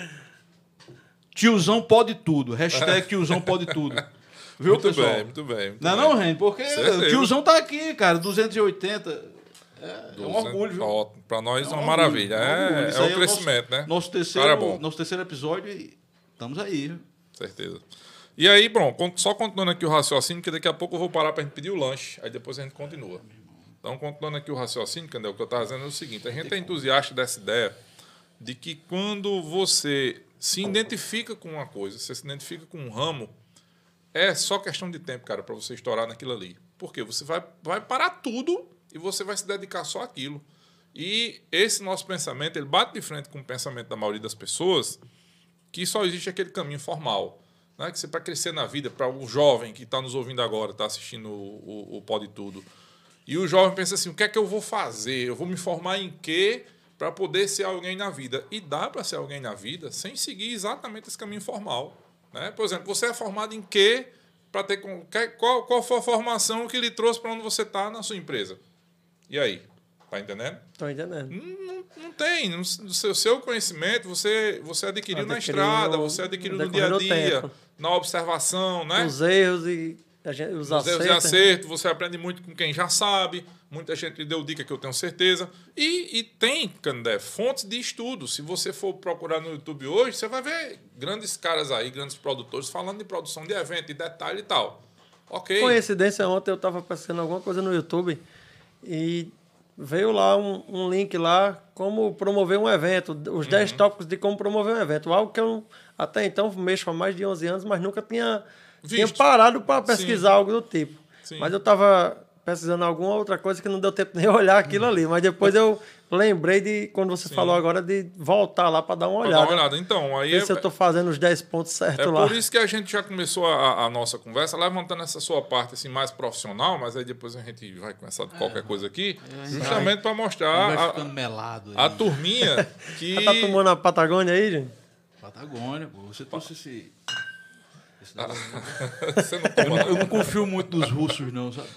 Speaker 2: Tiozão pode tudo. Hashtag tiozão pode tudo. Viu,
Speaker 1: Muito
Speaker 2: pessoal?
Speaker 1: bem, muito bem. muito
Speaker 2: Não é
Speaker 1: bem.
Speaker 2: não, Ren? Porque
Speaker 1: Certeza.
Speaker 2: o tiozão tá aqui, cara. duzentos e oitenta. É, é um orgulho, viu?
Speaker 1: Ó, pra nós é
Speaker 2: É um
Speaker 1: uma
Speaker 2: orgulho,
Speaker 1: maravilha.
Speaker 2: é um orgulho.
Speaker 1: É,
Speaker 2: Isso
Speaker 1: é
Speaker 2: aí
Speaker 1: o
Speaker 2: é o
Speaker 1: crescimento, né?
Speaker 2: Nosso
Speaker 1: Cara
Speaker 2: terceiro,
Speaker 1: bom.
Speaker 2: nosso terceiro episódio e estamos aí, viu?
Speaker 1: Certeza. E aí, bom, con- só continuando aqui o raciocínio, que daqui a pouco eu vou parar pra gente pedir o lanche, aí depois a gente continua. Então, continuando aqui o raciocínio, Candel, o que eu estava dizendo é o seguinte, a gente é entusiasta dessa ideia de que quando você se identifica com uma coisa, você se identifica com um ramo, é só questão de tempo, cara, para você estourar naquilo ali. Porque você vai, vai parar tudo e você vai se dedicar só àquilo. E esse nosso pensamento, ele bate de frente com o pensamento da maioria das pessoas, que só existe aquele caminho formal. Né? Que você, para crescer na vida, para o jovem que está nos ouvindo agora, está assistindo o, o, o Pode Tudo, e o jovem pensa assim, o que é que eu vou fazer? Eu vou me formar em quê para poder ser alguém na vida? E dá para ser alguém na vida sem seguir exatamente esse caminho formal. Né? Por exemplo, você é formado em quê? Para ter com- que- qual, qual foi a formação que lhe trouxe para onde você está na sua empresa? E aí? Tá entendendo?
Speaker 3: Tô entendendo.
Speaker 1: Não, não tem. No seu, seu conhecimento você, você adquiriu, na
Speaker 3: Adquiriu
Speaker 1: estrada,
Speaker 3: no-
Speaker 1: você adquiriu
Speaker 3: no
Speaker 1: no dia a
Speaker 3: decorrer do
Speaker 1: dia,
Speaker 3: tempo.
Speaker 1: na observação, né?
Speaker 3: Os erros e a gente, os
Speaker 1: Os erros
Speaker 3: acertos.
Speaker 1: e acertos, você aprende muito com quem já sabe, muita gente lhe deu dica que eu tenho certeza. E, e tem, Candé, fontes de estudo. Se você for procurar no YouTube hoje, você vai ver grandes caras aí, grandes produtores, falando de produção de evento, de detalhe e tal. Ok.
Speaker 3: Coincidência, ontem eu estava pesquisando alguma coisa no YouTube e veio lá um, um link lá, como promover um evento, os dez tópicos de como promover um evento. Algo que eu até então mexo há mais de onze anos, mas nunca tinha, tinha parado para pesquisar Sim. algo do tipo. Sim. Mas eu estava pesquisando alguma outra coisa que não deu tempo nem olhar aquilo ali. Mas depois eu lembrei de, quando você Sim. falou agora, de voltar lá para dar uma olhada.
Speaker 1: Dar uma olhada. Então, aí
Speaker 3: ver
Speaker 1: é,
Speaker 3: se eu estou fazendo os dez pontos certos
Speaker 1: é
Speaker 3: lá.
Speaker 1: É por isso que a gente já começou a, a nossa conversa levantando essa sua parte assim, mais profissional, mas aí depois a gente vai começar de qualquer é, coisa aqui, é, justamente para mostrar a,
Speaker 2: melado
Speaker 1: a turminha que...
Speaker 3: Você tá tomando a Patagônia aí, gente?
Speaker 2: Patagônia, pô. Você trouxe esse...
Speaker 1: Ah, você não toma,
Speaker 2: eu, eu não confio muito nos russos, não, sabe?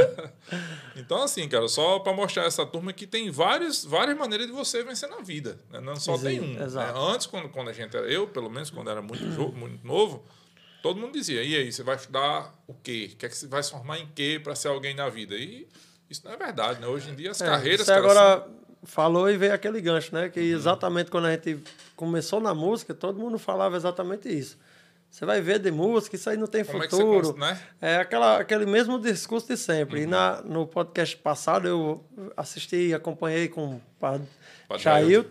Speaker 1: Então, assim, cara, só para mostrar essa turma que tem várias, várias maneiras de você vencer na vida. Né? Não só Sim, tem um. Né? Antes, quando, quando a gente era. Eu, pelo menos, quando era muito, muito novo, todo mundo dizia: e aí, você vai estudar o quê? Quer que você vai se formar em quê para ser alguém na vida? E isso não é verdade, né? Hoje em dia, as é, carreiras.
Speaker 3: Você agora são... falou e veio aquele gancho, né? Que exatamente quando a gente começou na música, todo mundo falava exatamente isso. Você vai ver de música, isso aí não tem
Speaker 1: Como
Speaker 3: futuro.
Speaker 1: É, que você, né?
Speaker 3: é aquela, aquele mesmo discurso de sempre. Uhum. E na, no podcast passado eu assisti, acompanhei com o padre Chailton.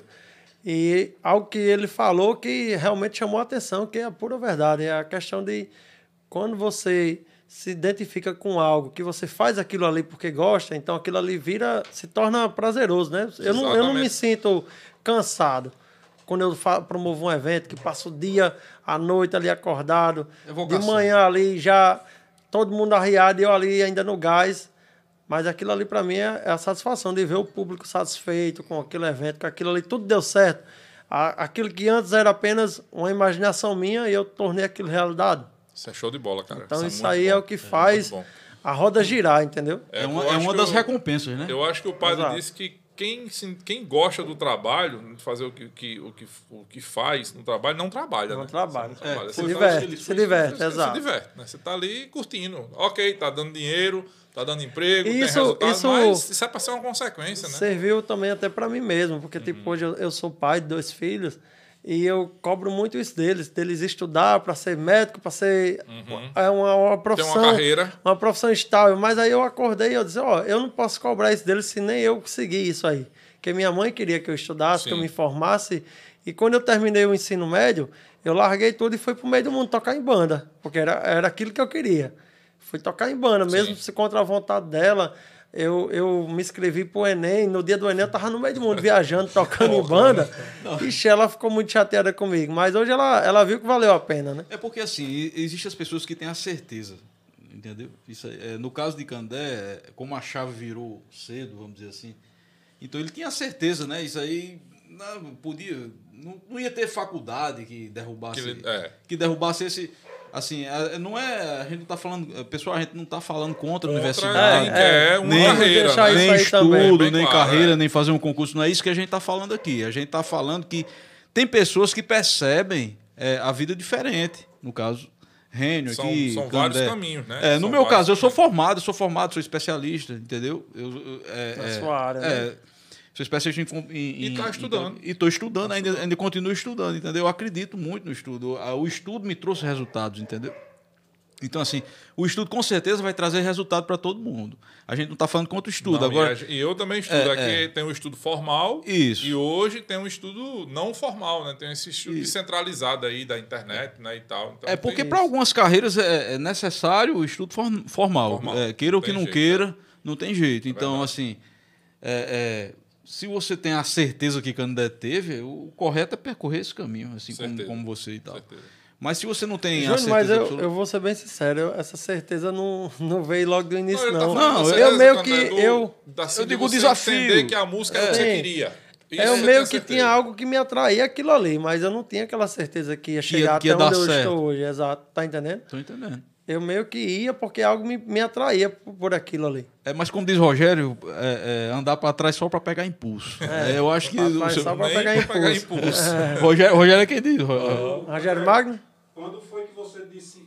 Speaker 3: E algo que ele falou que realmente chamou a atenção, que é a pura verdade. É a questão de quando você se identifica com algo, que você faz aquilo ali porque gosta, então aquilo ali vira, se torna prazeroso, né? Eu não, eu não me sinto cansado. Quando eu promovo um evento, que passo o dia, a noite ali acordado, de manhã ali já todo mundo arriado e eu ali ainda no gás. Mas aquilo ali para mim é a satisfação de ver o público satisfeito com aquele evento, que aquilo ali tudo deu certo. Aquilo que antes era apenas uma imaginação minha e eu tornei aquilo realidade.
Speaker 1: Isso é show de bola, cara.
Speaker 3: Então
Speaker 1: isso,
Speaker 3: isso é aí bom. é o que faz é a roda girar, entendeu?
Speaker 2: É uma, é uma das eu, recompensas, né?
Speaker 1: Eu acho que o padre Exato. disse que Quem, quem gosta do trabalho, de fazer o que, que, o, que, o que faz no trabalho, não trabalha.
Speaker 3: Não
Speaker 1: né?
Speaker 3: trabalha.
Speaker 1: Você, não trabalha.
Speaker 3: É, se, diverte, se, se diverte,
Speaker 1: você,
Speaker 3: exato.
Speaker 1: Se diverte, né? Você está ali curtindo. Ok, tá dando dinheiro, tá dando emprego,
Speaker 3: isso,
Speaker 1: tem resultado,
Speaker 3: isso,
Speaker 1: mas isso é para ser uma consequência, né?
Speaker 3: Serviu também até para mim mesmo, porque uhum. tipo, hoje eu, eu sou pai de dois filhos e eu cobro muito isso deles, deles estudar para ser médico, para ser uhum. é uma, uma profissão,
Speaker 1: tem uma carreira,
Speaker 3: uma profissão estável. Mas aí eu acordei e eu disse, ó, eu não posso cobrar isso deles se nem eu conseguir isso aí. Porque minha mãe queria que eu estudasse, Sim. que eu me informasse. E quando eu terminei o ensino médio, eu larguei tudo e fui para o meio do mundo tocar em banda. Porque era, era aquilo que eu queria. Fui tocar em banda, mesmo Sim. se contra a vontade dela. Eu, eu me inscrevi para o Enem. No dia do Enem, eu estava no meio do mundo, viajando, tocando em banda. Ixi, ela ficou muito chateada comigo. Mas hoje ela, ela viu que valeu a pena, né?
Speaker 2: É porque, assim, existem as pessoas que têm a certeza. Entendeu? Isso é, no caso de Candé, como a chave virou cedo, vamos dizer assim, então ele tinha certeza, né? Isso aí não podia, não, não ia ter faculdade que derrubasse,
Speaker 1: que, ele, é.
Speaker 2: que derrubasse esse, assim, não é, a gente não tá falando, pessoal, a gente não tá falando contra, contra a universidade,
Speaker 1: nem quer uma
Speaker 2: nem,
Speaker 1: carreira, né?
Speaker 2: nem estudo,
Speaker 1: também,
Speaker 2: nem
Speaker 1: claro,
Speaker 2: carreira,
Speaker 1: é.
Speaker 2: nem fazer um concurso, não é isso que a gente tá falando aqui. A gente tá falando que tem pessoas que percebem é, a vida diferente, no caso Rênio
Speaker 1: são,
Speaker 2: aqui,
Speaker 1: são vários caminhos, né?
Speaker 2: É, no
Speaker 1: são
Speaker 2: meu caso,
Speaker 1: caminhos.
Speaker 2: eu sou formado, eu sou formado, sou especialista, entendeu? Eu, eu, é,
Speaker 3: Na
Speaker 2: é,
Speaker 3: sua área,
Speaker 2: é,
Speaker 3: né?
Speaker 2: Sou especialista em... em
Speaker 1: e está estudando.
Speaker 2: E estou estudando, tá ainda, estudando. ainda continuo estudando, entendeu? Eu acredito muito no estudo. O estudo me trouxe resultados, entendeu? Então, assim, o estudo com certeza vai trazer resultado para todo mundo. A gente não está falando contra o estudo.
Speaker 1: Não,
Speaker 2: agora,
Speaker 1: e, a, e eu também estudo. É, Aqui é. tem um estudo formal.
Speaker 2: Isso.
Speaker 1: E hoje tem um estudo não formal, né? Tem esse estudo isso. descentralizado aí da internet, né? E tal. Então,
Speaker 2: é porque para algumas carreiras é, é necessário o estudo formal. formal. É, queira ou que não jeito, queira, é. não tem jeito. Então, verdade. assim, é, é, se você tem a certeza que Candé teve, o correto é percorrer esse caminho, assim como, como você e tal. Certeza. Mas se você não tem
Speaker 3: Júnior,
Speaker 2: a certeza...
Speaker 3: Mas eu,
Speaker 2: absoluta...
Speaker 3: eu vou ser bem sincero, eu, essa certeza não, não veio logo do início,
Speaker 1: não.
Speaker 3: Não,
Speaker 1: não
Speaker 3: eu meio que...
Speaker 1: Do,
Speaker 3: eu,
Speaker 1: assim,
Speaker 2: eu digo o
Speaker 1: de
Speaker 2: desafio.
Speaker 1: entender que a música é, é o que você queria.
Speaker 3: Isso eu meio que tinha algo que me atraía aquilo ali, mas eu não tinha aquela certeza que ia chegar que ia, que ia até onde eu certo. estou hoje. Exato, tá entendendo?
Speaker 2: Tô entendendo.
Speaker 3: Eu meio que ia porque algo me, me atraía por, por aquilo ali.
Speaker 2: É, mas como diz Rogério, é, é, andar para trás só para pegar impulso. É, é, eu acho que...
Speaker 3: O seu... Só para pegar impulso. Pegar impulso.
Speaker 2: É. Rogério, Rogério é quem diz.
Speaker 3: Oh. Rogério Magno?
Speaker 4: Quando foi que você disse,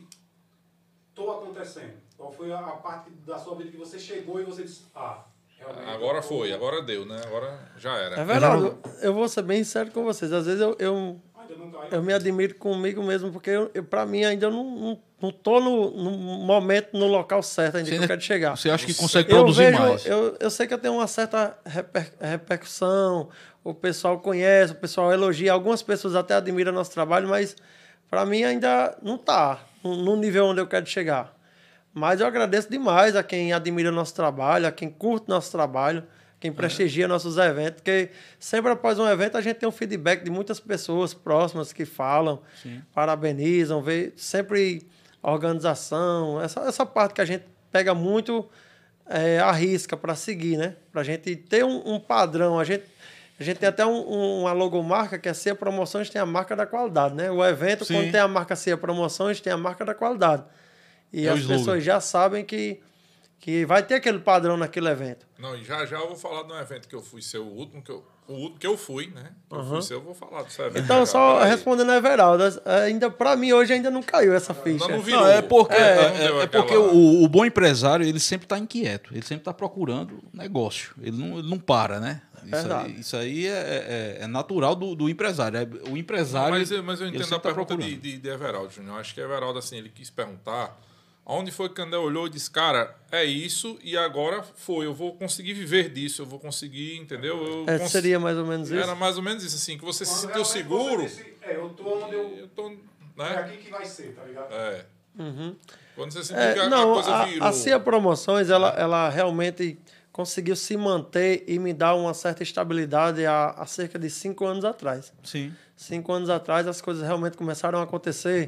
Speaker 4: estou acontecendo? Qual foi a parte da sua vida que você chegou e você disse, ah, realmente...
Speaker 1: Agora foi, agora deu, né? Agora já era.
Speaker 3: É verdade, eu, eu vou ser bem sério com vocês. Às vezes eu, eu, eu me admiro comigo mesmo, porque eu, eu, para mim ainda eu não, não, não estou no, no momento, no local certo ainda
Speaker 2: Você
Speaker 3: que eu quero chegar.
Speaker 2: Você acha que consegue
Speaker 3: Eu
Speaker 2: produzir
Speaker 3: vejo,
Speaker 2: mais?
Speaker 3: Eu, eu sei que eu tenho uma certa reper, repercussão, o pessoal conhece, o pessoal elogia, algumas pessoas até admiram nosso trabalho, mas para mim ainda não está no nível onde eu quero chegar. Mas eu agradeço demais a quem admira nosso trabalho, a quem curte nosso trabalho, quem prestigia é. nossos eventos, porque sempre após um evento a gente tem um feedback de muitas pessoas próximas que falam, Sim. parabenizam, vê sempre a organização, essa, essa parte que a gente pega muito é, à risca para seguir, né? Para a gente ter um, um padrão. A gente, a gente tem até um, uma logomarca que é C E A Promoções, tem a marca da qualidade, né? O evento, Sim. quando tem a marca C E A Promoções, tem a marca da qualidade. E é as pessoas já sabem que, que vai ter aquele padrão naquele evento.
Speaker 1: Não, e já já eu vou falar de um evento que eu fui ser o último, que eu, o último que eu fui, né? Que uhum. eu fui ser, eu vou falar desse evento.
Speaker 3: Então, só respondendo a Everaldo, ainda, pra mim hoje ainda não caiu essa ficha.
Speaker 2: Não, não virou. Não, é porque, é, é, é porque o, o bom empresário, ele sempre está inquieto, ele sempre está procurando negócio, ele não, ele não para, né? Isso aí, isso aí é, é, é natural do, do empresário. É, o empresário.
Speaker 1: Mas, mas eu entendo a pergunta de, de, de Everaldo, Júnior. Acho que Everaldo, assim, ele quis perguntar. Onde foi que o Candé olhou e disse, cara, é isso e agora foi, eu vou conseguir viver disso, eu vou conseguir, entendeu? Eu
Speaker 3: é,
Speaker 1: cons...
Speaker 3: Seria mais ou menos isso?
Speaker 1: Era mais ou menos isso, assim, que você se sentiu seguro.
Speaker 4: Disse, é, eu tô onde eu... eu tô, né? É aqui que vai ser, tá ligado?
Speaker 1: É.
Speaker 3: Uhum.
Speaker 1: Quando você sentiu
Speaker 3: é,
Speaker 1: que a,
Speaker 3: não,
Speaker 1: a coisa virou.
Speaker 3: A, a C E A Promoções, ela, ela realmente conseguiu se manter e me dar uma certa estabilidade há, há cerca de cinco anos atrás.
Speaker 2: Sim.
Speaker 3: Cinco anos atrás, as coisas realmente começaram a acontecer.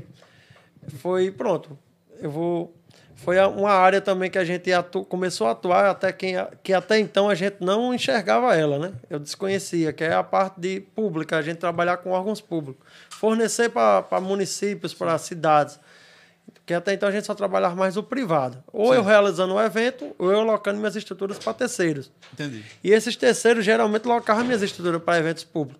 Speaker 3: Foi, pronto, eu vou... Foi uma área também que a gente atu... começou a atuar, até quem... que até então a gente não enxergava ela, né? Eu desconhecia, que é a parte de pública, a gente trabalhar com órgãos públicos. Fornecer para municípios, para cidades. Que até então a gente só trabalhava mais no privado. Ou Sim. eu realizando um evento, ou eu alocando minhas estruturas para terceiros.
Speaker 2: Entendi.
Speaker 3: E esses terceiros geralmente alocavam minhas estruturas para eventos públicos.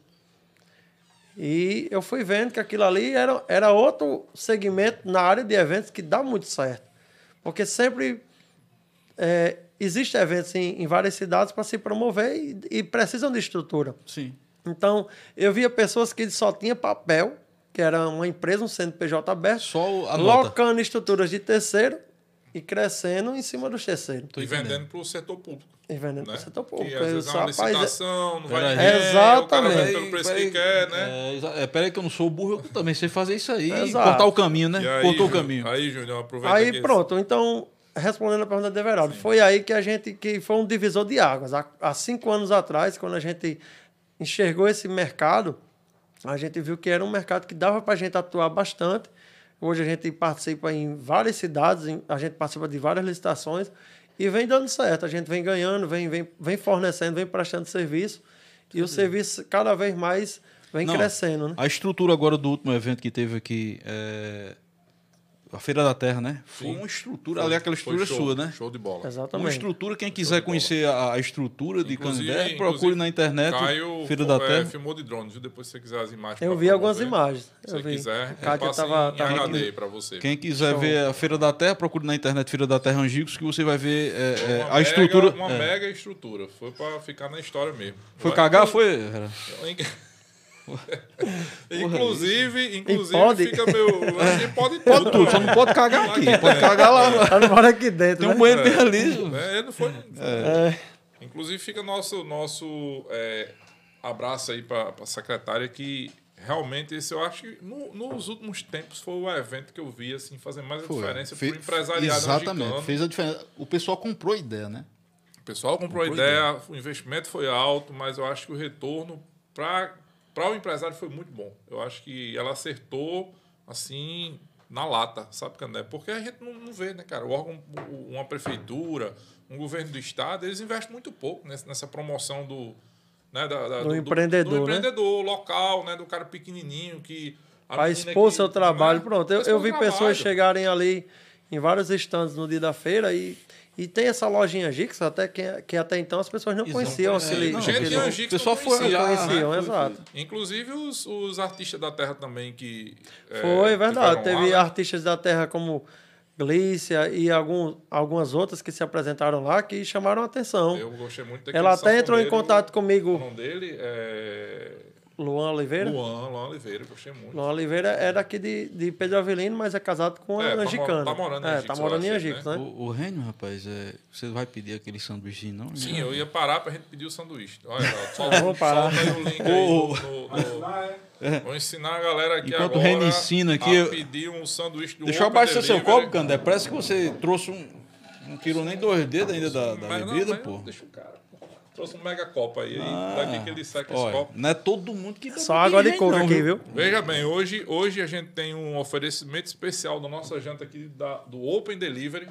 Speaker 3: E eu fui vendo que aquilo ali era, era outro segmento na área de eventos que dá muito certo. Porque sempre é, existem eventos em, em várias cidades para se promover e, e precisam de estrutura.
Speaker 2: Sim.
Speaker 3: Então, eu via pessoas que só tinham papel, que era uma empresa, um C N P J aberto,
Speaker 2: só a
Speaker 3: locando nota. Estruturas de terceiro e crescendo em cima dos terceiros.
Speaker 1: E vendendo para o setor público.
Speaker 3: E vendendo né? para o setor público.
Speaker 1: Que às vezes é uma licitação, não vai
Speaker 3: é, Exatamente.
Speaker 1: O cara pelo preço que quer, né?
Speaker 2: É, é, peraí que eu não sou burro, eu também sei fazer isso aí.
Speaker 3: Exato.
Speaker 2: Cortar o caminho, né?
Speaker 1: Aí,
Speaker 2: Cortou
Speaker 1: Ju,
Speaker 2: o caminho.
Speaker 1: Aí, Júnior, aproveita
Speaker 3: Aí,
Speaker 1: que
Speaker 3: pronto. Esse... Então, respondendo a pergunta de Everaldo, Sim. foi aí que a gente, que foi um divisor de águas. Há, há cinco anos atrás, quando a gente enxergou esse mercado, a gente viu que era um mercado que dava para a gente atuar bastante. Hoje a gente participa em várias cidades, a gente participa de várias licitações e vem dando certo. A gente vem ganhando, vem, vem, vem fornecendo, vem prestando serviço e o serviço cada vez mais vem Não, crescendo. Né?
Speaker 2: A estrutura agora do último evento que teve aqui, é... a Feira da Terra, né? Foi Sim. uma estrutura, ali aquela estrutura
Speaker 1: show,
Speaker 2: sua, né?
Speaker 1: Show de bola.
Speaker 3: Exatamente.
Speaker 2: Uma estrutura, quem quiser conhecer a, a estrutura de Candé, procure na internet.
Speaker 1: Caio
Speaker 2: Feira da Terra.
Speaker 1: É, filmou de drone, viu? Depois se você quiser as imagens.
Speaker 3: Eu vi algumas
Speaker 1: ver,
Speaker 3: imagens.
Speaker 1: Se você
Speaker 3: vi.
Speaker 1: quiser,
Speaker 3: Cátia
Speaker 1: passa
Speaker 3: tava,
Speaker 1: em
Speaker 3: tava
Speaker 1: H D para você.
Speaker 2: Quem quiser show. ver a Feira da Terra, procure na internet Feira da Terra Angicos, que você vai ver é, é, a
Speaker 1: mega,
Speaker 2: estrutura.
Speaker 1: Uma
Speaker 2: é.
Speaker 1: mega estrutura. Foi para ficar na história mesmo.
Speaker 2: Foi cagar? Foi?
Speaker 1: inclusive, inclusive
Speaker 3: pode?
Speaker 1: fica meu. É. Pode
Speaker 2: tudo,
Speaker 1: tudo,
Speaker 2: tudo. Só não pode cagar aqui. Pode cagar lá.
Speaker 3: Tá embora aqui dentro.
Speaker 2: Tem um
Speaker 3: né?
Speaker 2: banheiro bem ali.
Speaker 1: É, não foi.
Speaker 3: É.
Speaker 1: Inclusive, fica nosso, nosso é, abraço aí para a secretária, que realmente esse eu acho que no, nos últimos tempos foi o evento que eu vi assim, fazer mais a foi. diferença para o empresariado.
Speaker 2: Exatamente,
Speaker 1: angicano.
Speaker 2: fez a diferença. O pessoal comprou a ideia, né?
Speaker 1: O pessoal comprou, comprou a ideia, ideia, o investimento foi alto, mas eu acho que o retorno para. Para o empresário foi muito bom. Eu acho que ela acertou, assim, na lata, sabe, Candé? Porque a gente não, não vê, né, cara? O órgão, uma prefeitura, um governo do estado, eles investem muito pouco nessa, nessa promoção do, né, da, da,
Speaker 3: do,
Speaker 1: do
Speaker 3: empreendedor,
Speaker 1: do, do empreendedor
Speaker 3: né?
Speaker 1: local, né, do cara pequenininho que...
Speaker 3: Para expor
Speaker 1: que,
Speaker 3: seu trabalho.
Speaker 1: Né,
Speaker 3: Pronto, eu, eu vi trabalho. pessoas chegarem ali em vários stands no dia da feira e... E tem essa lojinha Gix, até que, que até então as pessoas não Exato. conheciam
Speaker 1: é,
Speaker 3: aquele...
Speaker 1: Não, gente,
Speaker 3: aquele...
Speaker 1: Gix
Speaker 2: o pessoal
Speaker 1: não
Speaker 2: foi
Speaker 3: já,
Speaker 2: conheciam,
Speaker 3: né? Exato.
Speaker 1: Inclusive os, os artistas da terra também que...
Speaker 3: Foi, é, verdade. Teve
Speaker 1: lá, né?
Speaker 3: artistas da terra como Glícia e algum, algumas outras que se apresentaram lá que chamaram a atenção.
Speaker 1: Eu gostei muito
Speaker 3: Ela até entrou em contato comigo.
Speaker 1: O nome dele é...
Speaker 3: Luan Oliveira?
Speaker 1: Luan, Luan Oliveira, gostei muito.
Speaker 3: Luan Oliveira é daqui de, de Pedro Avelino, mas é casado com
Speaker 1: É,
Speaker 3: a
Speaker 1: tá
Speaker 3: Angicana.
Speaker 1: mo- tá morando em
Speaker 3: É,
Speaker 1: Angicos,
Speaker 3: tá morando em
Speaker 1: eu achei,
Speaker 3: Angicos, né?
Speaker 2: O, o Rênio, rapaz, é, você vai pedir aquele sanduíche, não?
Speaker 1: Sim, eu ia parar pra gente pedir o sanduíche. Olha, ó, só,
Speaker 3: Vamos parar.
Speaker 1: solta aí o link aí no, no- no-
Speaker 4: Lá é.
Speaker 1: Vou ensinar a galera aqui
Speaker 2: Enquanto o
Speaker 1: agora
Speaker 2: Reni ensina aqui,
Speaker 1: a
Speaker 2: eu-
Speaker 1: pedir um sanduíche do
Speaker 2: Deixa eu
Speaker 1: Open
Speaker 2: abaixar seu
Speaker 1: Delivery.
Speaker 2: copo, Candé. Parece que você trouxe um. Não tirou nem dois dedos ainda da, da
Speaker 1: Mas não,
Speaker 2: bebida,
Speaker 1: mas
Speaker 2: pô.
Speaker 1: Deixa o cara. Pô. Trouxe um mega copo aí.
Speaker 2: Ah,
Speaker 1: Daqui que ele seca esse
Speaker 2: olha,
Speaker 1: copo.
Speaker 2: não é todo mundo que bebe
Speaker 3: Só água de
Speaker 2: jeito,
Speaker 3: coco
Speaker 2: não,
Speaker 3: aqui, viu?
Speaker 1: Veja bem, hoje, hoje a gente tem um oferecimento especial da nossa janta aqui da, do Open Delivery.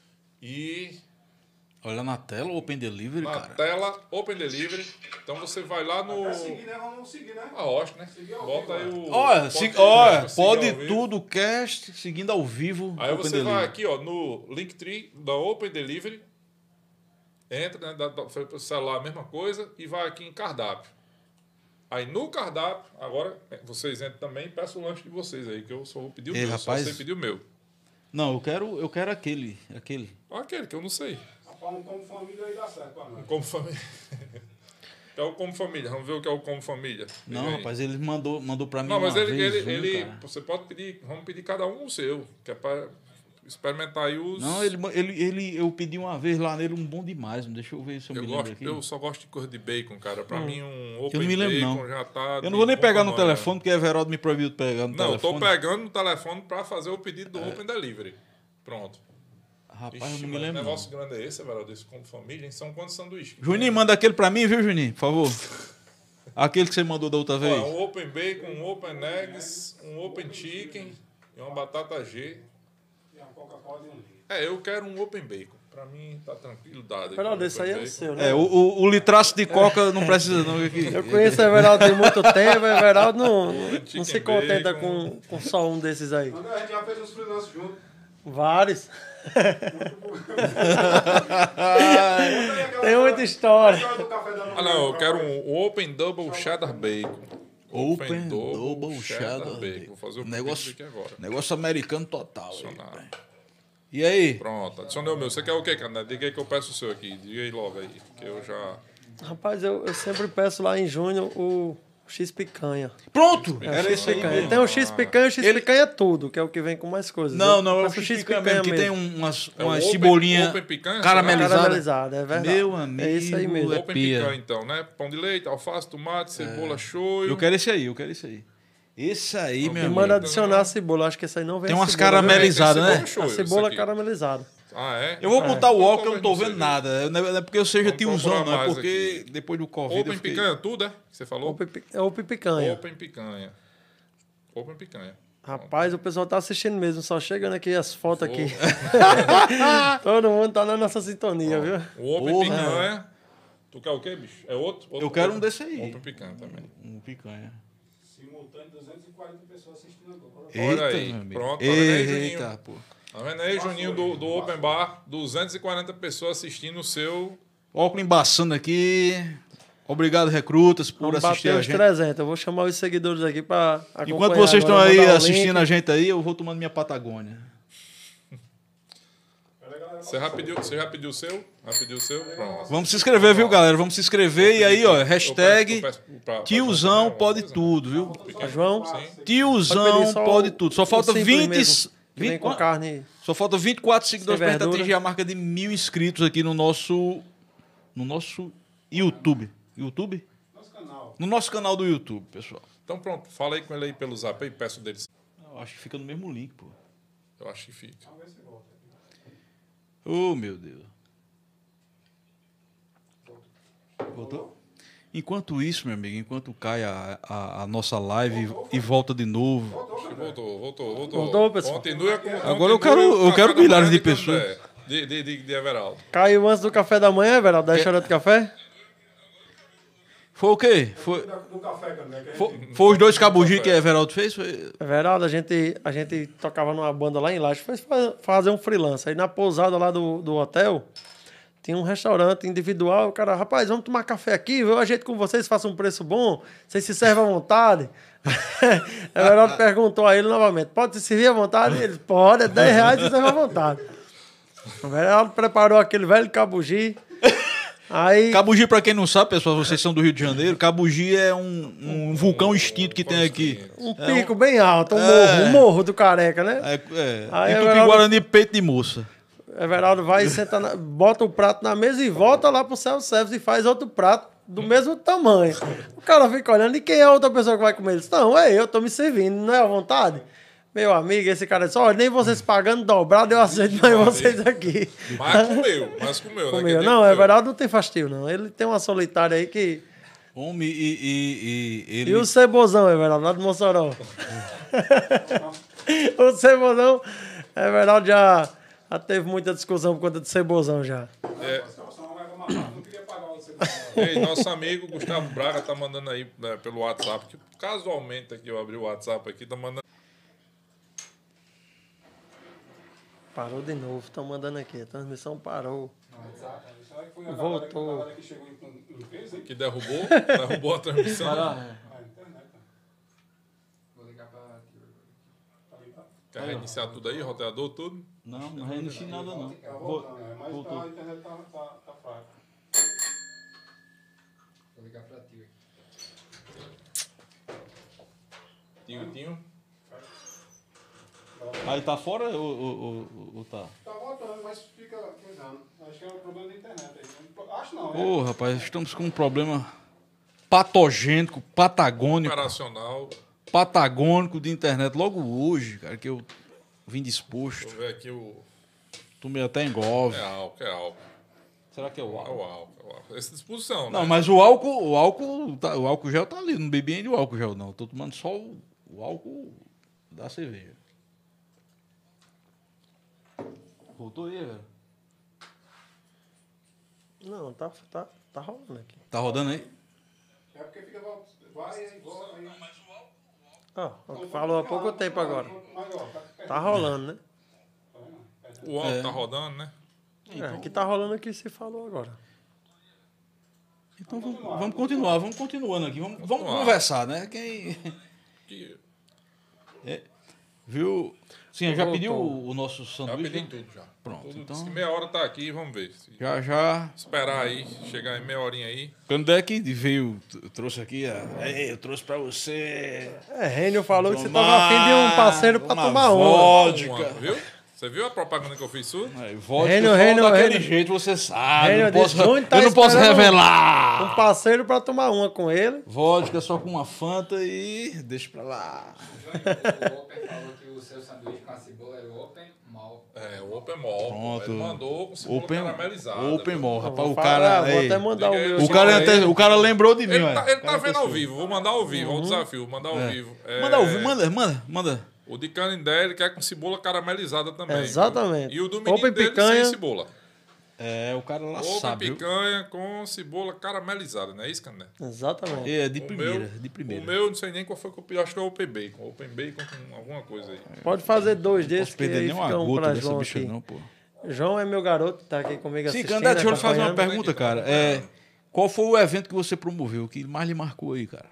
Speaker 1: E
Speaker 2: Olha na tela o Open Delivery,
Speaker 1: na
Speaker 2: cara.
Speaker 1: tela Open Delivery. Então você vai lá no.
Speaker 4: Quer seguir, né? Vamos seguir, né?
Speaker 1: Ah, ótimo, né?
Speaker 4: Seguir ao
Speaker 1: Bota
Speaker 4: vivo,
Speaker 1: aí o.
Speaker 2: Olha,
Speaker 1: bota
Speaker 2: se,
Speaker 1: aí o
Speaker 2: olha
Speaker 1: link pra seguir
Speaker 2: pode
Speaker 1: ao vivo.
Speaker 2: tudo cast seguindo ao vivo.
Speaker 1: Aí
Speaker 2: Open
Speaker 1: você vai
Speaker 2: Delivery.
Speaker 1: aqui, ó, no Linktree da Open Delivery, entra, né, dá, dá, foi pro celular a mesma coisa e vai aqui em cardápio. Aí no cardápio, agora vocês entram também e peçam o lanche de vocês aí, que eu só vou pedir o
Speaker 2: Ei,
Speaker 1: meu,
Speaker 2: rapaz.
Speaker 1: só sei pedir o meu.
Speaker 2: Não, eu quero, eu quero aquele. aquele.
Speaker 1: Olha aquele que eu não sei.
Speaker 4: Rapaz, um como família aí dá certo pra nós.
Speaker 1: Como família. Que é o Como Família, vamos ver o que é o Como Família.
Speaker 2: Não,
Speaker 1: Diga aí.
Speaker 2: rapaz, ele mandou, mandou pra mim
Speaker 1: Não, mas
Speaker 2: uma
Speaker 1: ele,
Speaker 2: vez
Speaker 1: ele,
Speaker 2: um,
Speaker 1: ele
Speaker 2: cara.
Speaker 1: você pode pedir, vamos pedir cada um o seu, que é para experimentar aí os...
Speaker 2: Não, ele, ele, ele, eu pedi uma vez lá nele um bom demais. Deixa eu ver se eu,
Speaker 1: Eu,
Speaker 2: me lembro
Speaker 1: gosto,
Speaker 2: aqui.
Speaker 1: eu só gosto de coisa de bacon, cara. Pra mim, um
Speaker 2: Eu
Speaker 1: open
Speaker 2: não me lembro,
Speaker 1: bacon
Speaker 2: não.
Speaker 1: já tá...
Speaker 2: Eu
Speaker 1: de
Speaker 2: não vou nem
Speaker 1: bom
Speaker 2: pegar no
Speaker 1: tamanho.
Speaker 2: telefone, porque Everaldo me proibiu de pegar no
Speaker 1: Não, eu tô
Speaker 2: telefone.
Speaker 1: pegando no telefone pra fazer o pedido do Open Delivery. Pronto.
Speaker 2: Rapaz,
Speaker 1: Ixi,
Speaker 2: eu não me
Speaker 1: mano,
Speaker 2: lembro.
Speaker 1: negócio
Speaker 2: Não.
Speaker 1: grande é esse, Everaldo? Esse como família, hein? São quantos sanduíches?
Speaker 2: Juninho, manda aquele pra mim, viu, Juninho? Por favor. Aquele que você mandou da outra
Speaker 1: Ó,
Speaker 2: vez.
Speaker 1: um Open Bacon, um Open Eggs, um Open Chicken e uma batata G.
Speaker 4: E a Coca-Cola de um litro.
Speaker 1: É, eu quero um Open Bacon. Pra mim, tá tranquilo dado.
Speaker 3: Pera,
Speaker 1: aqui,
Speaker 3: desse
Speaker 1: Open
Speaker 3: aí é o
Speaker 1: Bacon.
Speaker 3: seu, né?
Speaker 2: É, o, o, o litraço de coca não precisa não. Aqui.
Speaker 3: Eu conheço o Everaldo tem muito tempo, o Everaldo não, não,
Speaker 1: Chicken
Speaker 3: se contenta
Speaker 1: bacon.
Speaker 3: com, com só um desses aí.
Speaker 4: André, a gente já fez uns freelances juntos.
Speaker 3: Vários.
Speaker 4: Tem
Speaker 3: Tem muita história.
Speaker 4: do café da manhã.
Speaker 1: Ah, não, eu quero um Open Double Cheddar Bacon.
Speaker 2: Open Double Cheddar
Speaker 1: Bacon.
Speaker 2: Bacon.
Speaker 1: Vou fazer o
Speaker 2: Negócio-
Speaker 1: pedido aqui agora.
Speaker 2: Negócio americano total. aí,
Speaker 1: Adicionar.
Speaker 2: pai. E aí?
Speaker 1: Pronto, adicionei o meu. Você quer o quê, cara? Diga aí que eu peço o seu aqui. Diga aí logo aí, que eu já...
Speaker 3: Rapaz, eu, eu sempre peço lá em junho o X picanha.
Speaker 2: Pronto!
Speaker 3: É,
Speaker 2: Era
Speaker 3: o
Speaker 2: isso
Speaker 3: X
Speaker 2: aí
Speaker 3: picanha.
Speaker 2: mesmo.
Speaker 3: Tem o X picanha e o X
Speaker 2: Ele-
Speaker 3: picanha é tudo, que é o que vem com mais coisas.
Speaker 2: Não,
Speaker 3: Eu
Speaker 2: não, é o
Speaker 3: peço
Speaker 2: X picanha mesmo, que tem um- umas,
Speaker 1: É o
Speaker 2: umas
Speaker 1: Open-
Speaker 2: cebolinha
Speaker 1: Open picanha,
Speaker 2: caramelizada.
Speaker 3: Caramelizado, é verdade.
Speaker 2: Meu amigo,
Speaker 3: É isso aí mesmo.
Speaker 2: é
Speaker 1: Open
Speaker 2: pia.
Speaker 1: picanha, então, né? Pão de leite, alface, tomate, cebola, shoyu.
Speaker 2: Eu quero esse aí, eu quero esse aí. Esse aí,
Speaker 1: Não,
Speaker 2: meu
Speaker 3: E
Speaker 2: amigo.
Speaker 3: manda adicionar a cebola. Acho que esse aí não vem
Speaker 2: Tem umas
Speaker 3: cebola, viu?
Speaker 2: caramelizadas,
Speaker 1: Tem
Speaker 2: né?
Speaker 1: cebola,
Speaker 3: A
Speaker 1: shoyu,
Speaker 3: cebola
Speaker 1: esse aqui.
Speaker 3: caramelizada.
Speaker 1: Ah, é?
Speaker 2: Eu vou botar o
Speaker 1: Então,
Speaker 2: óculos que eu não tô
Speaker 1: talvez
Speaker 2: vendo
Speaker 1: não seja.
Speaker 2: nada. Não é não é porque eu seja
Speaker 1: Vamos
Speaker 2: tiozão,
Speaker 1: procurar
Speaker 2: não. É
Speaker 1: mais
Speaker 2: porque
Speaker 1: aqui.
Speaker 2: depois do Covid eu
Speaker 1: Open
Speaker 2: fiquei...
Speaker 1: picanha, tudo, é? Você falou?
Speaker 3: Open pi- É open picanha.
Speaker 1: Open picanha. Open picanha.
Speaker 3: Rapaz, o pessoal tá assistindo mesmo. Só chegando aqui as fotos aqui. Todo mundo tá na nossa sintonia, viu?
Speaker 1: O Open
Speaker 2: Porra.
Speaker 1: picanha. Tu quer o quê, bicho? É outro? outro
Speaker 2: Eu quero
Speaker 1: open-
Speaker 2: um desse aí.
Speaker 1: Open picanha também.
Speaker 2: Um picanha.
Speaker 4: Simultâneo, duzentas e quarenta pessoas assistindo agora.
Speaker 1: Olha aí,
Speaker 2: meu amigo.
Speaker 1: pronto, tá vendo aí, Juninho?
Speaker 2: Eita, pô.
Speaker 1: Tá vendo aí, Juninho, do, do Open Bar? duzentas e quarenta pessoas assistindo o seu...
Speaker 2: Óculos embaçando aqui. Obrigado, recrutas, por
Speaker 3: Vamos
Speaker 2: assistir
Speaker 3: bater
Speaker 2: a
Speaker 3: os
Speaker 2: gente.
Speaker 3: trezentos. Eu vou chamar os seguidores aqui pra acompanhar.
Speaker 2: Enquanto vocês estão
Speaker 3: agora.
Speaker 2: aí
Speaker 3: Vou mandar o
Speaker 2: assistindo
Speaker 3: link.
Speaker 2: a gente aí, eu vou tomando minha Patagônia.
Speaker 1: Você já pediu, você já pediu o seu? Já pediu o seu? Pronto.
Speaker 2: Vamos se inscrever, viu, galera? Vamos se inscrever. E aí, ó, hashtag
Speaker 1: Eu peço- eu peço pra- pra-
Speaker 2: tiozão
Speaker 1: pra-
Speaker 2: pode
Speaker 1: pra-
Speaker 2: tudo, viu?
Speaker 3: Ó, João,
Speaker 1: Sim.
Speaker 3: pode
Speaker 2: Tiozão
Speaker 3: pedir só
Speaker 2: pode
Speaker 3: o-
Speaker 2: tudo. Só
Speaker 3: o
Speaker 2: falta
Speaker 3: simples
Speaker 2: vinte...
Speaker 3: mesmo, que vem
Speaker 2: vinte
Speaker 3: com carne.
Speaker 2: Só falta vinte e quatro seguidores
Speaker 3: Sem
Speaker 2: pra gente
Speaker 3: verdura.
Speaker 2: atingir a marca de mil inscritos aqui no nosso... No nosso YouTube. YouTube?
Speaker 4: Nosso canal.
Speaker 2: No nosso canal do YouTube, pessoal.
Speaker 1: Então pronto, fala aí com ele aí pelo zap aí, peço deles.
Speaker 2: Eu acho que fica no mesmo link, pô.
Speaker 1: Eu acho que fica.
Speaker 4: Vamos ver se volta.
Speaker 2: Oh, meu Deus. Voltou? Enquanto isso, meu amigo, enquanto cai a, a, a nossa live e, e volta de novo.
Speaker 1: Acho que voltou, voltou, voltou.
Speaker 3: Voltou, pessoal?
Speaker 1: Continua com,
Speaker 2: Agora eu
Speaker 1: continue
Speaker 2: quero-
Speaker 1: o
Speaker 2: eu
Speaker 1: café
Speaker 2: quero
Speaker 1: da
Speaker 2: milhares
Speaker 1: manhã
Speaker 2: de pessoas.
Speaker 1: Candé, De, de, de, de Everaldo.
Speaker 3: Caiu antes do café da manhã, Everaldo? Da história do café?
Speaker 2: Foi o quê? Foi,
Speaker 4: Do café, cara, né? Que a gente-
Speaker 2: foi, foi os dois cabugi que Everaldo fez? Foi...
Speaker 3: Everaldo, a gente, a gente tocava numa banda lá em Laje, foi fa- fazer um freelance. Aí na pousada lá do, do hotel, tinha um restaurante individual. O cara, rapaz, vamos tomar café aqui, eu ajeito com vocês, faço um preço bom, vocês se servem à vontade. Everaldo perguntou a ele novamente, pode se servir à vontade? Ele, pode, é dez reais e serve à vontade. O Everaldo preparou aquele velho cabugi. Aí,
Speaker 2: Cabugi, pra quem não sabe, pessoal, vocês são do Rio de Janeiro, Cabugi é um, um vulcão extinto que tem aqui.
Speaker 3: um
Speaker 2: É
Speaker 3: pico bem alto, um morro, um morro do Careca, né?
Speaker 2: É, é.
Speaker 3: Aí,
Speaker 2: Em
Speaker 3: é
Speaker 2: Tupi-Guarani, peito de moça.
Speaker 3: Everaldo vai e senta na- bota o prato na mesa e volta lá pro self-service e faz outro prato do mesmo tamanho. O cara fica olhando, e quem é a outra pessoa que vai comer? Ele diz, não, é eu, tô me servindo, não é à vontade? Meu amigo, esse cara disse, olha, nem vocês pagando dobrado, eu aceito mais vocês aqui.
Speaker 1: Mas comeu, mas comeu, né?
Speaker 3: Comigo.
Speaker 1: Que
Speaker 3: Não,
Speaker 1: comeu.
Speaker 3: Everaldo não tem fastio, não. Ele tem uma solitária aí que...
Speaker 2: Homem, e, e, e ele...
Speaker 3: E o Cebozão, Everaldo, lá do Mossoró. O Cebozão, Everaldo já, já teve muita discussão por conta do Cebozão já.
Speaker 1: É.
Speaker 4: Não queria pagar você.
Speaker 1: Ei, nosso amigo Gustavo Braga tá mandando aí né, pelo WhatsApp, que casualmente aqui eu abri o WhatsApp aqui, tá mandando.
Speaker 3: Parou de novo, estão mandando aqui. A transmissão parou.
Speaker 4: Será que foi a
Speaker 3: Voltou.
Speaker 4: galera, a galera que chegou em, em vez, hein?
Speaker 1: Que derrubou, derrubou a transmissão.
Speaker 4: Ah, internet.
Speaker 5: Vou ligar pra aqui.
Speaker 4: Tá ligado?
Speaker 1: Quer reiniciar tudo aí, roteador, tudo?
Speaker 2: Não, não reinicie nada, não.
Speaker 4: Tá
Speaker 2: Vou-
Speaker 4: voltando, né? Mas
Speaker 2: voltou.
Speaker 4: a internet tá, tá, tá fraca.
Speaker 5: Vou ligar pra ti aqui.
Speaker 1: Tinho, tinho.
Speaker 2: Aí tá fora ou, ou, ou- ou tá?
Speaker 4: Tá voltando, mas fica coisando. Acho que é um problema da internet aí. Acho não, é.
Speaker 2: Ô, rapaz, estamos com um problema patogênico, patagônico,
Speaker 1: Operacional.
Speaker 2: patagônico de internet. Logo hoje, cara, que eu vim disposto.
Speaker 1: Deixa eu ver aqui o.
Speaker 2: Tomei até engove.
Speaker 1: É álcool, é álcool.
Speaker 2: Será que é o
Speaker 1: É o
Speaker 2: álcool?
Speaker 1: álcool, é o álcool. Essa disposição,
Speaker 2: Não,
Speaker 1: né?
Speaker 2: mas o álcool, o álcool, tá- o álcool gel tá ali. Não bebi ainda o álcool gel, não. Tô tomando só o, o álcool da cerveja. Voltou aí, velho?
Speaker 3: Não, tá, tá, tá rolando aqui.
Speaker 2: Tá rodando aí?
Speaker 4: É porque fica vol- vai e volta aí.
Speaker 3: Ó, o que falou há pouco tempo agora.
Speaker 4: Mas, ó, tá perto,
Speaker 3: Tá rolando, né?
Speaker 4: tá vendo? Perto.
Speaker 1: O álcool
Speaker 2: É.
Speaker 1: tá rodando, né?
Speaker 3: É, aqui tá rolando o que se falou agora.
Speaker 2: Então vamos, vamos continuar, vamos continuando aqui. Vamos, vamos
Speaker 1: Continuar.
Speaker 2: conversar, né? Quem.
Speaker 1: Que...
Speaker 2: Viu? Sim, já
Speaker 3: Voltou.
Speaker 2: pediu o, o nosso
Speaker 1: Já
Speaker 2: sanduíche?
Speaker 1: pedi
Speaker 2: né?
Speaker 1: tudo já.
Speaker 2: Pronto,
Speaker 1: Tudo,
Speaker 2: então-
Speaker 1: disse que meia hora tá aqui, vamos ver. Se
Speaker 2: Já, já.
Speaker 1: esperar aí, chegar em meia horinha aí.
Speaker 2: Quando é que veio, eu trouxe aqui, a, Ei, eu trouxe pra você.
Speaker 3: É, Rênio falou que você
Speaker 2: Tomar
Speaker 3: tava afim de um parceiro pra
Speaker 2: uma
Speaker 3: tomar uma.
Speaker 2: vodka.
Speaker 1: Uma, viu? Você viu a propaganda que eu fiz sua?
Speaker 2: Aí, vodka
Speaker 3: Rênio,
Speaker 2: só
Speaker 3: Rênio,
Speaker 2: daquele
Speaker 3: Rênio.
Speaker 2: jeito, você sabe.
Speaker 3: Rênio
Speaker 2: eu não
Speaker 3: disse,
Speaker 2: posso,
Speaker 3: Júnior tá
Speaker 2: eu não posso
Speaker 3: esperando
Speaker 2: revelar.
Speaker 3: Um parceiro pra tomar uma com ele.
Speaker 2: Vodka só com uma Fanta e deixa pra lá.
Speaker 5: O Open falou que o seu sanduíche com a cebola era o Open Mall.
Speaker 1: É, o Open Mall.
Speaker 2: Pronto.
Speaker 1: Ele mandou com cebola
Speaker 2: Open,
Speaker 1: caramelizada.
Speaker 2: open
Speaker 1: viu?
Speaker 2: Mall, rapaz.
Speaker 3: Vou
Speaker 2: O
Speaker 3: falar,
Speaker 2: cara.
Speaker 3: vou
Speaker 2: ei,
Speaker 3: até mandar o
Speaker 1: Diga aí,
Speaker 3: meu.
Speaker 1: eu
Speaker 2: o, cara
Speaker 1: Chama
Speaker 2: até-
Speaker 1: ele.
Speaker 2: o cara lembrou de mim,
Speaker 1: Ele
Speaker 2: olha.
Speaker 1: tá, ele
Speaker 2: O cara
Speaker 1: tá vendo ao
Speaker 2: pensou.
Speaker 1: vivo, vou mandar ao vivo,
Speaker 3: Uhum.
Speaker 1: é o desafio, vou mandar ao
Speaker 2: É.
Speaker 1: vivo. É,
Speaker 2: Manda, ao- manda, manda, manda.
Speaker 1: O de Canindé, ele quer com cebola caramelizada também.
Speaker 3: Exatamente.
Speaker 1: Viu? E o do menino
Speaker 3: Open
Speaker 1: dele
Speaker 3: picanha.
Speaker 1: sem cebola.
Speaker 2: É, o cara lá
Speaker 1: Open
Speaker 2: sabe. viu?
Speaker 1: picanha com cebola caramelizada, não é isso, Canindé?
Speaker 3: Exatamente.
Speaker 2: É, de
Speaker 1: O
Speaker 2: primeira,
Speaker 1: meu-
Speaker 2: de primeira.
Speaker 1: O meu, não sei nem qual foi que eu pedi, acho que é o Open Bacon. Open Bacon com alguma coisa aí.
Speaker 3: Pode fazer dois
Speaker 2: Não
Speaker 3: desses
Speaker 2: posso
Speaker 3: que
Speaker 2: perder
Speaker 3: aí
Speaker 2: nem uma
Speaker 3: fica um
Speaker 2: gota
Speaker 3: pra
Speaker 2: dessa
Speaker 3: João
Speaker 2: bicha,
Speaker 3: aqui.
Speaker 2: não, pô.
Speaker 3: João é meu garoto, tá aqui comigo
Speaker 2: Sim,
Speaker 3: assistindo,
Speaker 2: Candé, deixa eu lhe fazer uma
Speaker 3: acompanhando.
Speaker 2: pergunta, cara. É, qual foi o evento que você promoveu, que mais lhe marcou aí, cara?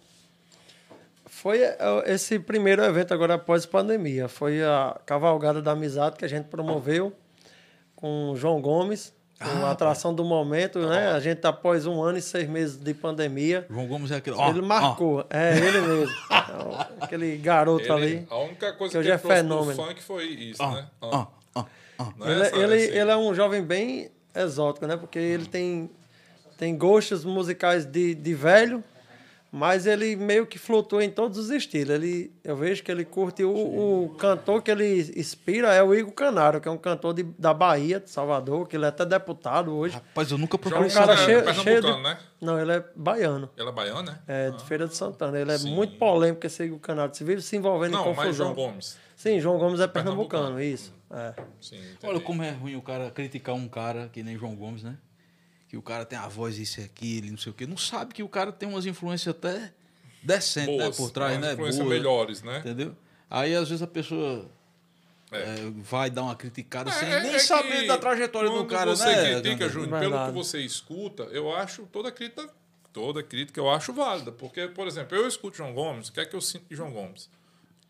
Speaker 3: Foi é, esse primeiro evento agora após pandemia. Foi a Cavalgada da Amizade que a gente promoveu com o João Gomes. Uma atração do momento, né? A gente após um ano e seis meses de pandemia.
Speaker 2: João Gomes é aquele... ó,
Speaker 3: Ele
Speaker 2: ó.
Speaker 3: marcou. É, ele mesmo. Aquele garoto
Speaker 1: Ele-
Speaker 3: ali.
Speaker 1: a única coisa
Speaker 3: que
Speaker 1: que,
Speaker 3: hoje
Speaker 1: ele
Speaker 3: é
Speaker 1: trouxe
Speaker 3: fenômeno.
Speaker 1: do funk foi isso,
Speaker 2: Ó,
Speaker 1: né?
Speaker 2: ó, ó, ó.
Speaker 1: Não é
Speaker 3: Ele,
Speaker 1: essa-
Speaker 3: ele,
Speaker 1: esse-
Speaker 3: ele é um jovem bem exótico, né? Porque ele tem, tem gostos musicais de, de velho, mas ele meio que flutua em todos os estilos. Ele, eu vejo que ele curte o, o cantor que ele inspira é o Igor Canário, que é um cantor de, da Bahia, de Salvador, que ele é até deputado hoje.
Speaker 2: Rapaz, eu nunca
Speaker 1: João
Speaker 2: procurei
Speaker 3: um cara
Speaker 1: é
Speaker 2: saber.
Speaker 3: cheio,
Speaker 1: pernambucano,
Speaker 3: cheio de...
Speaker 1: né?
Speaker 3: Não, ele é baiano.
Speaker 1: Ele é baiano, né?
Speaker 3: É, de Feira de Santana. Ele é
Speaker 1: Sim.
Speaker 3: muito polêmico, esse Igor Canário. Se vive se envolvendo
Speaker 1: Não,
Speaker 3: em
Speaker 1: mas
Speaker 3: confusão.
Speaker 1: João Gomes.
Speaker 3: Sim, João Gomes é pernambucano,
Speaker 1: Pernambucano.
Speaker 3: isso. É.
Speaker 1: Sim, entendi.
Speaker 2: Olha como é ruim o cara criticar um cara que nem João Gomes, né? Que o cara tem a voz, isso e aquilo, não sei o quê. Não sabe que o cara tem umas influências até decentes, né?
Speaker 1: Boas,
Speaker 2: Por trás,
Speaker 1: umas
Speaker 2: né?
Speaker 1: influências
Speaker 2: Boas,
Speaker 1: melhores, né?
Speaker 2: Entendeu? Aí, às vezes, a pessoa
Speaker 1: É.
Speaker 2: é, vai dar uma criticada sem
Speaker 1: É,
Speaker 2: nem
Speaker 1: é
Speaker 2: saber
Speaker 1: que
Speaker 2: da trajetória do
Speaker 1: quando
Speaker 2: cara,
Speaker 1: você
Speaker 2: né?
Speaker 1: critica,
Speaker 2: Gandhi?
Speaker 1: Júnior, pelo
Speaker 3: Verdade.
Speaker 1: que você escuta, eu acho toda crítica, toda crítica eu acho válida. Porque, por exemplo, eu escuto João Gomes, o que é que eu sinto de João Gomes?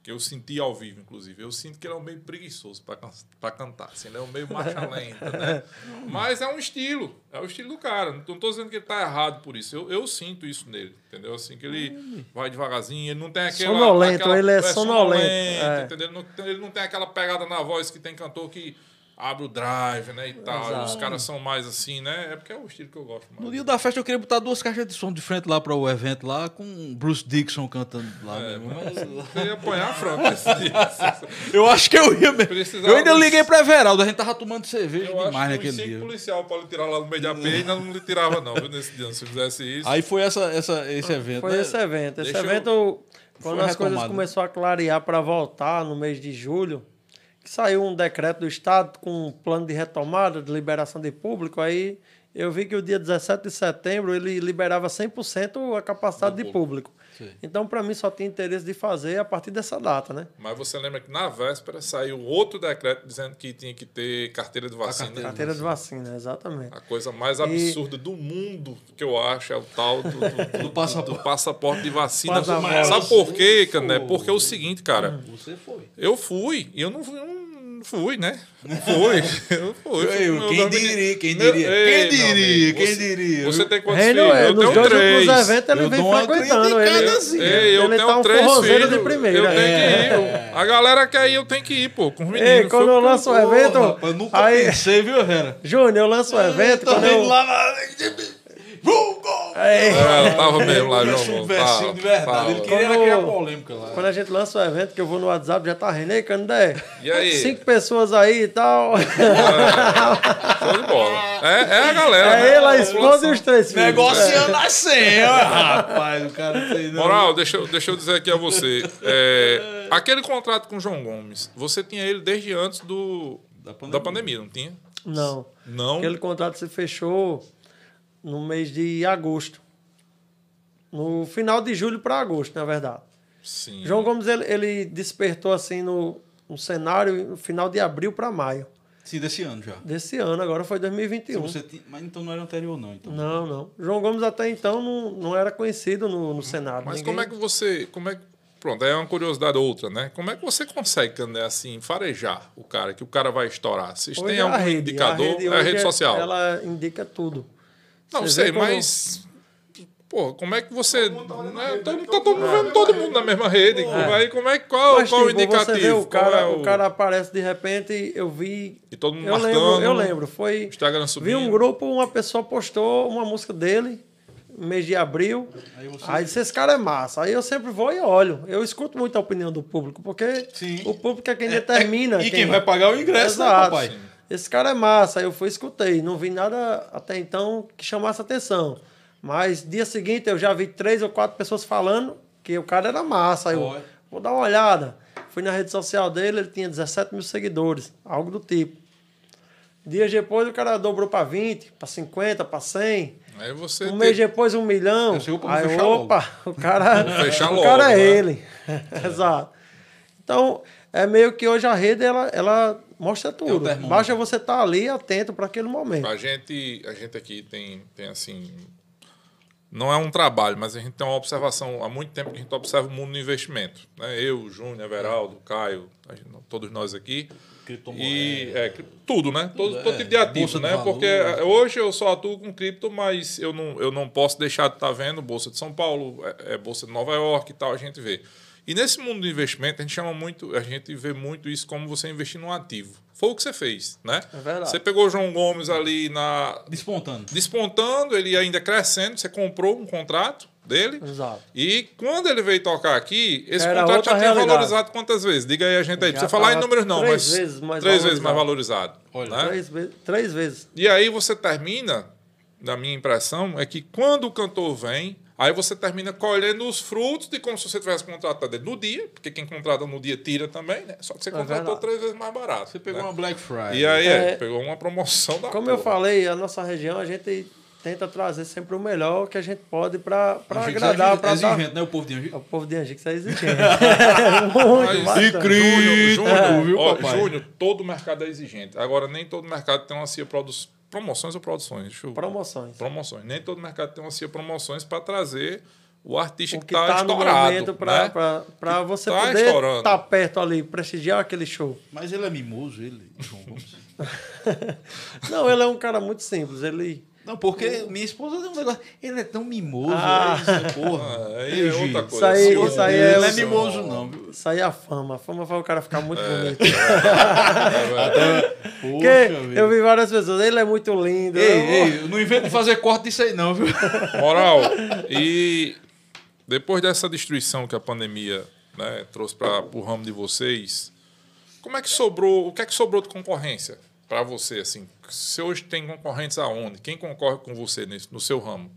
Speaker 1: que eu senti ao vivo, inclusive. Eu sinto que ele é um meio preguiçoso para cantar. Assim, ele é um meio marcha lenta, né? Mas é um estilo. É o estilo do cara. Não estou dizendo que ele está errado por isso. Eu, eu sinto isso nele, entendeu? Assim, que ele vai devagarzinho, ele não tem aquela...
Speaker 3: Sonolento,
Speaker 1: aquela,
Speaker 3: ele é, é
Speaker 1: sonolento,
Speaker 3: sonolento.
Speaker 1: entendeu? Ele não, ele não tem aquela pegada na voz que tem cantor que abre o drive, né, e tal.
Speaker 3: Exato.
Speaker 1: Os caras são mais assim, né? É porque é o estilo que eu gosto mais.
Speaker 2: No dia da festa eu queria botar duas caixas de som de frente lá para o evento lá, com Bruce Dixon cantando lá.
Speaker 1: É,
Speaker 2: mesmo.
Speaker 1: mas eu ia apanhar a Franca esse dia.
Speaker 2: Eu acho que eu ia mesmo.
Speaker 1: Precisava
Speaker 2: Eu ainda
Speaker 1: dos-
Speaker 2: liguei para Everaldo, a gente tava tomando cerveja
Speaker 1: Eu acho
Speaker 2: demais
Speaker 1: que
Speaker 2: naquele
Speaker 1: uns cinco
Speaker 2: dia.
Speaker 1: policial para lhe tirar lá no meio da P ainda não lhe tirava não, viu, nesse dia. Se fizesse isso...
Speaker 2: Aí foi essa, essa, esse evento,
Speaker 3: Foi
Speaker 2: né?
Speaker 3: esse evento. Esse
Speaker 1: Deixa eu-
Speaker 3: evento, quando
Speaker 2: Foi
Speaker 3: as coisas
Speaker 2: retomado.
Speaker 3: começaram a clarear para voltar no mês de julho, que saiu um decreto do Estado com um plano de retomada, de liberação de público, aí eu vi que o dia dezessete de setembro ele liberava cem por cento a capacidade
Speaker 1: Do
Speaker 3: de público.
Speaker 2: Sim.
Speaker 3: Então, para mim, só tinha interesse de fazer a partir dessa data, né?
Speaker 1: Mas você lembra que na véspera saiu outro decreto dizendo que tinha que ter carteira de vacina.
Speaker 2: carteira.
Speaker 3: Carteira de vacina, exatamente.
Speaker 1: A coisa mais absurda do mundo que eu acho é o tal do, do, do,
Speaker 2: passaporte.
Speaker 1: do passaporte de vacina.
Speaker 3: Passaporte.
Speaker 1: Sabe por quê, Cané? Porque é o seguinte, cara.
Speaker 2: Você foi.
Speaker 1: Eu fui e eu não, não fui, né? Não fui. Eu fui.
Speaker 2: Eu,
Speaker 1: Meu
Speaker 2: quem
Speaker 1: nome-
Speaker 2: diria, quem
Speaker 1: Meu-
Speaker 2: diria?
Speaker 1: Ei,
Speaker 2: Quem
Speaker 1: meu
Speaker 2: diria,
Speaker 1: amigo,
Speaker 2: quem
Speaker 1: você-
Speaker 2: diria?
Speaker 1: Você tem quantos
Speaker 3: Reino,
Speaker 1: filhos?
Speaker 3: é,
Speaker 1: Eu
Speaker 3: nos
Speaker 1: tenho
Speaker 3: dois
Speaker 1: três.
Speaker 3: últimos eventos ele
Speaker 2: Eu
Speaker 3: vem
Speaker 2: dou uma
Speaker 3: frequentando. Ele,
Speaker 2: criticada assim.
Speaker 1: Ei, eu
Speaker 3: ele
Speaker 1: tenho
Speaker 3: tá um
Speaker 1: três
Speaker 3: forrozeiro
Speaker 1: filhos.
Speaker 3: de primeira.
Speaker 1: Eu tenho
Speaker 3: É.
Speaker 1: que ir. A galera quer ir, eu tenho que ir, pô. Com os meninos.
Speaker 3: Ei, quando
Speaker 1: Foi
Speaker 3: eu
Speaker 1: porque-
Speaker 3: lanço o evento...
Speaker 2: Ô, rapaz, nunca
Speaker 3: aí,
Speaker 2: pensei, viu, Vera?
Speaker 3: Júnior, eu lanço o evento...
Speaker 2: Tô
Speaker 3: quando
Speaker 2: vendo
Speaker 3: eu,
Speaker 2: lá na... Vulgo!
Speaker 3: Aí,
Speaker 1: É, eu tava mesmo lá,
Speaker 2: Ele
Speaker 1: João.
Speaker 2: começou um
Speaker 1: Paulo.
Speaker 2: versinho de verdade.
Speaker 1: Tava,
Speaker 2: Ele
Speaker 1: tava.
Speaker 2: queria
Speaker 3: Quando-
Speaker 2: criar polêmica lá.
Speaker 3: quando a gente lança o evento, que eu vou no WhatsApp, já tá rindo. Ei, Candé,
Speaker 1: E aí?
Speaker 3: cinco pessoas aí e tal.
Speaker 1: Show de bola. É, é a galera.
Speaker 3: É
Speaker 1: né?
Speaker 3: ele, a esposa e os três filhos.
Speaker 2: Negociando a senha, rapaz. O cara não sei não.
Speaker 1: Moral, deixa, eu- deixa eu dizer aqui a você. É, aquele contrato com o João Gomes, você tinha ele desde antes do,
Speaker 2: Da pandemia.
Speaker 1: da pandemia, não tinha?
Speaker 3: Não.
Speaker 1: Não.
Speaker 3: Aquele contrato se fechou no mês de agosto. No final de julho para agosto, na verdade.
Speaker 1: Sim.
Speaker 3: João Gomes, ele, ele despertou assim no, no cenário no final de abril para maio
Speaker 2: Sim, desse ano já.
Speaker 3: desse ano. Agora foi dois mil e vinte e
Speaker 2: Se
Speaker 3: um.
Speaker 2: você tinha- Mas então não era anterior, não. Então.
Speaker 3: Não, não. João Gomes até então não, não era conhecido no, no cenário.
Speaker 1: Mas
Speaker 3: Ninguém-
Speaker 1: como é que você. Como é que, pronto, aí é uma curiosidade outra, né? Como é que você consegue, né, assim, farejar o cara, que o cara vai estourar? Vocês
Speaker 3: Hoje
Speaker 1: têm
Speaker 3: é a
Speaker 1: algum
Speaker 3: rede,
Speaker 1: indicador?
Speaker 3: A rede,
Speaker 1: é a
Speaker 3: hoje
Speaker 1: rede social.
Speaker 3: Ela indica tudo.
Speaker 1: Não
Speaker 3: Você
Speaker 1: sei,
Speaker 3: vê como-
Speaker 1: mas. Pô, como é que você.
Speaker 4: Todo mundo tá olhando na
Speaker 1: né,
Speaker 4: rede,
Speaker 1: todo,
Speaker 4: né?
Speaker 1: mundo- tá todo mundo vendo todo mundo na mesma rede. Aí como é que. Qual,
Speaker 3: Mas,
Speaker 1: qual o
Speaker 3: tipo,
Speaker 1: indicativo?
Speaker 3: Você vê, o,
Speaker 1: Qual
Speaker 3: cara,
Speaker 1: é
Speaker 3: o cara aparece de repente, eu vi.
Speaker 1: E todo mundo
Speaker 3: Eu
Speaker 1: marcando.
Speaker 3: lembro, eu lembro. Foi.
Speaker 1: Instagram
Speaker 3: Vi
Speaker 1: subindo.
Speaker 3: um grupo, uma pessoa postou uma música dele, no mês de abril.
Speaker 2: Aí você-
Speaker 3: Aí disse, esse cara é massa. Aí eu sempre vou e olho. Eu escuto muito a opinião do público, porque
Speaker 2: Sim.
Speaker 3: o público é quem determina.
Speaker 2: E quem vai pagar o ingresso, né,
Speaker 3: Exato.
Speaker 2: papai?
Speaker 3: Esse cara é massa. Aí eu fui e escutei. Não vi nada até então que chamasse atenção. Mas dia seguinte eu já vi três ou quatro pessoas falando que o cara era massa. Aí eu
Speaker 2: Olha.
Speaker 3: vou dar uma olhada. Fui na rede social dele, ele tinha dezessete mil seguidores, algo do tipo. Dias depois o cara dobrou para vinte, para cinquenta, para cem.
Speaker 1: Aí você.
Speaker 3: Um
Speaker 1: tem-
Speaker 3: mês depois um milhão.
Speaker 2: Eu sei, opa, vou
Speaker 3: Aí,
Speaker 2: fechar
Speaker 3: opa, o cara,
Speaker 1: Vou fechar
Speaker 3: o
Speaker 1: logo,
Speaker 3: cara é
Speaker 1: né?
Speaker 3: ele. Exato. Então, é meio que hoje a rede, ela, ela mostra tudo.
Speaker 2: termômetro.
Speaker 3: Basta você estar ali atento para aquele momento.
Speaker 1: A gente, a gente aqui tem, tem assim. Não é um trabalho, mas a gente tem uma observação. Há muito tempo que a gente observa o mundo do investimento. Né? Eu, o Júnior, Everaldo, o Caio, a gente- todos nós aqui. E é, cri- tudo, né? Todo,
Speaker 2: é.
Speaker 1: todo tipo de ativo,
Speaker 2: Bolsa de
Speaker 1: né?
Speaker 2: valores.
Speaker 1: Porque é, hoje eu só atuo com cripto, mas eu não, eu não posso deixar de estar vendo Bolsa de São Paulo, é, é Bolsa de Nova York e tal, a gente vê. E nesse mundo do investimento, a gente chama muito, a gente vê muito isso como você investir num ativo. Foi o que você fez, né?
Speaker 3: É verdade.
Speaker 1: Você pegou o João Gomes ali na
Speaker 2: Despontando.
Speaker 1: despontando, ele ainda crescendo, você comprou um contrato dele.
Speaker 3: Exato.
Speaker 1: E quando ele veio tocar aqui, esse
Speaker 3: Era
Speaker 1: contrato
Speaker 3: outra
Speaker 1: já tinha
Speaker 3: realidade.
Speaker 1: valorizado quantas vezes? Diga aí a gente aí. Não
Speaker 3: Já
Speaker 1: precisa falar em
Speaker 3: tava
Speaker 1: números não,
Speaker 3: três
Speaker 1: mas
Speaker 3: vezes mais
Speaker 1: três vezes
Speaker 3: valorizado.
Speaker 1: mais valorizado.
Speaker 2: Olha,
Speaker 1: né?
Speaker 3: Três, vezes, três vezes.
Speaker 1: E aí você termina, na minha impressão, é que quando o cantor vem, aí você termina colhendo os frutos de como se você tivesse contratado ele no dia, porque quem contrata no dia tira também, né? Só que você
Speaker 3: É
Speaker 1: contratou
Speaker 3: verdade.
Speaker 1: três vezes mais barato.
Speaker 2: Você pegou
Speaker 1: né?
Speaker 2: uma Black Friday.
Speaker 1: E aí é,
Speaker 3: É,
Speaker 1: pegou uma promoção da
Speaker 3: Como eu
Speaker 1: porra.
Speaker 3: falei, a nossa região, a gente tenta trazer sempre o melhor que a gente pode para
Speaker 2: Angico
Speaker 3: agradar,
Speaker 2: é
Speaker 3: para dar...
Speaker 2: exigente, né? O povo de Angico.
Speaker 3: O povo de Angico é exigente. Muito,
Speaker 1: Mas-
Speaker 3: bastante.
Speaker 1: Júnior, Júnior,
Speaker 2: viu,
Speaker 1: ó,
Speaker 2: papai?
Speaker 1: Júnior, todo mercado é exigente. Agora, nem todo mercado tem uma C I A produ... promoções ou produções? Deixa eu...
Speaker 3: Promoções.
Speaker 1: Promoções. Nem todo mercado tem uma C I A promoções para trazer o artista
Speaker 3: o
Speaker 1: que
Speaker 3: que
Speaker 1: está
Speaker 3: está no
Speaker 1: estourado,
Speaker 3: momento para
Speaker 1: né?
Speaker 3: para você
Speaker 1: tá
Speaker 3: poder
Speaker 1: estourando.
Speaker 3: estar perto ali, prestigiar aquele show.
Speaker 2: Mas ele é mimoso, ele, João Gomes.
Speaker 3: Não, ele é um cara muito simples. Ele.
Speaker 2: Não, porque minha esposa tem um negócio. Ele é tão mimoso,
Speaker 3: Ah.
Speaker 2: é isso, porra.
Speaker 1: Ah, aí é outra
Speaker 3: Isso
Speaker 1: coisa.
Speaker 3: aí-
Speaker 1: Sim,
Speaker 3: isso aí
Speaker 2: ele
Speaker 3: é
Speaker 2: não é
Speaker 3: o-
Speaker 2: mimoso, não, viu?
Speaker 3: Isso aí é a fama. A fama faz o cara ficar muito bonito.
Speaker 2: Poxa,
Speaker 3: Porque
Speaker 2: vida.
Speaker 3: eu vi várias pessoas. Ele é muito lindo.
Speaker 2: Ei,
Speaker 3: eu-
Speaker 2: ei, não invento de fazer corte disso aí, não, viu?
Speaker 1: Moral, e depois dessa destruição que a pandemia, né, trouxe para o ramo de vocês, como é que sobrou, o que é que sobrou de concorrência para você, assim? Você hoje tem concorrentes aonde? Quem concorre com você nesse, no seu ramo?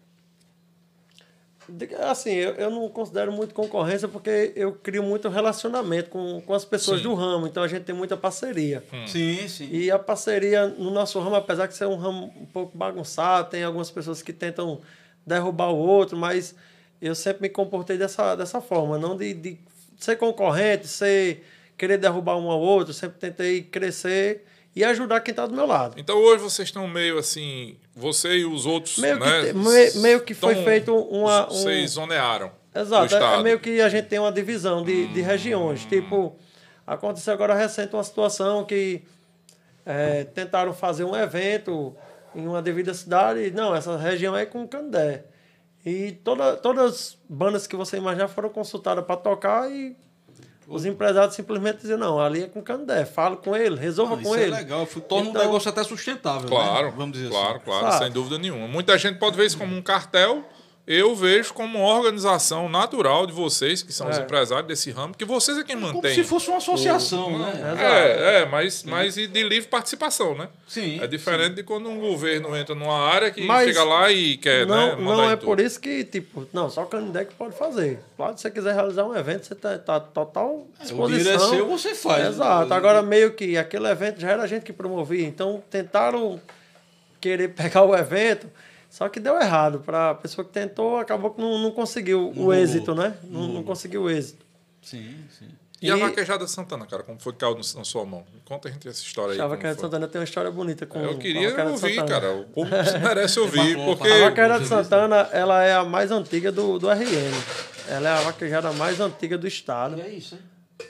Speaker 3: De- Assim, eu, eu não considero muito concorrência porque eu crio muito relacionamento com, com as pessoas
Speaker 1: Sim.
Speaker 3: do ramo. Então a gente tem muita parceria.
Speaker 2: Sim, sim.
Speaker 3: E a parceria no nosso ramo, apesar de ser um ramo um pouco bagunçado, tem algumas pessoas que tentam derrubar o outro, mas eu sempre me comportei dessa, dessa forma, não de, de ser concorrente, ser, querer derrubar um ao outro, sempre tentei crescer e ajudar quem está do meu lado.
Speaker 1: Então hoje vocês estão meio assim, você e os outros,
Speaker 3: Meio que
Speaker 1: né?
Speaker 3: te- me- meio que foi
Speaker 1: estão-
Speaker 3: feito uma- um-
Speaker 1: Vocês zonearam o
Speaker 3: Exato, é,
Speaker 1: estado.
Speaker 3: é meio que a gente tem uma divisão de, de regiões. Tipo, aconteceu agora recente uma situação que é, tentaram fazer um evento em uma devida cidade. Não, essa região é com Candé. E toda, todas as bandas que você imaginar foram consultadas para tocar e os empresários simplesmente diziam, não, ali é com Candé, fala com ele, resolva
Speaker 2: Não,
Speaker 3: com
Speaker 2: isso
Speaker 3: ele.
Speaker 2: é legal, torna
Speaker 3: Então-
Speaker 2: um negócio até sustentável,
Speaker 1: Claro,
Speaker 2: né? Vamos dizer
Speaker 1: claro,
Speaker 2: assim.
Speaker 1: claro,
Speaker 3: Sabe?
Speaker 1: sem dúvida nenhuma. Muita gente pode ver isso como um cartel. Eu vejo como uma organização natural de vocês, que são os
Speaker 3: É.
Speaker 1: empresários desse ramo, que vocês é quem
Speaker 2: Como
Speaker 1: mantém.
Speaker 2: se fosse uma associação, né?
Speaker 1: É, é, mas, mas e de livre participação, né?
Speaker 2: Sim.
Speaker 1: É diferente de quando um governo entra numa área que
Speaker 3: Mas
Speaker 1: chega lá e quer,
Speaker 3: não,
Speaker 1: né, mandar
Speaker 3: não
Speaker 1: em
Speaker 3: é
Speaker 1: tudo.
Speaker 3: por isso que, tipo, não, só o Candé que pode fazer. Claro, se você quiser realizar um evento, você tá, tá total disposição.
Speaker 2: O dinheiro é seu, você faz.
Speaker 3: Exato. Agora, meio que aquele evento já era a gente que promovia. Então, tentaram querer pegar o evento, só que deu errado. Para a pessoa que tentou, acabou que não, não conseguiu o
Speaker 2: rolou.
Speaker 3: êxito, né? Não, não conseguiu o êxito.
Speaker 2: Sim, sim.
Speaker 1: E a
Speaker 3: E-
Speaker 1: vaquejada Santana, cara, como foi que caiu no- na sua mão? Conta a gente essa história aí.
Speaker 3: A
Speaker 1: como
Speaker 3: Vaquejada de
Speaker 1: foi.
Speaker 3: Santana tem uma história bonita com
Speaker 1: Eu
Speaker 3: com a
Speaker 1: queria
Speaker 3: Vaquejada de
Speaker 1: ouvir,
Speaker 3: Santana.
Speaker 1: cara. O público merece ouvir,
Speaker 2: Uma
Speaker 1: porque...
Speaker 3: A Vaquejada de Santana, ela é a mais antiga do, do R N. Ela é a vaquejada mais antiga do estado.
Speaker 2: E é isso, hein?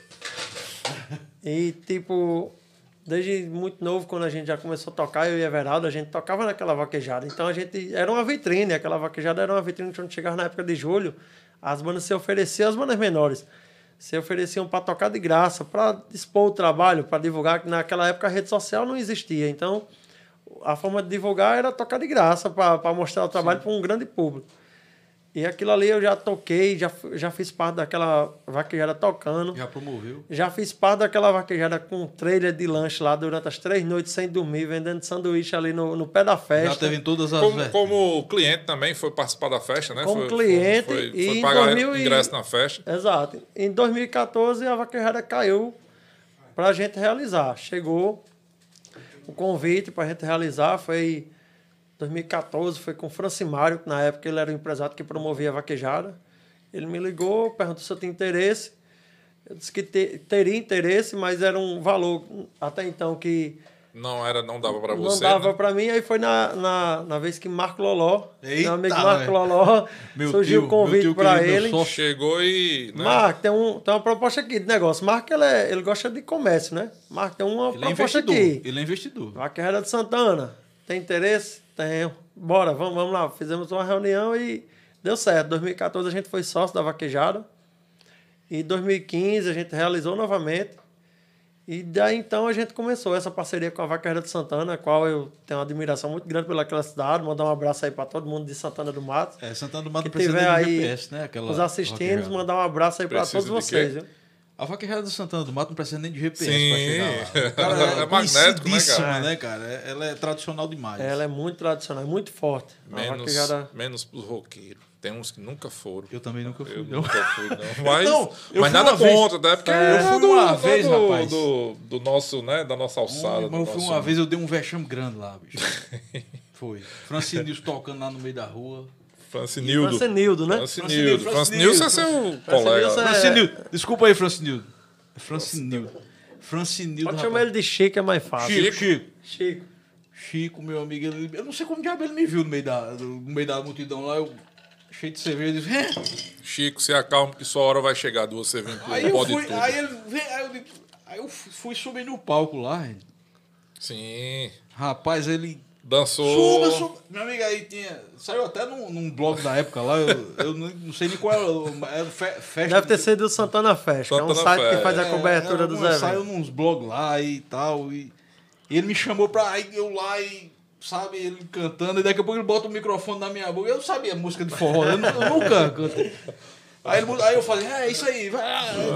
Speaker 3: E, tipo, desde muito novo, quando a gente já começou a tocar, eu e Everaldo, a gente tocava naquela vaquejada. Então, a gente... Era uma vitrine. Aquela vaquejada era uma vitrine que, quando chegava na época de julho, as bandas se ofereciam, as bandas menores, se ofereciam para tocar de graça, para expor o trabalho, para divulgar, que naquela época a rede social não existia. Então, a forma de divulgar era tocar de graça, para mostrar o trabalho para um grande público. E aquilo ali eu já toquei, já, já fiz parte daquela vaquejada tocando.
Speaker 2: Já promoveu.
Speaker 3: Já fiz parte daquela vaquejada com trailer de lanche lá durante as três noites sem dormir, vendendo sanduíche ali no, no pé da festa.
Speaker 2: Já teve em todas as...
Speaker 1: Como,
Speaker 2: vertentes.
Speaker 1: como cliente também foi participar da festa, né?
Speaker 3: Como
Speaker 1: foi,
Speaker 3: cliente
Speaker 1: Foi, foi,
Speaker 3: e
Speaker 1: foi
Speaker 3: em
Speaker 1: pagar
Speaker 3: dois mil e-
Speaker 1: ingresso na festa.
Speaker 3: Exato. Em dois mil e quatorze, a vaquejada caiu para a gente realizar. Chegou o convite para a gente realizar, foi dois mil e quatorze, foi com o Francimário, que na época ele era o empresário que promovia a vaquejada. Ele me ligou, perguntou se eu tinha interesse. Eu disse que te, teria interesse, mas era um valor até então que
Speaker 1: Não era, não dava para
Speaker 3: não
Speaker 1: você.
Speaker 3: dava
Speaker 1: né?
Speaker 3: para mim. Aí foi na, na, na vez que Marco Loló,
Speaker 2: Eita,
Speaker 3: meu amigo Marco
Speaker 2: velho.
Speaker 3: Loló,
Speaker 2: Meu
Speaker 3: surgiu
Speaker 2: tio,
Speaker 3: o convite
Speaker 2: meu tio
Speaker 3: para
Speaker 2: querido, meu
Speaker 3: ele.
Speaker 2: sócio.
Speaker 1: Chegou e. Né?
Speaker 3: Marco, tem, um, tem uma proposta aqui de negócio. Marco, ele, é, ele gosta de comércio, né? Marco, tem uma
Speaker 2: Ele é
Speaker 3: proposta
Speaker 2: investidor.
Speaker 3: aqui.
Speaker 2: Ele é investidor.
Speaker 3: Vaquejada de Santana. Tem interesse? Tenho. Bora, vamos, vamos lá. Fizemos uma reunião e deu certo. Em dois mil e quatorze a gente foi sócio da vaquejada. E em dois mil e quinze a gente realizou novamente. E daí então a gente começou essa parceria com a Vaquejada de Santana, a qual eu tenho uma admiração muito grande pelaquela cidade. Mandar um abraço aí para todo mundo de Santana do Mato.
Speaker 2: É, Santana do Mato
Speaker 3: Que
Speaker 2: não precisa
Speaker 3: tiver
Speaker 2: nem de
Speaker 3: aí
Speaker 2: G P S, né? Aquela
Speaker 3: os assistindo,
Speaker 2: vaquejada.
Speaker 3: mandar um abraço aí para
Speaker 1: Precisa
Speaker 3: todos
Speaker 1: de quê?
Speaker 3: vocês. Viu?
Speaker 2: A vaquejada do Santana do Mato não precisa nem de G P S
Speaker 1: Sim.
Speaker 2: pra chegar lá. Cara,
Speaker 1: É
Speaker 2: é
Speaker 1: magnético, né,
Speaker 2: conhecidíssima,
Speaker 1: cara?
Speaker 2: né, cara? É- Ela é tradicional demais.
Speaker 3: Ela é muito tradicional, é muito forte. A
Speaker 1: Menos,
Speaker 3: vaquejada...
Speaker 1: menos pros roqueiros. Tem uns que nunca foram.
Speaker 2: Eu também nunca fui,
Speaker 1: Eu
Speaker 2: não.
Speaker 1: nunca fui, não. Mas,
Speaker 2: Não, eu
Speaker 1: mas
Speaker 2: fui
Speaker 1: nada
Speaker 2: uma vez.
Speaker 1: contra, né? Porque
Speaker 2: É, eu fui
Speaker 1: do,
Speaker 2: uma
Speaker 1: do-
Speaker 2: vez,
Speaker 1: do,
Speaker 2: rapaz.
Speaker 1: Do, do nosso, né? Da nossa alçada.
Speaker 2: Mas
Speaker 1: do
Speaker 2: eu fui
Speaker 1: nosso-
Speaker 2: uma vez, eu dei um vexame grande lá, bicho. Foi. Francinilson tocando lá no meio da rua.
Speaker 1: Francinildo.
Speaker 3: Francinildo, né?
Speaker 1: Francinildo.
Speaker 2: Francinildo,
Speaker 1: Francinildo é seu colega.
Speaker 3: Francinildo é-
Speaker 2: Francinildo. Desculpa aí, Francinildo. É Francinildo. Francinildo,
Speaker 3: Pode
Speaker 2: rapaz.
Speaker 3: chamar ele de Chico, é mais fácil.
Speaker 2: Chico, Chico.
Speaker 3: Chico.
Speaker 2: Chico, meu amigo, ele, eu não sei como diabo ele me viu no meio da, no meio da multidão lá. Eu, cheio de cerveja. Disse, "Hã?"
Speaker 1: Chico, se acalma que sua hora vai chegar de você vir pro
Speaker 2: Aí eu
Speaker 1: Pode
Speaker 2: fui,
Speaker 1: Tudo.
Speaker 2: aí ele vem, aí eu, digo- aí eu fui subir no palco lá. gente.
Speaker 1: Sim.
Speaker 2: Rapaz, ele
Speaker 1: Dançou.
Speaker 2: suba, suba. Meu amigo, aí tinha. Saiu até num, num blog da época lá. Eu, eu não, não sei nem qual era. Era fe- festa.
Speaker 3: Deve ter sido o Santana Fest, que é um
Speaker 1: Santana
Speaker 3: site que
Speaker 1: Fest.
Speaker 3: faz a cobertura
Speaker 2: É,
Speaker 3: dos
Speaker 2: alguma- Saiu
Speaker 3: eventos.
Speaker 2: nos blogs lá e tal. E, e ele me chamou pra aí eu lá e, sabe, ele cantando. E daqui a pouco ele bota o microfone na minha boca. Eu sabia música de forró, eu, nu- eu nunca cantei. Aí, ele, aí eu falei, é isso aí, vai.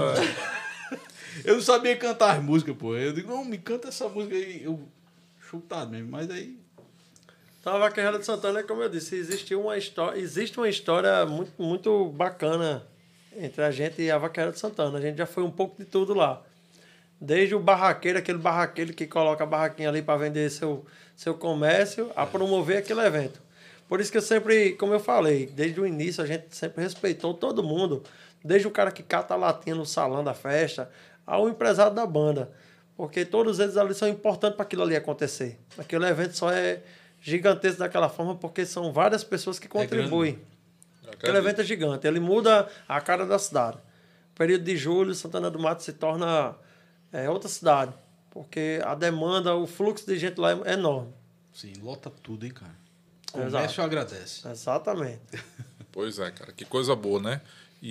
Speaker 2: Eu não sabia cantar as músicas, pô. Eu digo, não, me canta essa música aí. Eu chutado mesmo, mas aí.
Speaker 3: Então, a Vaquejada de Santana, como eu disse, existe uma história, existe uma história muito, muito bacana entre a gente e a Vaquejada de Santana. A gente já foi um pouco de tudo lá. Desde o barraqueiro, aquele barraqueiro que coloca a barraquinha ali para vender seu, seu comércio, a promover aquele evento. Por isso que eu sempre, como eu falei, desde o início a gente sempre respeitou todo mundo. Desde o cara que cata a latinha no salão da festa, ao empresário da banda. Porque todos eles ali são importantes para aquilo ali acontecer. Aquele evento só é gigantesco daquela forma porque são várias pessoas que contribuem. Aquele evento é gigante. Ele muda a cara da cidade. Período de julho, Santana do Mato se torna é, outra cidade. Porque a demanda, o fluxo de gente lá é enorme.
Speaker 2: Sim, lota tudo, hein, cara. O
Speaker 3: Exato.
Speaker 2: comércio agradece.
Speaker 3: Exatamente.
Speaker 1: Pois é, cara, que coisa boa, né?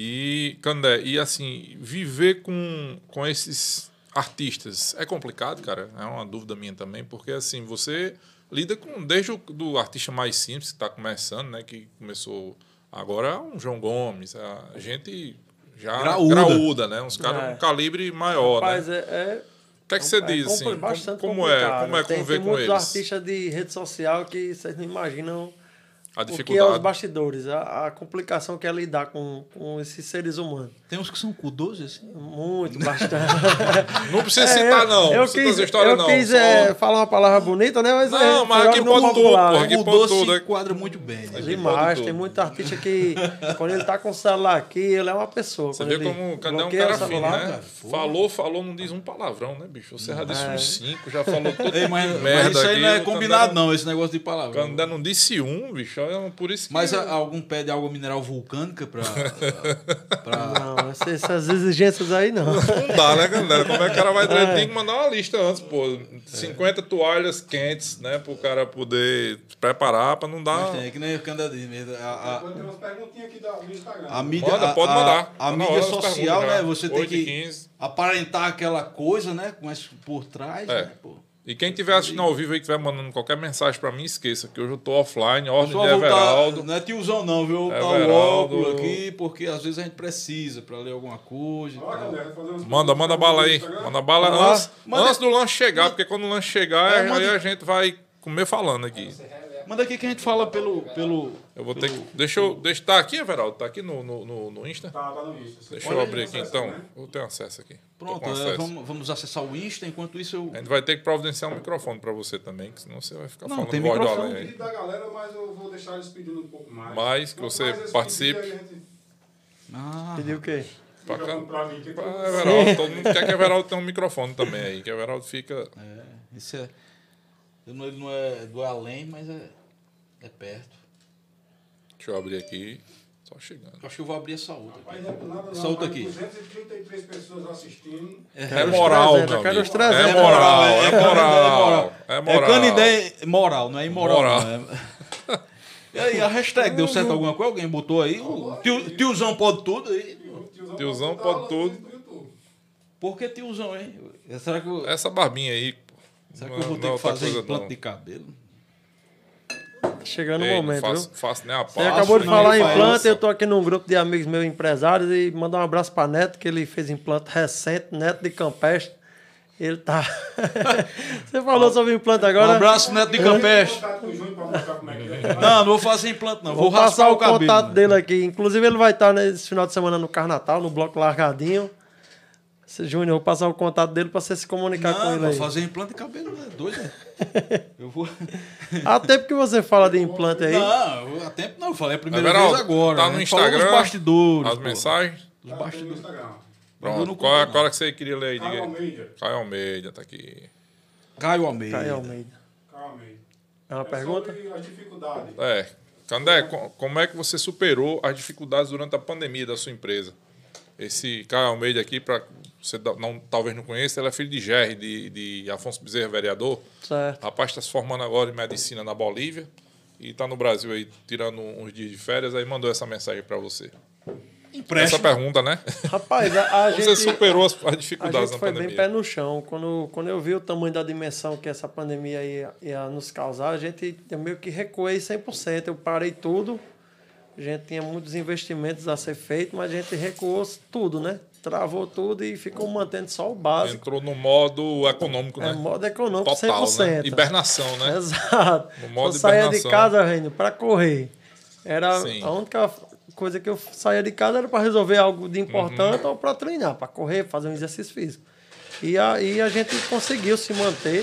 Speaker 1: E, Candé, e assim, viver com, com esses artistas é complicado, cara? É uma dúvida minha também, porque assim, você lida com, desde o do artista mais simples, que está começando, né? Que começou agora, um João Gomes, a gente já
Speaker 2: Graúda.
Speaker 1: graúda, né? Uns caras
Speaker 3: É.
Speaker 1: um calibre maior,
Speaker 3: Rapaz,
Speaker 1: né?
Speaker 3: é, é,
Speaker 1: O que é que você
Speaker 3: é
Speaker 1: diz,
Speaker 3: compli-
Speaker 1: assim? Como,
Speaker 3: bastante
Speaker 1: como é,
Speaker 3: complicado.
Speaker 1: como é
Speaker 3: tem,
Speaker 1: conviver
Speaker 3: tem
Speaker 1: com
Speaker 3: muitos
Speaker 1: eles?
Speaker 3: artistas de rede social que vocês não imaginam
Speaker 1: A
Speaker 3: o que é os
Speaker 1: dificuldade.
Speaker 3: bastidores, a, a complicação que é lidar com, com esses seres humanos.
Speaker 2: Tem uns que são cuidosos, assim.
Speaker 3: Muito, bastante.
Speaker 1: Não precisa
Speaker 3: É,
Speaker 1: citar, não.
Speaker 3: Eu
Speaker 1: Não precisa
Speaker 3: quis,
Speaker 1: essa história,
Speaker 3: eu
Speaker 1: não.
Speaker 3: quis
Speaker 1: Só-
Speaker 3: é, falar uma palavra bonita, né? Mas
Speaker 1: Não,
Speaker 3: é,
Speaker 1: mas
Speaker 3: foi
Speaker 1: aqui
Speaker 3: algo
Speaker 1: pode tudo,
Speaker 3: popular,
Speaker 1: porra,
Speaker 3: né?
Speaker 1: aqui
Speaker 2: O
Speaker 1: pode
Speaker 2: doce
Speaker 1: tudo, né?
Speaker 2: quadra muito bem. Né?
Speaker 3: Demais,
Speaker 1: pode
Speaker 3: tem
Speaker 1: tudo.
Speaker 3: muito artista que, quando ele tá com o celular aqui, ele é uma pessoa.
Speaker 1: Você
Speaker 3: Quando
Speaker 1: vê
Speaker 3: ele
Speaker 1: como o Candé é um
Speaker 3: bloqueia
Speaker 1: cara
Speaker 3: o
Speaker 1: fino,
Speaker 3: celular,
Speaker 1: né?
Speaker 2: cara, porra.
Speaker 1: Falou, falou, não diz um palavrão, né, bicho? Você já disse uns cinco, já falou tudo
Speaker 2: Ei,
Speaker 1: de
Speaker 2: mas, mas
Speaker 1: merda
Speaker 2: isso aí
Speaker 1: aqui.
Speaker 2: não é
Speaker 1: o
Speaker 2: combinado,
Speaker 1: Candé
Speaker 2: não, esse negócio de
Speaker 1: O
Speaker 2: palavra.
Speaker 1: Candé não disse um, bicho. é Por isso que...
Speaker 2: Mas a- algum pede água mineral vulcânica pra. pra...
Speaker 3: Não, essas, essas exigências aí não.
Speaker 1: Não dá, né, Candé? Como é que o cara vai... Ele tem que mandar uma lista antes, pô. cinquenta toalhas quentes, né? Pro cara poder se preparar pra não dar...
Speaker 2: Mas tem, é que nem o Candé diz mesmo. A, a,
Speaker 4: Agora tem umas perguntinhas aqui da- do Instagram.
Speaker 2: a mídia,
Speaker 1: Manda,
Speaker 2: a-
Speaker 1: pode
Speaker 2: a-
Speaker 1: mandar.
Speaker 2: A,
Speaker 1: Tá na
Speaker 2: mídia
Speaker 1: hora das
Speaker 2: social,
Speaker 1: perguntas
Speaker 2: né?
Speaker 1: já.
Speaker 2: Você tem
Speaker 1: oito e
Speaker 2: que
Speaker 1: quinze.
Speaker 2: aparentar aquela coisa, né? Mas por trás,
Speaker 1: É.
Speaker 2: né? Pô.
Speaker 1: E quem estiver assistindo ao vivo aí, que estiver mandando qualquer mensagem pra mim, esqueça que hoje eu tô offline, ordem
Speaker 2: Só
Speaker 1: de
Speaker 2: voltar,
Speaker 1: Everaldo.
Speaker 2: não é tiozão não, viu? Tá o
Speaker 1: Everaldo.
Speaker 2: óculos aqui, porque às vezes a gente precisa pra ler alguma coisa. e
Speaker 4: Olha,
Speaker 2: tal.
Speaker 4: Candé, vai fazer umas
Speaker 1: Manda, manda
Speaker 4: perguntas
Speaker 1: bala
Speaker 4: no
Speaker 1: aí.
Speaker 4: Instagram.
Speaker 1: Manda bala
Speaker 2: Vamos lá.
Speaker 1: antes,
Speaker 2: Manda-
Speaker 1: antes do lanche chegar, porque quando o lanche chegar,
Speaker 2: É,
Speaker 1: aí
Speaker 2: manda-
Speaker 1: a gente vai comer falando aqui.
Speaker 2: Manda aqui que a gente fala pelo. pelo...
Speaker 1: Eu vou ter que. Deixa eu. Deixa, tá aqui, Everaldo? Tá aqui no, no, no, no Insta?
Speaker 4: Tá, tá no Insta. Você
Speaker 1: Deixa
Speaker 4: pode
Speaker 1: eu abrir aqui
Speaker 4: acessar,
Speaker 1: então.
Speaker 4: né?
Speaker 1: Vou ter acesso aqui. Tô
Speaker 2: Pronto,
Speaker 1: com
Speaker 2: é,
Speaker 1: acesso.
Speaker 2: vamos, vamos acessar o Insta, enquanto isso eu.
Speaker 1: A gente vai ter que providenciar um microfone pra você também, que senão você vai ficar
Speaker 2: Não,
Speaker 1: falando
Speaker 2: tem
Speaker 1: voz do
Speaker 2: microfone.
Speaker 1: além aí.
Speaker 4: Pedido da galera, mas eu vou deixar eles pedindo um pouco mais.
Speaker 1: Mais, que
Speaker 4: Quanto
Speaker 1: você
Speaker 4: mais eles
Speaker 1: participe.
Speaker 4: pedirem, a gente
Speaker 2: Ah,
Speaker 3: Pediu o quê?
Speaker 1: Pra cá.
Speaker 4: microfone pra mim, que todo
Speaker 1: Ah,
Speaker 4: mundo-
Speaker 1: Everaldo, todo mundo quer que Everaldo tenha um microfone também aí, que Everaldo fica.
Speaker 2: é. Isso é. eu não- Ele não é do além, mas é, é perto.
Speaker 1: Deixa eu abrir aqui. Só chegando.
Speaker 2: Eu acho que eu vou abrir essa outra.
Speaker 4: Mas não é por nada, não.
Speaker 2: Essa outra
Speaker 4: mas
Speaker 2: aqui.
Speaker 4: duzentas e trinta e três pessoas assistindo.
Speaker 1: É moral,
Speaker 3: trezentos,
Speaker 1: meu
Speaker 3: eu quero
Speaker 1: amigo.
Speaker 3: os trezentos.
Speaker 1: É moral, é
Speaker 2: É
Speaker 1: moral. É
Speaker 2: É
Speaker 1: moral.
Speaker 2: Canidé moral, não é imoral.
Speaker 1: Moral.
Speaker 2: Não é... E aí, a hashtag deu certo alguma coisa? Alguém botou aí? O tio- tiozão pode tudo aí?
Speaker 1: Tiozão
Speaker 4: tá
Speaker 1: pode
Speaker 4: rolando
Speaker 1: tudo.
Speaker 4: isso no YouTube.
Speaker 2: Por que tiozão, hein? Será que eu,
Speaker 1: Essa barbinha aí. pô,
Speaker 2: será
Speaker 1: não
Speaker 2: que eu
Speaker 1: é-
Speaker 2: vou
Speaker 1: não
Speaker 2: ter
Speaker 1: é
Speaker 2: que
Speaker 1: outra
Speaker 2: fazer
Speaker 1: coisa,
Speaker 2: implante
Speaker 1: não.
Speaker 2: de cabelo?
Speaker 3: Chegando o
Speaker 1: Ei,
Speaker 3: momento,
Speaker 1: não faço,
Speaker 3: viu?
Speaker 1: faço nem a
Speaker 3: Você
Speaker 1: pau.
Speaker 3: acabou de
Speaker 2: não,
Speaker 3: falar em
Speaker 2: Rafael.
Speaker 3: implante, eu tô aqui num grupo de amigos meus empresários e mandar um abraço para Neto, que ele fez implante recente, Neto de Campestre. Ele tá. Você falou sobre implante
Speaker 2: Um
Speaker 3: agora.
Speaker 2: abraço, Neto de
Speaker 4: Tem
Speaker 2: Campestre.
Speaker 4: contato com o Júnior pra mostrar como é que é.
Speaker 2: Não, não vou fazer implante, não. Vou,
Speaker 3: Vou passar
Speaker 2: raspar
Speaker 3: o
Speaker 2: o cabelo.
Speaker 3: contato
Speaker 2: né?
Speaker 3: dele aqui. Inclusive, ele vai estar nesse final de semana no Carnatal, no Bloco Largadinho. Esse Júnior, eu vou passar o contato dele para você se comunicar com
Speaker 2: Não,
Speaker 3: ele
Speaker 2: vou
Speaker 3: aí.
Speaker 2: fazer implante de cabelo, é doido, né? Eu vou.
Speaker 3: Até porque você fala de implante aí.
Speaker 2: Não, eu- há tempo não, eu falei a primeira
Speaker 1: Everaldo,
Speaker 2: vez agora.
Speaker 1: tá
Speaker 2: né?
Speaker 1: no
Speaker 2: A gente falou
Speaker 1: Instagram,
Speaker 2: dos bastidores.
Speaker 1: As
Speaker 2: pô.
Speaker 1: mensagens.
Speaker 2: Dos
Speaker 4: Tá
Speaker 2: bastidores.
Speaker 4: no Instagram.
Speaker 2: Eu
Speaker 1: Pronto.
Speaker 2: não
Speaker 1: Qual é
Speaker 2: conto,
Speaker 1: qual é que você queria ler aí? Diga
Speaker 4: Caio
Speaker 1: aí.
Speaker 4: Almeida.
Speaker 1: Caio Almeida, tá aqui.
Speaker 2: Caio Almeida.
Speaker 3: Caio Almeida.
Speaker 4: Caio Almeida.
Speaker 3: É uma
Speaker 4: É
Speaker 3: pergunta?
Speaker 4: sobre as dificuldades.
Speaker 1: É. Candé, co- como é que você superou as dificuldades durante a pandemia da sua empresa? Esse Caio Almeida aqui, para você da- não, talvez não conheça, ele é filho de Gerry, de, de Afonso Bezerra, vereador.
Speaker 3: Certo.
Speaker 1: Rapaz está se formando agora em medicina na Bolívia e está no Brasil aí, tirando uns dias de férias, aí mandou essa mensagem para você. Essa pergunta, né?
Speaker 3: Rapaz, a, a
Speaker 1: Você
Speaker 3: gente...
Speaker 1: superou as, as
Speaker 3: A
Speaker 1: dificuldades
Speaker 3: gente
Speaker 1: na
Speaker 3: foi
Speaker 1: pandemia.
Speaker 3: bem pé no chão. Quando, quando eu vi o tamanho da dimensão que essa pandemia ia, ia nos causar, a gente eu meio que recuei cem por cento. Eu parei tudo. A gente tinha muitos investimentos a ser feitos, mas a gente recuou tudo, né? Travou tudo e ficou mantendo só o básico.
Speaker 1: Entrou no modo econômico,
Speaker 3: É
Speaker 1: né?
Speaker 3: modo econômico
Speaker 1: Total,
Speaker 3: cem por cento.
Speaker 1: né? Hibernação, né?
Speaker 3: Exato.
Speaker 1: No modo
Speaker 3: eu saía de
Speaker 1: hibernação.
Speaker 3: casa, Reino, para correr. Era
Speaker 1: Sim.
Speaker 3: a única coisa que eu saía de casa era para resolver algo de importante
Speaker 1: Uhum.
Speaker 3: ou para treinar, para correr, fazer um exercício físico. E aí a gente conseguiu se manter.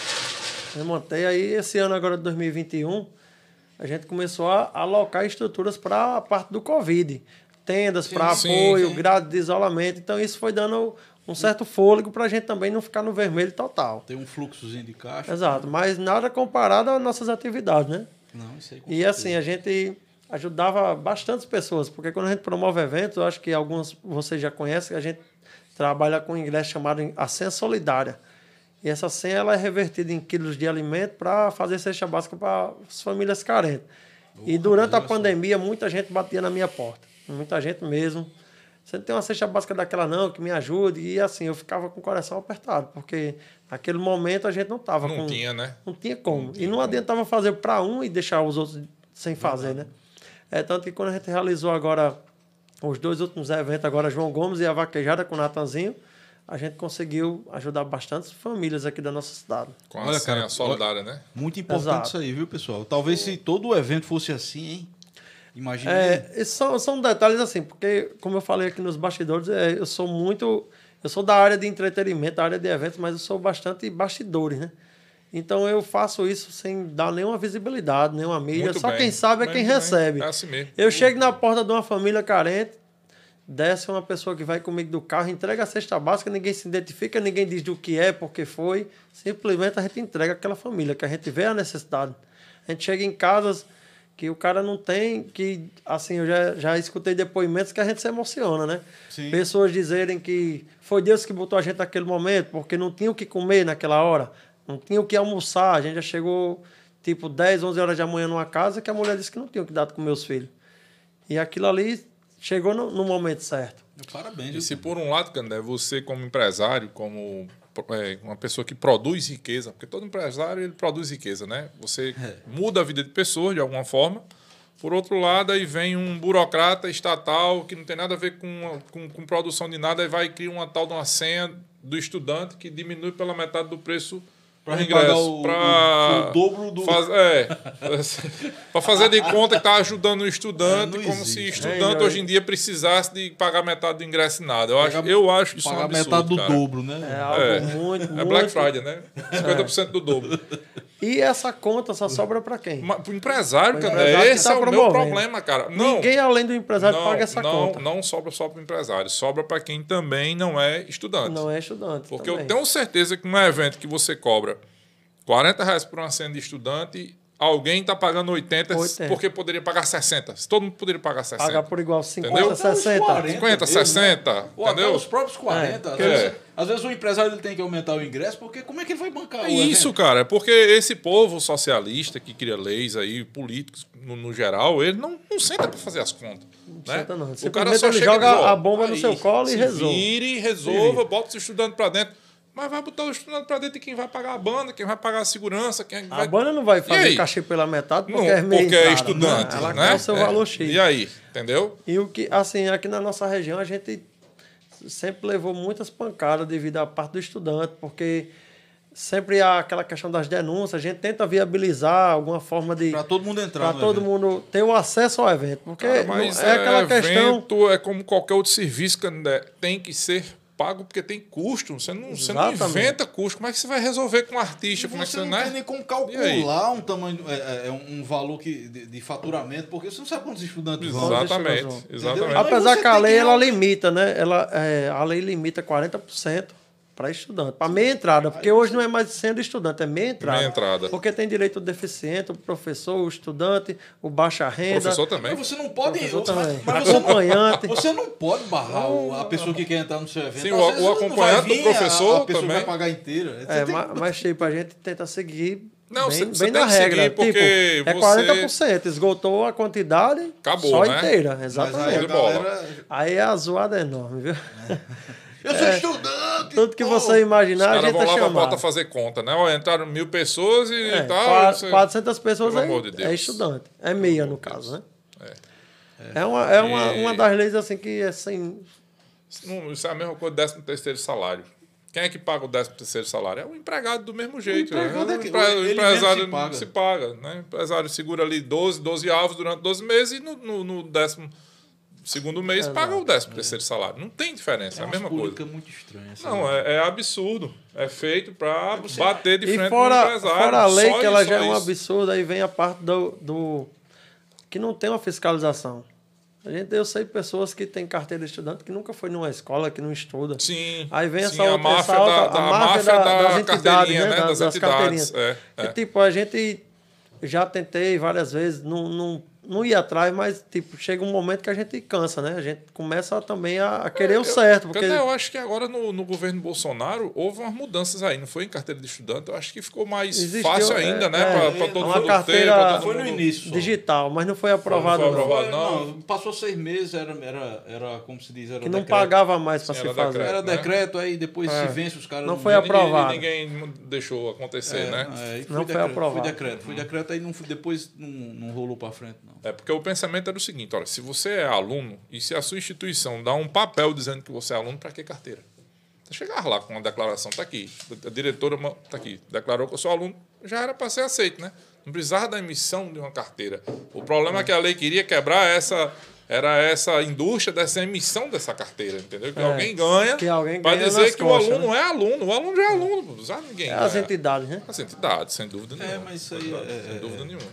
Speaker 3: Se manter. Aí esse ano agora de dois mil e vinte e um, a gente começou a alocar estruturas para a parte do Covid. Tendas para
Speaker 1: sim,
Speaker 3: apoio,
Speaker 1: sim.
Speaker 3: grade de isolamento. Então isso foi dando um certo fôlego para a gente também não ficar no vermelho total.
Speaker 2: Tem um fluxozinho de caixa.
Speaker 3: Exato, mas nada comparado às nossas atividades, né?
Speaker 2: Não, isso aí com
Speaker 3: E assim, a gente ajudava bastante pessoas, porque quando a gente promove eventos, eu acho que alguns vocês já conhecem, a gente trabalha com um ingresso chamado a senha solidária. E essa senha ela é revertida em quilos de alimento para fazer cesta básica para as famílias carentes. E durante a pandemia, muita gente batia na minha porta. Muita gente mesmo. Você não tem uma cesta básica daquela não, que me ajude. E assim, eu ficava com o coração apertado, porque naquele momento a gente não estava com...
Speaker 1: Não tinha, né?
Speaker 3: Não tinha como. E não adiantava fazer para um e deixar os outros sem fazer, né? É tanto que quando a gente realizou agora os dois últimos eventos, agora João Gomes e a Vaquejada com o Natanzinho, a gente conseguiu ajudar bastante famílias aqui da nossa cidade.
Speaker 1: Com a
Speaker 2: Olha,
Speaker 1: senha
Speaker 2: cara,
Speaker 1: solidária, né?
Speaker 2: Muito importante
Speaker 3: Exato.
Speaker 2: isso aí, viu, pessoal? Talvez se todo o evento fosse assim, hein? Imagina.
Speaker 3: É, esses são, são detalhes assim, porque, como eu falei aqui nos bastidores, é, eu sou muito... Eu sou da área de entretenimento, da área de eventos, mas eu sou bastante bastidores, né? Então eu faço isso sem dar nenhuma visibilidade, nenhuma mídia.
Speaker 1: Muito
Speaker 3: Só
Speaker 1: bem.
Speaker 3: quem sabe é
Speaker 1: Muito
Speaker 3: quem
Speaker 1: bem.
Speaker 3: recebe.
Speaker 1: É assim mesmo.
Speaker 3: Eu chego na porta de uma família carente, desce uma pessoa que vai comigo do carro, entrega a cesta básica, ninguém se identifica, ninguém diz do que é, porque foi. Simplesmente a gente entrega aquela família, que a gente vê a necessidade. A gente chega em casas que o cara não tem, que, assim, eu já, já escutei depoimentos que a gente se emociona, né?
Speaker 2: Sim.
Speaker 3: Pessoas dizerem que foi Deus que botou a gente naquele momento, porque não tinha o que comer naquela hora, não tinha o que almoçar. A gente já chegou, tipo, dez, onze horas da manhã numa casa que a mulher disse que não tinha o que dar com meus filhos. E aquilo ali chegou no, no momento certo.
Speaker 2: Parabéns.
Speaker 1: E
Speaker 2: viu?
Speaker 1: se por um lado, Candé, você como empresário, como é, uma pessoa que produz riqueza, porque todo empresário ele produz riqueza, né? Você muda a vida de pessoas de alguma forma. Por outro lado, aí vem um burocrata estatal que não tem nada a ver com, com, com produção de nada e vai criar uma tal de uma senha do estudante que diminui pela metade do preço
Speaker 2: Pra
Speaker 1: do
Speaker 2: repagar
Speaker 1: ingresso.
Speaker 2: o-
Speaker 1: Pra
Speaker 2: o- o dobro do-
Speaker 1: Faz, é. Para fazer de conta que está ajudando o estudante,
Speaker 2: É, não
Speaker 1: como se
Speaker 2: existe.
Speaker 1: estudante
Speaker 3: É,
Speaker 1: hoje em dia precisasse de pagar metade do ingresso em nada. Eu acho,
Speaker 2: Pagar-
Speaker 1: eu acho isso um
Speaker 2: Pagar
Speaker 1: absurdo,
Speaker 2: metade do
Speaker 1: cara.
Speaker 2: dobro, né?
Speaker 3: É algo
Speaker 1: É.
Speaker 3: muito,
Speaker 1: É
Speaker 3: muito...
Speaker 1: Black Friday, né? cinquenta por cento do dobro.
Speaker 3: E essa conta só sobra para quem?
Speaker 1: Mas pro empresário,
Speaker 3: Pro
Speaker 1: cara,
Speaker 3: empresário que
Speaker 1: esse
Speaker 3: tá
Speaker 1: é o meu
Speaker 3: promovendo.
Speaker 1: problema, cara. Não,
Speaker 3: Ninguém além do empresário
Speaker 1: não,
Speaker 3: paga essa
Speaker 1: não,
Speaker 3: conta.
Speaker 1: não sobra só para o empresário, sobra para quem também não é estudante.
Speaker 3: Não é estudante
Speaker 1: Porque
Speaker 3: também.
Speaker 1: eu tenho certeza que num evento que você cobra quarenta reais por uma cena de estudante, alguém está pagando oitenta,
Speaker 3: oitenta.
Speaker 1: porque poderia pagar sessenta. Se todo mundo poderia pagar sessenta.
Speaker 3: Pagar por igual cinquenta,
Speaker 1: Entendeu?
Speaker 3: sessenta.
Speaker 2: quarenta.
Speaker 1: cinquenta,
Speaker 2: mesmo, né?
Speaker 1: sessenta,
Speaker 2: Ou até
Speaker 1: entendeu?
Speaker 2: os próprios quarenta. Às,
Speaker 1: É.
Speaker 2: vezes, às vezes o empresário ele tem que aumentar o ingresso, porque como é que ele vai bancar
Speaker 1: É
Speaker 2: o
Speaker 1: isso,
Speaker 2: evento?
Speaker 1: cara. É porque esse povo socialista que cria leis aí, políticos no, no geral, ele não, não senta para fazer as contas. Né?
Speaker 3: senta não.
Speaker 1: O cara
Speaker 3: Simplesmente
Speaker 1: só
Speaker 3: ele
Speaker 1: chega e
Speaker 3: joga
Speaker 1: diz, ó,
Speaker 3: a bomba no
Speaker 1: aí,
Speaker 3: seu colo e
Speaker 1: se
Speaker 3: resolve.
Speaker 1: Vire, resolva, bota os estudantes para dentro. Mas vai botar o estudante para dentro e quem vai pagar a banda, quem vai pagar a segurança, quem
Speaker 3: A
Speaker 1: vai...
Speaker 3: banda não vai
Speaker 1: E
Speaker 3: fazer
Speaker 1: aí?
Speaker 3: cachê pela metade porque
Speaker 1: Não,
Speaker 3: é meio
Speaker 1: porque é
Speaker 3: entrada,
Speaker 1: estudante,
Speaker 3: né? Ela
Speaker 1: né?
Speaker 3: quer o seu
Speaker 1: É.
Speaker 3: valor X.
Speaker 1: E aí, entendeu?
Speaker 3: E o que, assim, aqui na nossa região a gente sempre levou muitas pancadas devido à parte do estudante, porque sempre há aquela questão das denúncias, a gente tenta viabilizar alguma forma de...
Speaker 2: Pra todo mundo entrar
Speaker 3: Para
Speaker 2: no
Speaker 3: todo
Speaker 2: evento.
Speaker 3: mundo ter o acesso ao evento, porque
Speaker 1: Cara,
Speaker 3: não-
Speaker 1: mas
Speaker 3: é aquela questão...
Speaker 1: evento é como qualquer outro serviço que né, tem que ser pago porque tem custo. Você não, você não
Speaker 3: Exatamente.
Speaker 1: inventa custo. Como é que você vai resolver com um artista? Como é que
Speaker 2: Você
Speaker 1: você,
Speaker 2: não
Speaker 1: né?
Speaker 2: tem nem como
Speaker 1: E aí?
Speaker 2: calcular um tamanho, é, é, é um valor que, de, de faturamento, porque você não sabe quantos estudantes vão.
Speaker 1: Exatamente,
Speaker 3: Entendeu?
Speaker 1: exatamente.
Speaker 2: Mas
Speaker 3: Apesar
Speaker 2: você
Speaker 3: que a
Speaker 2: tem
Speaker 3: lei
Speaker 2: que
Speaker 3: ela
Speaker 2: realmente-
Speaker 3: limita, né? Ela, é, a lei limita quarenta por cento para estudante, para meia entrada, porque hoje não é mais sendo estudante, é meia entrada.
Speaker 1: Meia entrada.
Speaker 3: Porque tem direito o deficiente, o professor, o estudante, o baixa renda.
Speaker 1: Professor também.
Speaker 2: Mas você não pode.
Speaker 3: Professor
Speaker 2: Mas,
Speaker 3: também.
Speaker 2: mas você, não,
Speaker 3: Acompanhante.
Speaker 2: você não pode barrar o- a pessoa que quer entrar no seu evento.
Speaker 1: Sim,
Speaker 2: Às
Speaker 1: o-
Speaker 2: vezes
Speaker 1: o
Speaker 2: não
Speaker 1: acompanhante
Speaker 2: vai vir,
Speaker 1: do professor
Speaker 2: a, a pessoa
Speaker 1: também.
Speaker 2: vai pagar inteira. Você
Speaker 3: É,
Speaker 2: tem-
Speaker 3: mas, mas tipo, a gente tenta seguir
Speaker 1: Não,
Speaker 3: bem,
Speaker 1: você- você
Speaker 3: bem
Speaker 1: tem
Speaker 3: na
Speaker 1: que seguir
Speaker 3: regra.
Speaker 1: porque
Speaker 3: tipo, é
Speaker 1: você-
Speaker 3: quarenta por cento, esgotou a quantidade
Speaker 1: Acabou,
Speaker 3: só
Speaker 1: né?
Speaker 3: inteira.
Speaker 2: Mas aí
Speaker 3: Exatamente.
Speaker 2: a
Speaker 1: de bola.
Speaker 2: galera.
Speaker 3: Aí a zoada é enorme, viu?
Speaker 2: Eu sou estudante!
Speaker 3: Tudo que
Speaker 2: pô.
Speaker 3: você
Speaker 1: Os
Speaker 3: imaginar, a
Speaker 1: caras
Speaker 3: gente
Speaker 1: vão
Speaker 3: é
Speaker 1: lá pra
Speaker 3: chamado.
Speaker 1: porta fazer conta, né? Ó, entraram mil pessoas e
Speaker 3: É,
Speaker 1: tal.
Speaker 3: qua-
Speaker 1: você-
Speaker 3: quatrocentas pessoas
Speaker 1: Pelo
Speaker 3: é,
Speaker 1: amor de Deus.
Speaker 3: é estudante. É meia, no caso, né?
Speaker 1: É.
Speaker 3: É, uma, é uma,
Speaker 1: E-
Speaker 3: uma das leis assim que é sem.
Speaker 1: Não, isso é a mesma coisa do décimo terceiro salário. Quem é que paga o décimo terceiro salário? É o empregado do mesmo jeito.
Speaker 2: empregado
Speaker 1: né?
Speaker 2: é que-
Speaker 1: empre-
Speaker 2: ele
Speaker 1: o
Speaker 2: mesmo
Speaker 1: empresário
Speaker 2: se paga.
Speaker 1: se paga. Né? O empresário segura ali doze, doze avos durante doze meses e no, no, no décimo segundo mês
Speaker 3: Exato.
Speaker 1: paga o décimo terceiro salário. Não tem diferença, é,
Speaker 2: É
Speaker 1: a
Speaker 2: uma
Speaker 1: mesma
Speaker 2: política
Speaker 1: coisa.
Speaker 2: muito estranha. essa
Speaker 1: Não,
Speaker 2: lei.
Speaker 1: é, é absurdo. É feito para bater de
Speaker 3: E
Speaker 1: frente
Speaker 3: fora,
Speaker 1: com o empresário.
Speaker 3: fora a lei,
Speaker 1: Só
Speaker 3: que ela
Speaker 1: isso,
Speaker 3: já é
Speaker 1: só
Speaker 3: um
Speaker 1: isso.
Speaker 3: absurdo, aí vem a parte do, do. que não tem uma fiscalização. A gente, eu sei pessoas que têm carteira de estudante que nunca foi numa escola, que não estuda.
Speaker 1: Sim,
Speaker 3: Aí vem essa
Speaker 1: sim, a
Speaker 3: outra,
Speaker 1: máfia
Speaker 3: essa outra-
Speaker 1: da,
Speaker 3: a
Speaker 1: da,
Speaker 3: máfia
Speaker 1: máfia
Speaker 3: da-
Speaker 1: da
Speaker 3: das entidades,
Speaker 1: carteirinha,
Speaker 3: né?
Speaker 1: né?
Speaker 3: Das,
Speaker 1: Das,
Speaker 3: das
Speaker 1: entidades.
Speaker 3: carteirinhas.
Speaker 1: É, é.
Speaker 3: E, tipo, a gente já tentei várias vezes, não, não, não ir atrás, mas tipo, chega um momento que a gente cansa, né? A gente começa também a, a querer o certo. Porque
Speaker 1: Cadê? Eu acho que agora no, no governo Bolsonaro houve umas mudanças aí, não foi em carteira de estudante? Eu acho que ficou mais
Speaker 3: Existiu,
Speaker 1: fácil
Speaker 3: é,
Speaker 1: ainda, né?
Speaker 3: é,
Speaker 1: Para todo
Speaker 3: uma
Speaker 1: mundo
Speaker 3: carteira-
Speaker 1: ter. pra todo
Speaker 2: Foi no
Speaker 1: mundo-
Speaker 2: início. só.
Speaker 3: digital, mas não foi aprovado.
Speaker 1: Não foi
Speaker 3: não.
Speaker 1: aprovado.
Speaker 2: Não,
Speaker 1: não.
Speaker 2: passou seis meses, era, era, era como se diz, era
Speaker 3: Que não
Speaker 2: decreto.
Speaker 3: pagava mais para
Speaker 1: Sim,
Speaker 3: se
Speaker 1: era
Speaker 3: fazer.
Speaker 1: decreto.
Speaker 2: Era
Speaker 1: né?
Speaker 2: decreto, aí depois
Speaker 3: É.
Speaker 2: se vence os caras.
Speaker 3: Não foi
Speaker 2: vêm.
Speaker 3: aprovado.
Speaker 1: E ninguém deixou acontecer,
Speaker 2: É,
Speaker 1: né?
Speaker 2: é, e
Speaker 3: Não
Speaker 2: foi
Speaker 3: foi
Speaker 2: decreto,
Speaker 3: aprovado.
Speaker 2: Foi decreto, foi decreto, aí não, foi- depois não, não rolou para frente, não.
Speaker 1: É porque o pensamento era o seguinte: olha, se você é aluno e se a sua instituição dá um papel dizendo que você é aluno, para que carteira? Você chegar lá com uma declaração, tá aqui, a diretora tá aqui, declarou que eu sou aluno, já era para ser aceito, né? Não precisava da emissão de uma carteira. O problema é que a lei queria quebrar essa, era essa indústria dessa emissão dessa carteira, entendeu? Que
Speaker 3: É,
Speaker 1: alguém ganha
Speaker 3: que alguém
Speaker 1: para
Speaker 3: ganha
Speaker 1: dizer
Speaker 3: nas
Speaker 1: que
Speaker 3: costas,
Speaker 1: o aluno
Speaker 3: né?
Speaker 1: é aluno. O aluno já é aluno, não precisa ninguém.
Speaker 3: É as
Speaker 1: ganhar.
Speaker 3: entidades, né?
Speaker 1: As entidades, sem dúvida nenhuma.
Speaker 2: É, mas isso aí é-
Speaker 1: Sem
Speaker 2: é-
Speaker 1: dúvida nenhuma.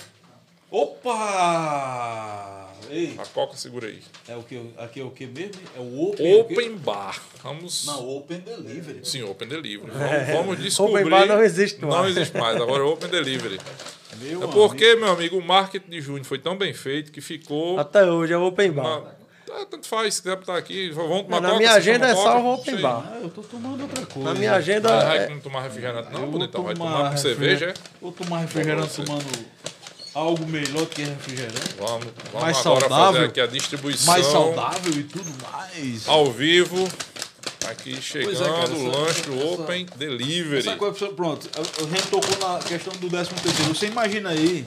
Speaker 2: Opa! Ei,
Speaker 1: A Coca segura aí.
Speaker 2: é o que? Aqui é o que mesmo? É o Open? o quê?
Speaker 1: Open Bar. Vamos.
Speaker 2: Não, Open Delivery.
Speaker 1: Sim, Open Delivery. Vamos, vamos descobrir.
Speaker 3: Open Bar não existe
Speaker 1: Não
Speaker 3: mais.
Speaker 1: existe mais. Agora é Open Delivery.
Speaker 2: Meu
Speaker 1: É porque, meu amigo, o marketing de junho foi tão bem feito que ficou.
Speaker 3: Até hoje é open bar.
Speaker 1: uma- Ah, tanto faz, se quiser botar aqui. Vamos tomar
Speaker 3: Na
Speaker 1: coca,
Speaker 3: minha
Speaker 1: você
Speaker 3: agenda
Speaker 1: toma
Speaker 3: é só
Speaker 1: coca?
Speaker 3: o open
Speaker 1: Sei.
Speaker 3: bar.
Speaker 2: Ah, eu tô tomando outra coisa.
Speaker 3: Na minha agenda
Speaker 1: Ah, vai
Speaker 3: é,
Speaker 1: não tomar refrigerante, não,
Speaker 2: Eu vou
Speaker 1: bonitão. Vai
Speaker 2: tomar
Speaker 1: tomar com cerveja, é?
Speaker 2: refrigerante- Vou tomar refrigerante
Speaker 1: Você.
Speaker 2: tomando algo melhor do que refrigerante.
Speaker 1: Vamos, vamos
Speaker 2: Mais
Speaker 1: agora
Speaker 2: saudável,
Speaker 1: fazer aqui a distribuição.
Speaker 2: Mais saudável e tudo mais.
Speaker 1: Ao vivo. Aqui chegando
Speaker 2: cara,
Speaker 1: o
Speaker 2: essa-
Speaker 1: lanche do
Speaker 2: essa-
Speaker 1: Open Delivery.
Speaker 2: Essa coisa, pronto, a gente tocou na questão do décimo terceiro. Você imagina aí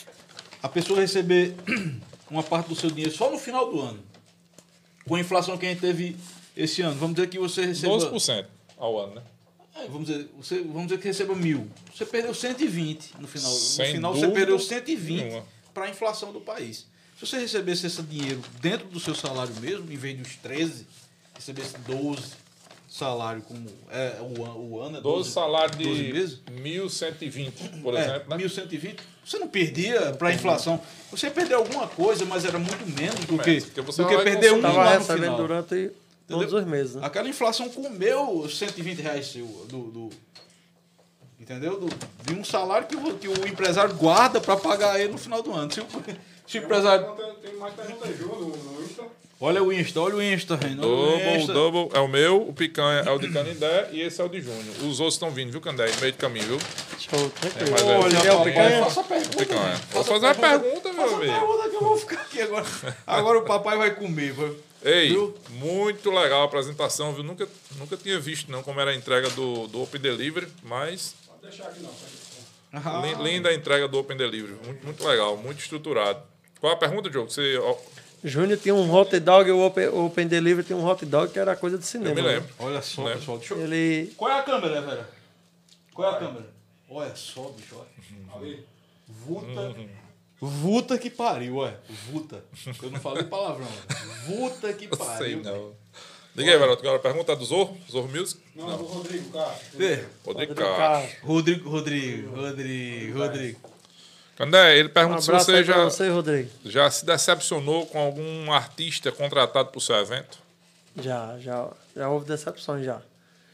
Speaker 2: a pessoa receber uma parte do seu dinheiro só no final do ano. Com a inflação que a gente teve esse ano. Vamos dizer que você receba...
Speaker 1: doze por cento ao ano, né?
Speaker 2: É, vamos, dizer, você, vamos dizer que receba mil. Você perdeu cento e vinte no final.
Speaker 1: Sem
Speaker 2: no final você
Speaker 1: dúvida
Speaker 2: perdeu cento e vinte
Speaker 1: nenhuma.
Speaker 2: para a inflação do país. Se você recebesse esse dinheiro dentro do seu salário mesmo, em vez dos treze, recebesse doze salário como é o, an- o ano, é
Speaker 1: doze salários
Speaker 2: doze meses?
Speaker 1: de mil cento e vinte, por
Speaker 2: É,
Speaker 1: exemplo, né?
Speaker 2: mil cento e vinte, você não perdia para a inflação. Você perdeu alguma coisa, mas era muito menos do que,
Speaker 1: menos, porque você
Speaker 2: do que
Speaker 1: vai
Speaker 2: perder um
Speaker 1: consumir.
Speaker 3: estava
Speaker 2: lá no
Speaker 3: recebendo
Speaker 2: final.
Speaker 3: durante todos os meses. Né?
Speaker 2: Aquela inflação comeu cento e vinte reais seu, do, do- entendeu? Do, de um salário que o, que o empresário guarda para pagar ele no final do ano. Se o, se o empresário...
Speaker 4: Tem mais pergunta aí, Ju, no, no Insta.
Speaker 2: Olha o Insta, olha o Insta, Renan. olha o
Speaker 1: Double,
Speaker 2: Insta.
Speaker 1: double é o meu, o picanha é o de Canindé e esse é o de Júnior. Os outros estão vindo, viu, Candé? No meio do caminho, viu?
Speaker 3: Show, tranquilo.
Speaker 1: mas é-
Speaker 2: Olha,
Speaker 3: Quer o
Speaker 2: papai,
Speaker 3: picanha?
Speaker 2: faça a pergunta.
Speaker 1: Picanha.
Speaker 2: né?
Speaker 1: Vou
Speaker 2: Faça
Speaker 1: fazer
Speaker 2: a
Speaker 1: uma pergunta, meu
Speaker 2: Faça a
Speaker 1: amigo.
Speaker 2: pergunta que eu vou ficar aqui agora. Agora o papai vai comer. Vai.
Speaker 1: Ei,
Speaker 2: Viu?
Speaker 1: muito legal a apresentação, viu? Nunca, nunca tinha visto, não, como era a entrega do, do Open Delivery, mas
Speaker 4: Pode deixar aqui não.
Speaker 2: Ah,
Speaker 1: lin- linda a entrega do Open Delivery. Muito, muito legal, muito estruturado. Qual a pergunta, Diogo? Você, ó,
Speaker 3: Júnior tinha um hot dog, o Open, o Open Delivery tinha um hot dog que era coisa de cinema.
Speaker 1: eu me
Speaker 3: né?
Speaker 1: lembro.
Speaker 2: olha só,
Speaker 1: Lembro.
Speaker 2: pessoal. Deixa eu...
Speaker 3: Ele
Speaker 2: Qual é a câmera, velho? Qual é a câmera? Olha só, bicho. Olha.
Speaker 4: Ali.
Speaker 2: Vuta. Vuta que pariu, ué. Vuta. Eu não falei palavrão. Vuta que
Speaker 1: Não
Speaker 2: pariu.
Speaker 1: sei, não. Diga aí, Varoto, agora a pergunta é do Zorro? Zorro Music?
Speaker 4: Não, do Rodrigo, cara.
Speaker 2: Vê.
Speaker 1: Rodrigo
Speaker 3: Rodrigo
Speaker 1: Castro.
Speaker 3: Castro.
Speaker 2: Rodrigo, Rodrigo, Rodrigo, Rodrigo.
Speaker 1: Candé, ele
Speaker 3: Um
Speaker 1: pergunta se
Speaker 3: abraço
Speaker 1: você
Speaker 3: aí pra
Speaker 1: já,
Speaker 3: você, Rodrigo.
Speaker 1: já se decepcionou com algum artista contratado para o seu evento.
Speaker 3: Já, já, já houve decepções já.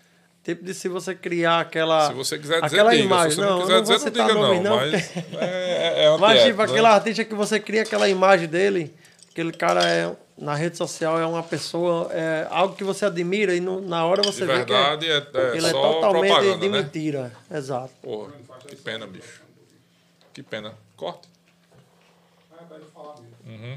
Speaker 3: Tipo de se você criar aquela.
Speaker 1: Se você quiser dizer,
Speaker 3: aquela
Speaker 1: diga.
Speaker 3: imagem.
Speaker 1: Se você
Speaker 3: não,
Speaker 1: não quiser
Speaker 3: não vou
Speaker 1: dizer, não
Speaker 3: citar
Speaker 1: diga
Speaker 3: nomes,
Speaker 1: não.
Speaker 3: não,
Speaker 1: Mas
Speaker 3: porque-
Speaker 1: é, é, é o que
Speaker 3: Mas,
Speaker 1: é,
Speaker 3: tipo,
Speaker 1: né?
Speaker 3: aquele artista que você cria aquela imagem dele, aquele cara é, na rede social é uma pessoa, é algo que você admira e no- na hora você
Speaker 1: De
Speaker 3: vê que
Speaker 1: verdade, é,
Speaker 3: é,
Speaker 1: é
Speaker 3: ele é
Speaker 1: só
Speaker 3: totalmente
Speaker 1: propaganda,
Speaker 3: de
Speaker 1: né?
Speaker 3: mentira. Exato.
Speaker 1: Porra, que pena, bicho. Que pena. Corta.
Speaker 4: É pra ele falar mesmo.
Speaker 1: Uhum.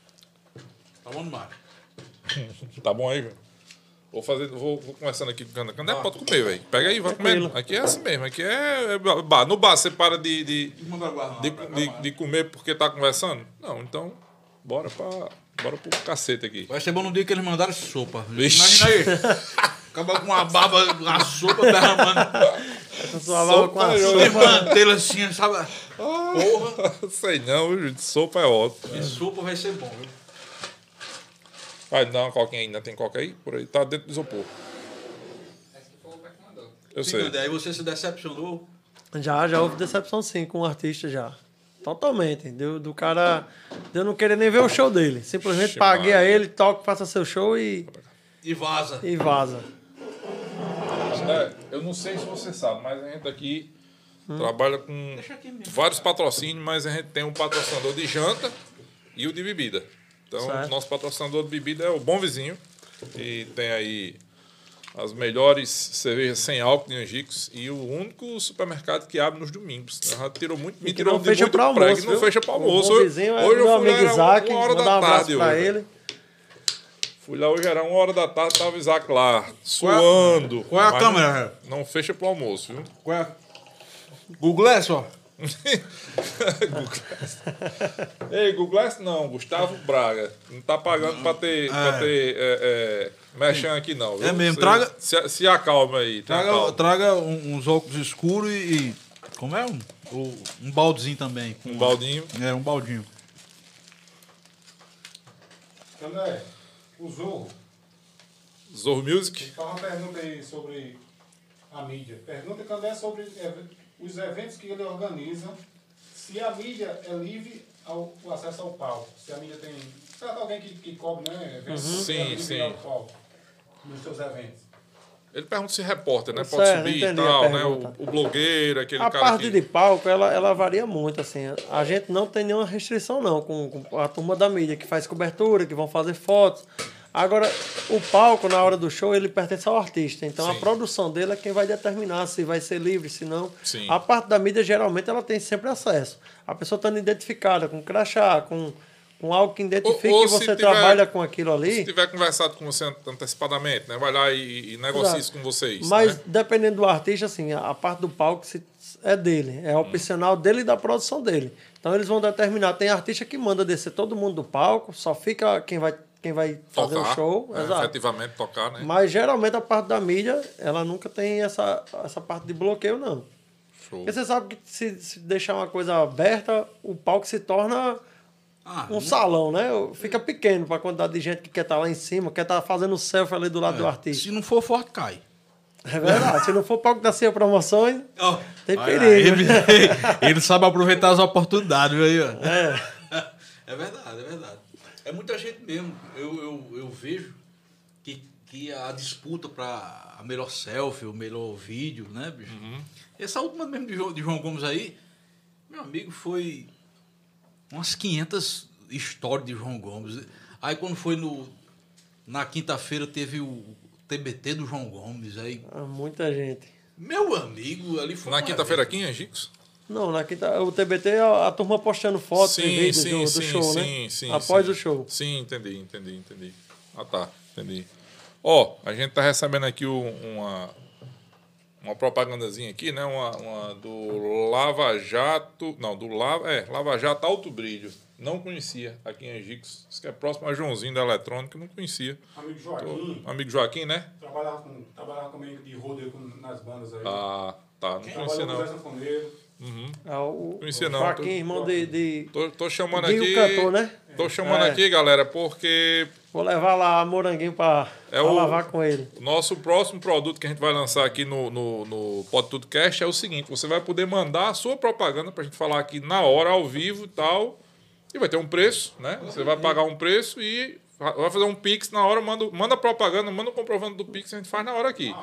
Speaker 2: Tá bom demais.
Speaker 1: Tá bom aí, velho? Vou fazer, vou, vou conversando aqui com o Candé. Candé, pode comer, velho. Pega aí, vai comendo. Aqui é assim mesmo. Aqui é, é bar. No bar você para de, de, de, de, de comer porque tá conversando? Não, então, bora pra, bora pro cacete aqui.
Speaker 2: Vai ser bom no dia que eles mandaram sopa.
Speaker 1: Vixe.
Speaker 2: Imagina aí. Acaba com uma baba, uma sopa derramando.
Speaker 3: Essa sua barba com a
Speaker 1: Sopa,
Speaker 3: sopa.
Speaker 2: Tem manteiga assim, sabe? Porra.
Speaker 1: Sei não, viu, gente. Sopa é ótimo.
Speaker 2: E sopa vai ser bom, viu?
Speaker 1: Vai dar uma coquinha ainda. Tem coca aí? Por aí. Tá dentro do isopor.
Speaker 5: Esse que foi o que mandou.
Speaker 1: Eu
Speaker 2: Sim,
Speaker 1: sei.
Speaker 2: André, aí você se decepcionou.
Speaker 3: Já, já houve decepção sim com o artista já. Totalmente. Deu, do cara. De eu não querer nem ver o show dele. Simplesmente
Speaker 1: Vixe,
Speaker 3: paguei a
Speaker 1: Maria.
Speaker 3: ele, toque, faça seu show e,
Speaker 2: E vaza.
Speaker 3: e vaza.
Speaker 1: É, eu não sei se você sabe, mas a gente aqui
Speaker 3: Hum.
Speaker 1: trabalha com
Speaker 2: Deixa aqui mesmo.
Speaker 1: vários patrocínios, mas a gente tem um patrocinador de janta e o de bebida. Então,
Speaker 3: Certo.
Speaker 1: o nosso patrocinador de bebida é o Bom Vizinho. E tem aí as melhores cervejas sem álcool de Angicos e o único supermercado que abre nos domingos. Já tirou muito, me
Speaker 3: E que
Speaker 1: tirou
Speaker 3: não
Speaker 1: de
Speaker 3: fecha
Speaker 1: muito
Speaker 3: para almoço.
Speaker 1: prego, não
Speaker 3: viu?
Speaker 1: fecha para almoço.
Speaker 3: O bom vizinho é
Speaker 1: Hoje eu
Speaker 3: meu
Speaker 1: fui lá,
Speaker 3: amigo
Speaker 1: era
Speaker 3: Isaac.
Speaker 1: uma hora
Speaker 3: Mandar um
Speaker 1: da
Speaker 3: abraço
Speaker 1: tarde.
Speaker 3: pra
Speaker 1: Hoje.
Speaker 3: ele.
Speaker 1: Fui lá hoje, era uma hora da tarde, tava o Isaac lá, suando.
Speaker 2: Qual é a
Speaker 1: Mas
Speaker 2: câmera?
Speaker 1: Não, não fecha pro almoço, viu?
Speaker 2: Qual é a... Google é só.
Speaker 1: Google Glass. Ei, Google Glass não, Gustavo Braga. Não tá pagando pra ter, pra ter é, é, mexendo aqui, não. Viu?
Speaker 2: É mesmo,
Speaker 1: Você-
Speaker 2: traga-
Speaker 1: Se, se acalma aí. tenha
Speaker 2: Traga,
Speaker 1: calma.
Speaker 2: traga um- uns óculos escuros e, e- como é? Um, o- um baldezinho também. com-
Speaker 1: Um baldinho.
Speaker 2: É, um baldinho.
Speaker 4: André, o Zorro,
Speaker 1: Zorro Music.
Speaker 4: então uma pergunta aí sobre a mídia. Pergunta que André sobre é, os eventos que ele organiza, se a mídia é livre ao o acesso ao palco. Se a mídia tem. Certo, alguém que, que cobre, né? Eventos,
Speaker 1: Uhum.
Speaker 4: é
Speaker 1: Sim,
Speaker 4: livre
Speaker 1: sim.
Speaker 4: ao palco nos seus eventos.
Speaker 1: Ele pergunta se repórter, né?
Speaker 3: Certo,
Speaker 1: Pode subir e
Speaker 3: entendi a
Speaker 1: tal, né?
Speaker 3: pergunta.
Speaker 1: O, o blogueiro, aquele
Speaker 3: A
Speaker 1: cara
Speaker 3: parte
Speaker 1: que...
Speaker 3: de palco, ela, ela varia muito, assim. A gente não tem nenhuma restrição, não, com, com a turma da mídia, que faz cobertura, que vão fazer fotos. Agora, o palco, na hora do show, ele pertence ao artista. Então,
Speaker 1: Sim.
Speaker 3: a produção dele é quem vai determinar se vai ser livre, se não.
Speaker 1: Sim.
Speaker 3: A parte da mídia, geralmente, ela tem sempre acesso. A pessoa estando identificada com crachá, com, com algo que identifique
Speaker 1: Ou- ou
Speaker 3: que
Speaker 1: se
Speaker 3: você
Speaker 1: tiver-
Speaker 3: trabalha com aquilo
Speaker 1: Se
Speaker 3: ali.
Speaker 1: tiver conversado com você antecipadamente, né? Vai lá e, e negocia
Speaker 3: Exato.
Speaker 1: isso com vocês.
Speaker 3: Mas,
Speaker 1: né?
Speaker 3: dependendo do artista, assim, a, a parte do palco se- é dele. É opcional dele e da produção dele. Então, eles vão determinar. Tem artista que manda descer todo mundo do palco, só fica quem vai, quem vai fazer
Speaker 1: Tocar,
Speaker 3: o show.
Speaker 1: né?
Speaker 3: Exato.
Speaker 1: Efetivamente tocar, né?
Speaker 3: Mas, geralmente, a parte da mídia, ela nunca tem essa, essa parte de bloqueio, não.
Speaker 1: Show.
Speaker 3: Porque você sabe que se, se deixar uma coisa aberta, o palco se torna
Speaker 2: Ah,
Speaker 3: um salão, né? Fica pequeno para a quantidade de gente que quer estar lá em cima, quer estar fazendo selfie ali do lado do artista.
Speaker 2: se não for forte, cai.
Speaker 3: É verdade. Se não for palco da Cia Promoções,
Speaker 2: Ó,
Speaker 3: tem
Speaker 2: olha,
Speaker 3: perigo.
Speaker 2: Ele, ele sabe aproveitar as oportunidades, viu aí, ó.
Speaker 3: É.
Speaker 2: É verdade, é verdade. É muita gente mesmo. Eu, eu, eu vejo que, que a disputa para a melhor selfie, o melhor vídeo, né, bicho? Essa última mesmo de João, de João Gomes aí, meu amigo, foi umas quinhentas histórias de João Gomes. Aí quando foi no, na quinta-feira teve o T B T do João Gomes. Aí,
Speaker 3: Ah, muita gente.
Speaker 2: meu amigo, ali foi
Speaker 1: Na
Speaker 2: uma
Speaker 1: quinta-feira aqui em Angicos?
Speaker 3: Não, na quinta, o T B T é a, a turma postando fotos
Speaker 1: Sim,
Speaker 3: e vídeos
Speaker 1: sim,
Speaker 3: do, do
Speaker 1: sim,
Speaker 3: show,
Speaker 1: sim,
Speaker 3: né?
Speaker 1: sim,
Speaker 3: Após
Speaker 1: sim.
Speaker 3: o show.
Speaker 1: Sim, entendi, entendi, entendi. Ah, tá, entendi. Ó, a gente tá recebendo aqui o- uma, uma propagandazinha aqui, né? Uma, uma do Lava Jato, não, do Lava, é, Lava Jato Alto Brilho. Não conhecia aqui em Angicos. Isso que é próximo a Joãozinho da Eletrônica, não conhecia.
Speaker 4: Amigo Joaquim,
Speaker 1: Tô- amigo Joaquim, né?
Speaker 4: trabalhava, com, trabalhava comigo de rodeio com, nas bandas aí.
Speaker 1: Ah, tá, não conhecia
Speaker 4: Trabalhou com o Zé
Speaker 1: não.
Speaker 4: Sanfoneiro.
Speaker 3: Ah, o
Speaker 1: Conhecia
Speaker 3: o
Speaker 1: não,
Speaker 3: Joaquim,
Speaker 1: tô-
Speaker 3: irmão de, de,
Speaker 1: Tô, tô chamando
Speaker 3: de
Speaker 1: aqui.
Speaker 3: o cantor, né?
Speaker 1: Tô chamando
Speaker 3: É.
Speaker 1: aqui, galera, porque
Speaker 3: Vou levar lá a Moranguinho para
Speaker 1: É o-
Speaker 3: lavar com ele.
Speaker 1: o nosso próximo produto que a gente vai lançar aqui no, no, no Pode Tudo Cast é o seguinte: você vai poder mandar a sua propaganda pra gente falar aqui na hora, ao vivo e tal. E vai ter um preço, né? Você vai pagar um preço e vai fazer um Pix na hora, manda, manda a propaganda, manda o comprovante do Pix, a gente faz na hora aqui.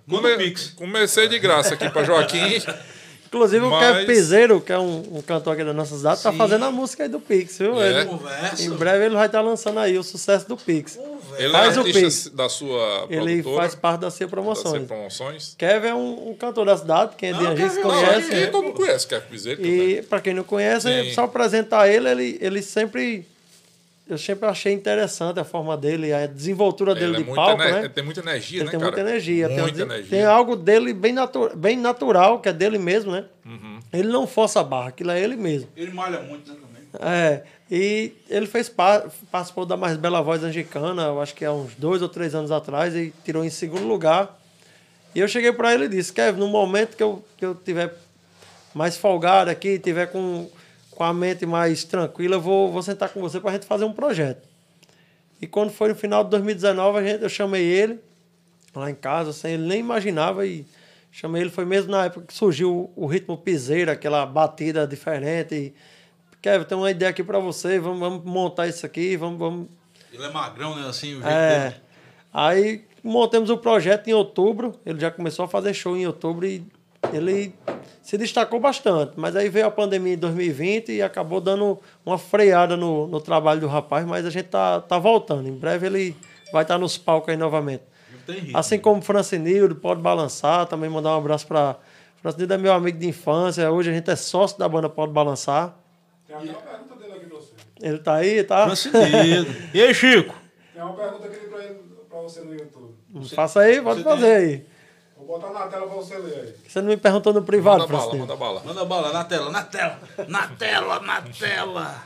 Speaker 2: Manda o Pix.
Speaker 1: Comecei de graça aqui para Joaquim.
Speaker 3: Inclusive, o
Speaker 1: Mas-
Speaker 3: Kevin Piseiro, que é um, um cantor aqui da nossa cidade, está
Speaker 2: Sim.
Speaker 3: fazendo a música aí do Pix, viu?
Speaker 1: É.
Speaker 3: Ele-
Speaker 2: Conversa.
Speaker 3: em breve ele vai estar lançando aí o sucesso do Pix.
Speaker 1: Ele
Speaker 3: Faz
Speaker 1: é
Speaker 3: o
Speaker 1: artista
Speaker 3: Pix.
Speaker 1: da sua
Speaker 3: Ele
Speaker 1: produtora.
Speaker 3: faz parte da C
Speaker 1: da
Speaker 3: Promoções.
Speaker 1: C Promoções.
Speaker 3: Kevin é um, um cantor da cidade, quem é de
Speaker 2: Não,
Speaker 3: Angicos
Speaker 2: Kevin,
Speaker 1: Não,
Speaker 3: conhece.
Speaker 1: aqui todo mundo conhece Kevin Piseiro também.
Speaker 3: E para quem não conhece, é
Speaker 1: Sim.
Speaker 3: só apresentar ele, ele, ele sempre. Eu sempre achei interessante a forma dele, a desenvoltura dele
Speaker 1: Ele é
Speaker 3: de
Speaker 1: muito
Speaker 3: palco,
Speaker 1: ener-
Speaker 3: né?
Speaker 1: Ele tem muita energia,
Speaker 3: Ele
Speaker 1: né,
Speaker 3: tem
Speaker 1: cara?
Speaker 3: muita energia. Tem,
Speaker 1: Muita
Speaker 3: um-
Speaker 1: energia.
Speaker 3: tem algo dele bem, natu bem natural, que é dele mesmo, né?
Speaker 1: Uhum.
Speaker 3: Ele não força a barra, aquilo é ele mesmo.
Speaker 2: Ele malha muito, né, também.
Speaker 3: É, e ele fez par participou da Mais Bela Voz Angicana, eu acho que há uns dois ou três anos atrás, e tirou em segundo lugar. E eu cheguei para ele e disse, Kevin, no momento que eu, que eu tiver mais folgado aqui, tiver com, com a mente mais tranquila, eu vou, vou sentar com você para a gente fazer um projeto. E quando foi no final de dois mil e dezenove, a gente, eu chamei ele lá em casa, sem ele nem imaginava, e chamei ele, foi mesmo na época que surgiu o, o ritmo piseiro, aquela batida diferente. E, Kevin, tem uma ideia aqui para você, vamos, vamos montar isso aqui, vamos... vamos...
Speaker 2: Ele é magrão, né? Assim, o jeito
Speaker 3: É,
Speaker 2: dele.
Speaker 3: aí montamos o projeto em outubro, ele já começou a fazer show em outubro e ele se destacou bastante, mas aí veio a pandemia em dois mil e vinte e acabou dando uma freada no, no trabalho do rapaz, mas a gente tá, tá voltando, em breve ele vai estar nos palcos aí novamente.
Speaker 2: Ele tem ritmo.
Speaker 3: Assim como o Francinildo, pode balançar, também mandar um abraço para Francinildo é meu amigo de infância, hoje a gente é sócio da banda Pode Balançar,
Speaker 4: Tem até uma pergunta dele aqui pra você.
Speaker 3: ele tá aí, tá?
Speaker 2: Francinildo. E aí, Chico?
Speaker 4: Tem uma pergunta aqui pra, ele, pra você no YouTube.
Speaker 3: Faça aí, pode
Speaker 2: você
Speaker 3: fazer aí.
Speaker 4: Vou botar na tela pra você ler aí.
Speaker 3: Você não me perguntou no privado,
Speaker 1: Manda bala,
Speaker 3: Francinildo.
Speaker 1: manda bala.
Speaker 2: Manda bala, na tela, na tela. Na tela, na tela.
Speaker 4: Tá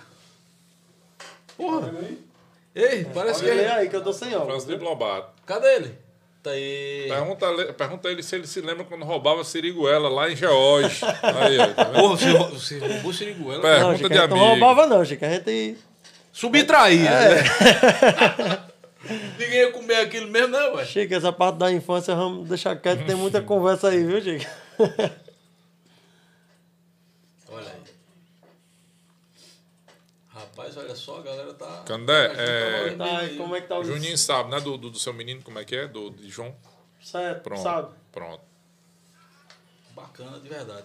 Speaker 2: Porra.
Speaker 4: vendo aí?
Speaker 2: Ei, parece que
Speaker 3: Olha
Speaker 2: ele...
Speaker 3: aí que eu tô sem óculos.
Speaker 1: Francisco Lobato.
Speaker 2: Cadê ele? Tá aí.
Speaker 1: Pergunta, ele- pergunta ele se ele se lembra quando roubava Siriguela lá em Geórgia. Aí, ó, tá vendo?
Speaker 2: Porra, você, rou- você roubou o Siriguela?
Speaker 1: Pergunta
Speaker 3: Não, Chico,
Speaker 1: de
Speaker 3: a gente não
Speaker 1: amigo.
Speaker 3: roubava não, Chico. A gente...
Speaker 2: Subtraía.
Speaker 3: É.
Speaker 2: Né? Ninguém ia comer aquilo mesmo, não, ué.
Speaker 3: Chico, essa parte da infância, vamos deixar quieto, tem muita conversa aí, viu, Chico?
Speaker 2: Olha aí. Rapaz, olha só, a galera tá...
Speaker 1: Candé,
Speaker 2: tá
Speaker 1: é,
Speaker 2: valendo
Speaker 3: Tá,
Speaker 2: aí.
Speaker 3: e como é que tá o...
Speaker 1: Juninho sabe, né? Do, do, do seu menino, como é que é? Do, de João.
Speaker 3: Certo,
Speaker 1: Pronto.
Speaker 3: sabe?
Speaker 1: Pronto.
Speaker 2: Bacana, de verdade.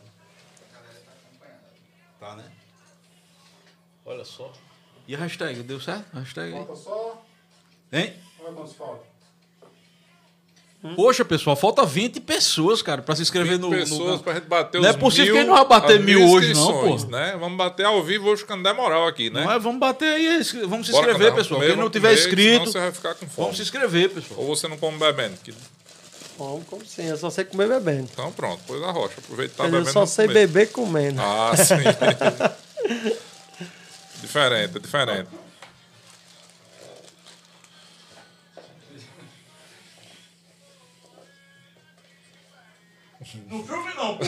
Speaker 2: Tá, né? Olha só. E a hashtag, deu certo? A hashtag aí.
Speaker 4: Falta só.
Speaker 2: Hein?
Speaker 4: Olha quantos falta.
Speaker 2: Poxa, pessoal, falta vinte pessoas, cara, pra se inscrever no...
Speaker 1: pessoas
Speaker 2: no...
Speaker 1: pra gente bater
Speaker 2: Não
Speaker 1: os
Speaker 2: é possível
Speaker 1: mil,
Speaker 2: que a gente não vai bater
Speaker 1: as
Speaker 2: mil hoje, não,
Speaker 1: inscrições,
Speaker 2: pô.
Speaker 1: né? Vamos bater ao vivo hoje, Candé Moral aqui, né?
Speaker 2: Não é, vamos bater aí, vamos se
Speaker 1: Bora,
Speaker 2: inscrever,
Speaker 1: Candé,
Speaker 2: pessoal.
Speaker 1: vamos
Speaker 2: Quem não
Speaker 1: comer,
Speaker 2: tiver
Speaker 1: vamos comer,
Speaker 2: inscrito,
Speaker 1: senão você vai ficar com fome.
Speaker 2: vamos se inscrever, pessoal.
Speaker 1: Ou você não come bebendo. que-
Speaker 3: Como, como sim, eu só sei comer bebendo.
Speaker 1: Então pronto, pois a rocha. Aproveita e tá
Speaker 3: eu
Speaker 1: bebendo.
Speaker 3: só
Speaker 1: vamos
Speaker 3: sei
Speaker 1: comer.
Speaker 3: beber comendo.
Speaker 1: Ah, sim. Diferente, é diferente.
Speaker 2: Não filme não, pô.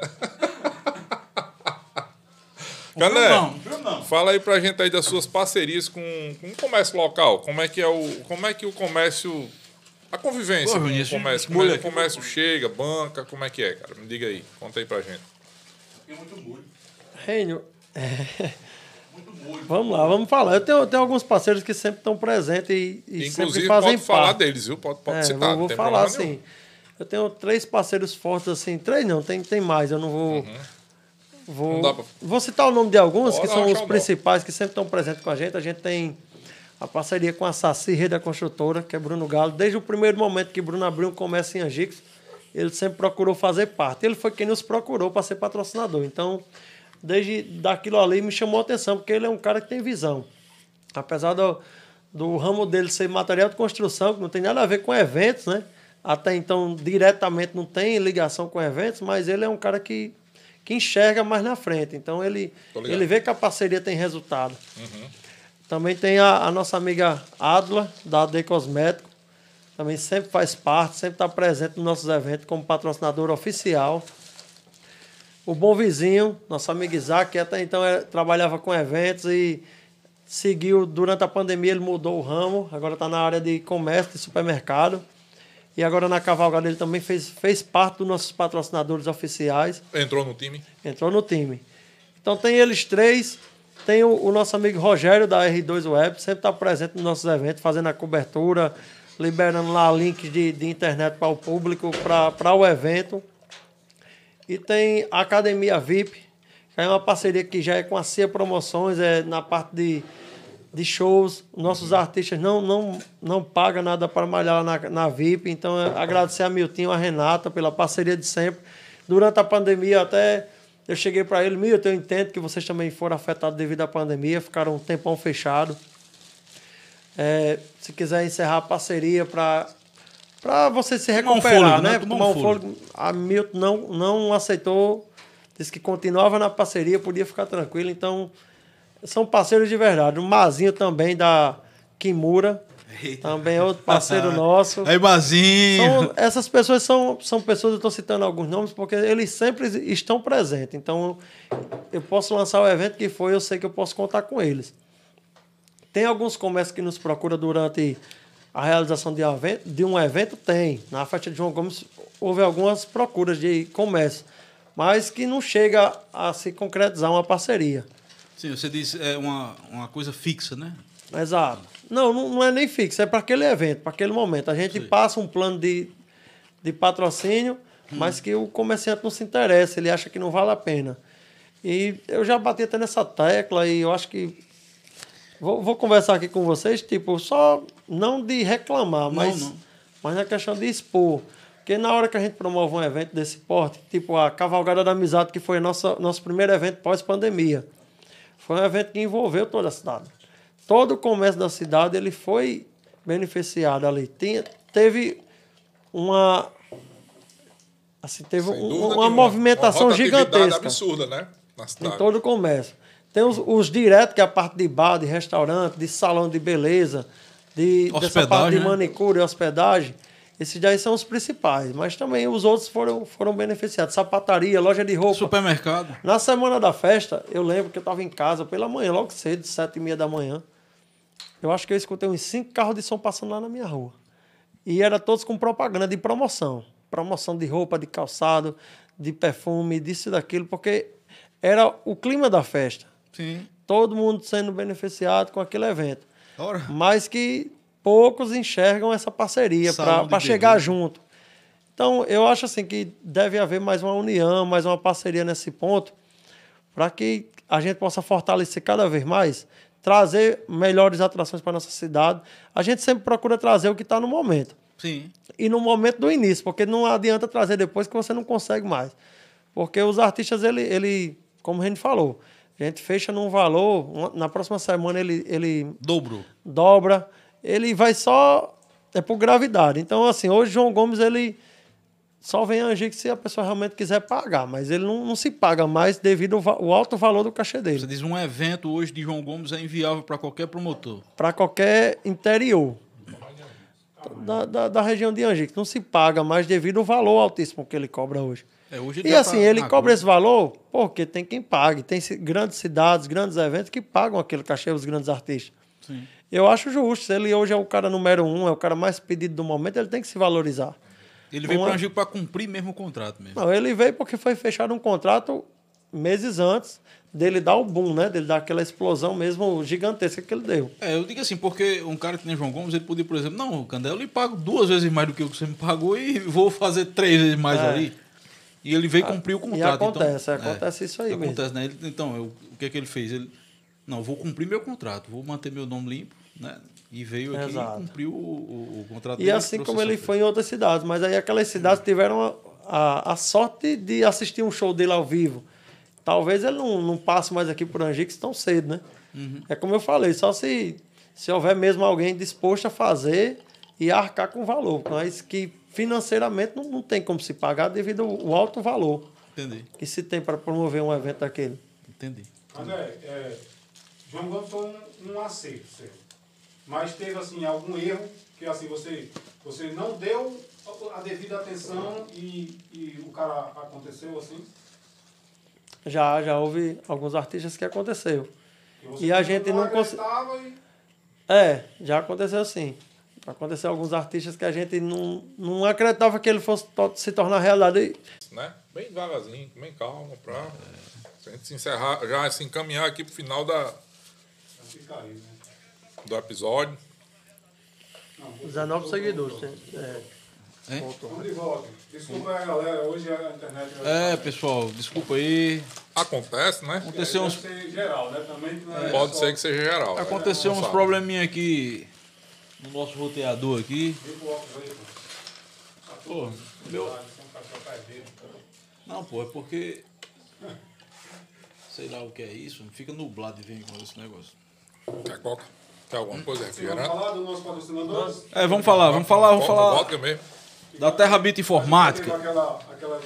Speaker 1: Candé,
Speaker 2: Não filme não.
Speaker 1: fala aí pra gente aí das suas parcerias com, com o comércio local. Como é que é o, como é que o comércio, a convivência
Speaker 2: Pô,
Speaker 1: com o
Speaker 2: Vinícius,
Speaker 1: comércio, como é
Speaker 2: molho
Speaker 1: que o
Speaker 2: aqui,
Speaker 1: comércio chega, banca, como é que é, cara? Me diga aí, conta aí pra gente.
Speaker 2: Tem muito molho.
Speaker 3: Reino,
Speaker 2: Muito molho.
Speaker 3: vamos lá, vamos falar. Eu tenho, eu tenho alguns parceiros que sempre estão presentes e, e sempre
Speaker 1: Inclusive,
Speaker 3: fazem
Speaker 1: pode falar
Speaker 3: parte.
Speaker 1: deles, viu? Pode, pode
Speaker 3: É,
Speaker 1: citar,
Speaker 3: vou,
Speaker 1: não
Speaker 3: vou
Speaker 1: tem
Speaker 3: falar
Speaker 1: problema nenhum.
Speaker 3: assim. Eu tenho três parceiros fortes assim. Três não, tem, tem mais. Eu não vou. Vou,
Speaker 1: Não dá pra-
Speaker 3: vou citar o nome de alguns,
Speaker 1: Bora
Speaker 3: que são
Speaker 1: achar
Speaker 3: os
Speaker 1: o nome.
Speaker 3: principais, que sempre estão presentes com a gente. A gente tem a parceria com a Saci Rede da Construtora, que é Bruno Galo. Desde o primeiro momento que Bruno abriu um comércio em Angicos, ele sempre procurou fazer parte. Ele foi quem nos procurou para ser patrocinador. Então, desde daquilo ali me chamou a atenção, porque ele é um cara que tem visão. Apesar do, do ramo dele ser material de construção, que não tem nada a ver com eventos, né? Até então, diretamente não tem ligação com eventos, mas ele é um cara que, que enxerga mais na frente. Então, ele,
Speaker 1: Tô ligado.
Speaker 3: ele vê que a parceria tem resultado. Também tem a, a nossa amiga Adla, da A D Cosmético. Também sempre faz parte, sempre está presente nos nossos eventos como patrocinador oficial. O Bom Vizinho, nosso amigo Isaac, que até então era- trabalhava com eventos e seguiu, durante a pandemia ele mudou o ramo, agora está na área de comércio, de supermercado. E agora na Cavalgada ele também fez, fez parte dos nossos patrocinadores oficiais,
Speaker 1: Entrou no time?
Speaker 3: entrou no time. Então tem eles três, tem o, o nosso amigo Rogério da R dois Web, sempre está presente nos nossos eventos, fazendo a cobertura, liberando lá links de, de internet para o público, para o evento. E tem a Academia V I P, que é uma parceria que já é com a C I A Promoções, é na parte de, de shows. Nossos artistas não, não, não pagam nada para malhar na, na V I P. Então, agradecer a Miltinho, a Renata, pela parceria de sempre. Durante a pandemia, até eu cheguei para ele, Milton, eu entendo que vocês também foram afetados devido à pandemia, ficaram um tempão fechado. É, se quiser encerrar a parceria para para você se recuperar, um fôlego, né? Tomar um fôlego. A Milton não, não aceitou, disse que continuava na parceria, podia ficar tranquilo. Então, são parceiros de verdade. O Mazinho também, da Kimura, Eita. Também é outro parceiro nosso.
Speaker 2: Aí, Mazinho!
Speaker 3: São, essas pessoas são, são pessoas, eu estou citando alguns nomes, porque eles sempre estão presentes. Então, eu posso lançar o evento que for, eu sei que eu posso contar com eles. Tem alguns comércios que nos procuram durante a realização de um evento? De um evento tem. Na festa de João Gomes houve algumas procuras de comércio, mas que não chega a se concretizar uma parceria.
Speaker 2: Sim, você disse é uma, uma coisa fixa, né?
Speaker 3: Exato. Não, não, não é nem fixo, é para aquele evento, para aquele momento. A gente Sim. passa um plano de, de patrocínio, hum. mas que o comerciante não se interessa, ele acha que não vale a pena. E eu já bati até nessa tecla e eu acho que... Vou, vou conversar aqui com vocês, tipo, só não de reclamar, mas, não, não. mas na questão de expor. Porque na hora que a gente promove um evento desse porte, tipo a Cavalgada da Amizade, que foi nosso, nosso primeiro evento pós-pandemia, foi um evento que envolveu toda a cidade. Todo o comércio da cidade ele foi beneficiado ali. Tinha, teve uma, assim, teve um, uma movimentação uma gigantesca.
Speaker 1: Absurda, né? Na cidade.
Speaker 3: Em todo o comércio. Tem os, os diretos, que é a parte de bar, de restaurante, de salão de beleza, de, dessa parte de manicure e hospedagem. Esses daí são os principais. Mas também os outros foram, foram beneficiados. Sapataria, loja de roupa.
Speaker 2: Supermercado.
Speaker 3: Na semana da festa, eu lembro que eu estava em casa pela manhã, logo cedo, sete e meia da manhã. Eu acho que eu escutei uns cinco carros de som passando lá na minha rua. E era todos com propaganda de promoção. Promoção de roupa, de calçado, de perfume, disso e daquilo, porque era o clima da festa.
Speaker 2: Sim.
Speaker 3: Todo mundo sendo beneficiado com aquele evento.
Speaker 2: Ora.
Speaker 3: Mas que poucos enxergam essa parceria para chegar junto. Então, eu acho assim que deve haver mais uma união, mais uma parceria nesse ponto, para que a gente possa fortalecer cada vez mais, trazer melhores atrações para a nossa cidade. A gente sempre procura trazer o que está no momento.
Speaker 2: Sim.
Speaker 3: E no momento do início, porque não adianta trazer depois que você não consegue mais. Porque os artistas, ele, ele como a gente falou, a gente fecha num valor, na próxima semana ele, ele
Speaker 2: Dobro.
Speaker 3: dobra, ele vai só, é por gravidade. Então, assim, hoje João Gomes, ele só vem agir se a pessoa realmente quiser pagar, mas ele não, não se paga mais devido ao, ao alto valor do cachê dele.
Speaker 2: Você diz, um evento hoje de João Gomes é inviável para qualquer promotor.
Speaker 3: Para qualquer interior da, da, da região de Angico. Não se paga mais devido ao valor altíssimo que ele cobra hoje.
Speaker 2: É, hoje
Speaker 3: e assim, ele cobra esse valor porque tem quem pague. Tem grandes cidades, grandes eventos que pagam aquele cachê os grandes artistas.
Speaker 2: Sim.
Speaker 3: Eu acho justo. Se ele hoje é o cara número um, é o cara mais pedido do momento, ele tem que se valorizar.
Speaker 2: Ele veio para Angico para cumprir mesmo o contrato mesmo.
Speaker 3: Não, ele veio porque foi fechado um contrato meses antes dele dar o boom, né? Dele dar aquela explosão mesmo gigantesca que ele deu.
Speaker 2: É, eu digo assim, porque um cara que nem João Gomes, ele podia, por exemplo, não, Candé, eu lhe pago duas vezes mais do que o que você me pagou e vou fazer três vezes mais é. ali. E ele veio cumprir o contrato.
Speaker 3: E acontece,
Speaker 2: então,
Speaker 3: acontece
Speaker 2: é,
Speaker 3: isso aí
Speaker 2: acontece,
Speaker 3: mesmo.
Speaker 2: Né? Ele, então, eu, o que é que ele fez? Ele, não, vou cumprir meu contrato, vou manter meu nome limpo, né? E veio aqui Exato. e cumpriu o, o, o contrato.
Speaker 3: E assim como ele foi em outras cidades. Mas aí aquelas cidades tiveram a, a, a sorte de assistir um show dele ao vivo. Talvez ele não, não passe mais aqui por Angico tão cedo, né?
Speaker 2: Uhum.
Speaker 3: É como eu falei, só se, se houver mesmo alguém disposto a fazer e arcar com valor. Mas que financeiramente não, não tem como se pagar devido ao alto valor.
Speaker 2: Entendi.
Speaker 3: Que se tem para promover um evento daquele.
Speaker 2: Entendi.
Speaker 4: André, é, João Gomes foi um, um acerto, certo? Mas teve assim, algum erro que assim, você, você não deu a devida atenção e, e o cara aconteceu assim?
Speaker 3: Já, já houve alguns artistas que aconteceu. E, e a gente não conseguiu. E... É, já aconteceu sim. Aconteceu alguns artistas que a gente não, não acreditava que ele fosse se tornar realidade.
Speaker 1: Né? Bem devagarzinho, bem calmo, para a gente se encerrar, já se encaminhar aqui para o final da, do episódio.
Speaker 3: dezenove seguidores. Tem, é,
Speaker 2: Hein?
Speaker 3: ponto.
Speaker 4: Vamos de volta. Desculpa aí, galera. Hoje a internet...
Speaker 2: É, pessoal, desculpa aí.
Speaker 1: Acontece, né?
Speaker 2: Aconteceu uns,
Speaker 4: Deve ser geral, né? Também não é
Speaker 1: Pode
Speaker 4: só-
Speaker 1: ser que seja geral.
Speaker 2: aconteceu
Speaker 1: é, não
Speaker 2: uns
Speaker 1: sabe.
Speaker 2: probleminha aqui no nosso roteador aqui.
Speaker 4: Liga o óculos aí, pô.
Speaker 2: Pô, meu...
Speaker 4: Ah, isso é um cachorro cardeiro.
Speaker 2: Não, pô, é porque... Sei lá o que é isso, fica nublado e vem com esse negócio.
Speaker 1: Quer coca? Quer alguma coisa?
Speaker 4: Vamos
Speaker 1: Refrigerante?
Speaker 4: falar do nosso patrocinador?
Speaker 2: É, vamos falar, vamos falar, vamos falar
Speaker 1: Vodka mesmo.
Speaker 2: da Terrabit
Speaker 4: Teve
Speaker 2: Informática.
Speaker 4: aquela... aquela...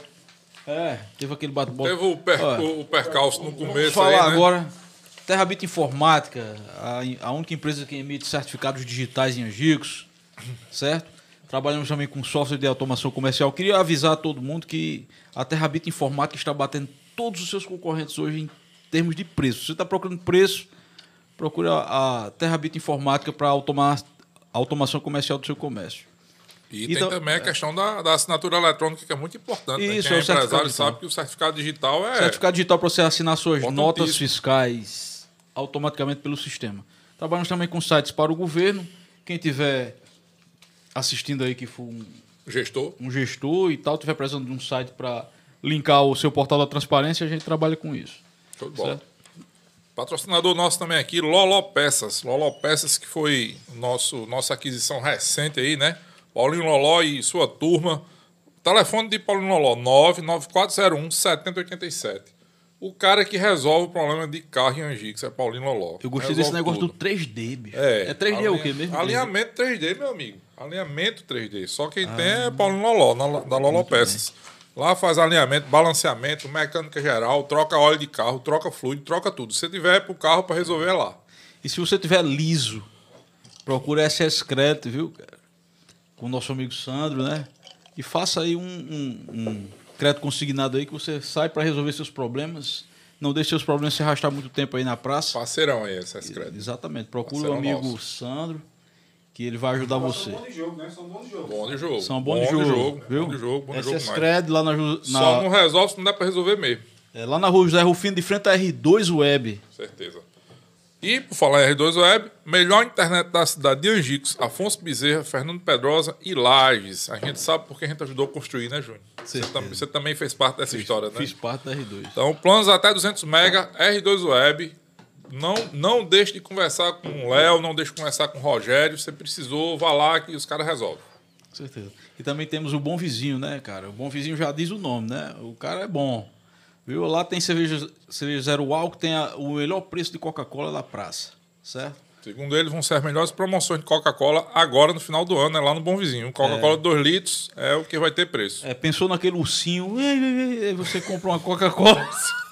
Speaker 2: É, teve aquele bate-bola.
Speaker 1: Teve o, per,
Speaker 2: Olha,
Speaker 1: o, o percalço no
Speaker 2: Vamos
Speaker 1: começo
Speaker 2: falar
Speaker 1: aí, né?
Speaker 2: agora. Terrabit Informática, a, a única empresa que emite certificados digitais em Angicos, certo? Trabalhamos também com software de automação comercial. Queria avisar a todo mundo que a Terrabit Informática está batendo todos os seus concorrentes hoje em termos de preço. Se você está procurando preço, procura a Terrabit Informática para automar a automação comercial do seu comércio.
Speaker 1: E
Speaker 2: Então-
Speaker 1: tem também a questão da, da assinatura eletrônica, que é muito importante. né?
Speaker 2: Isso,
Speaker 1: Quem
Speaker 2: é
Speaker 1: é
Speaker 2: o certificado
Speaker 1: empresário
Speaker 2: digital.
Speaker 1: sabe que o certificado digital é...
Speaker 2: Certificado digital para você assinar suas
Speaker 1: Importantíssimo.
Speaker 2: notas fiscais automaticamente pelo sistema. Trabalhamos também com sites para o governo. Quem tiver assistindo aí que for um,
Speaker 1: gestor.
Speaker 2: um gestor e tal, tiver precisando de um site para linkar o seu portal da transparência, a gente trabalha com isso.
Speaker 1: Show de bola.
Speaker 2: Certo?
Speaker 1: Patrocinador nosso também aqui, Loló Peças. Loló Peças, que foi nosso, nossa aquisição recente aí, né? Paulinho Loló e sua turma. Telefone de Paulinho Loló, nove nove quatro zero um sete zero oito sete. O cara que resolve o problema de carro em Angicos é Paulinho Loló.
Speaker 2: Eu gostei
Speaker 1: Resolve
Speaker 2: desse negócio
Speaker 1: tudo.
Speaker 2: do três D, bicho.
Speaker 1: É,
Speaker 2: É três D é o
Speaker 1: alinha-
Speaker 2: quê mesmo?
Speaker 1: Alinhamento três D, meu amigo. Alinhamento três D. Só quem tem é Paulinho Loló, na- da Loló Peças. Lá faz alinhamento, balanceamento, mecânica geral, troca óleo de carro, troca fluido, troca tudo. Se tiver pro carro para resolver é lá.
Speaker 2: E se você tiver liso, procura S S Crédito, viu, cara? Com o nosso amigo Sandro, né? E faça aí um, um, um crédito consignado aí que você sai para resolver seus problemas. Não deixe seus problemas se arrastar muito tempo aí na praça.
Speaker 1: Parceirão aí, esse crédito.
Speaker 2: Exatamente. Procura
Speaker 1: Parceirão
Speaker 2: o amigo
Speaker 1: nosso.
Speaker 2: Sandro, que ele vai ajudar você.
Speaker 4: São bons de jogo, né? São bons de jogo.
Speaker 1: Bom de jogo.
Speaker 2: São bons de jogo, viu?
Speaker 1: Bom de jogo, bom de jogo
Speaker 2: S S
Speaker 1: mais.
Speaker 2: Crédito lá na, Ju- na-
Speaker 1: Só não resolve se não der para resolver mesmo.
Speaker 2: é, lá na rua José Rufino, de frente à R dois Web.
Speaker 1: Certeza. E, por falar em R dois Web, melhor internet da cidade de Angicos, Afonso Bezerra, Fernando Pedrosa e Lages. A gente sabe porque a gente ajudou a construir, né, Júnior? Você,
Speaker 2: Certeza.
Speaker 1: tam- você também fez parte dessa história, né?
Speaker 2: Fiz parte da R dois.
Speaker 1: Então, planos até duzentos mega, R dois Web. Não, não deixe de conversar com o Léo, não deixe de conversar com o Rogério. Você precisou, vá lá que os caras resolvem.
Speaker 2: Com certeza. E também temos o Bom Vizinho, né, cara? O Bom Vizinho já diz o nome, né? O cara é bom. Viu? Lá tem cerveja, cerveja zero álcool, tem a- o melhor preço de Coca-Cola da praça, certo?
Speaker 1: Segundo eles, vão ser as melhores promoções de Coca-Cola agora no final do ano, é lá no Bom Vizinho. Coca-Cola de dois litros é o que vai ter preço.
Speaker 2: É, pensou naquele ursinho, ei, ei, ei, aí você compra uma Coca-Cola.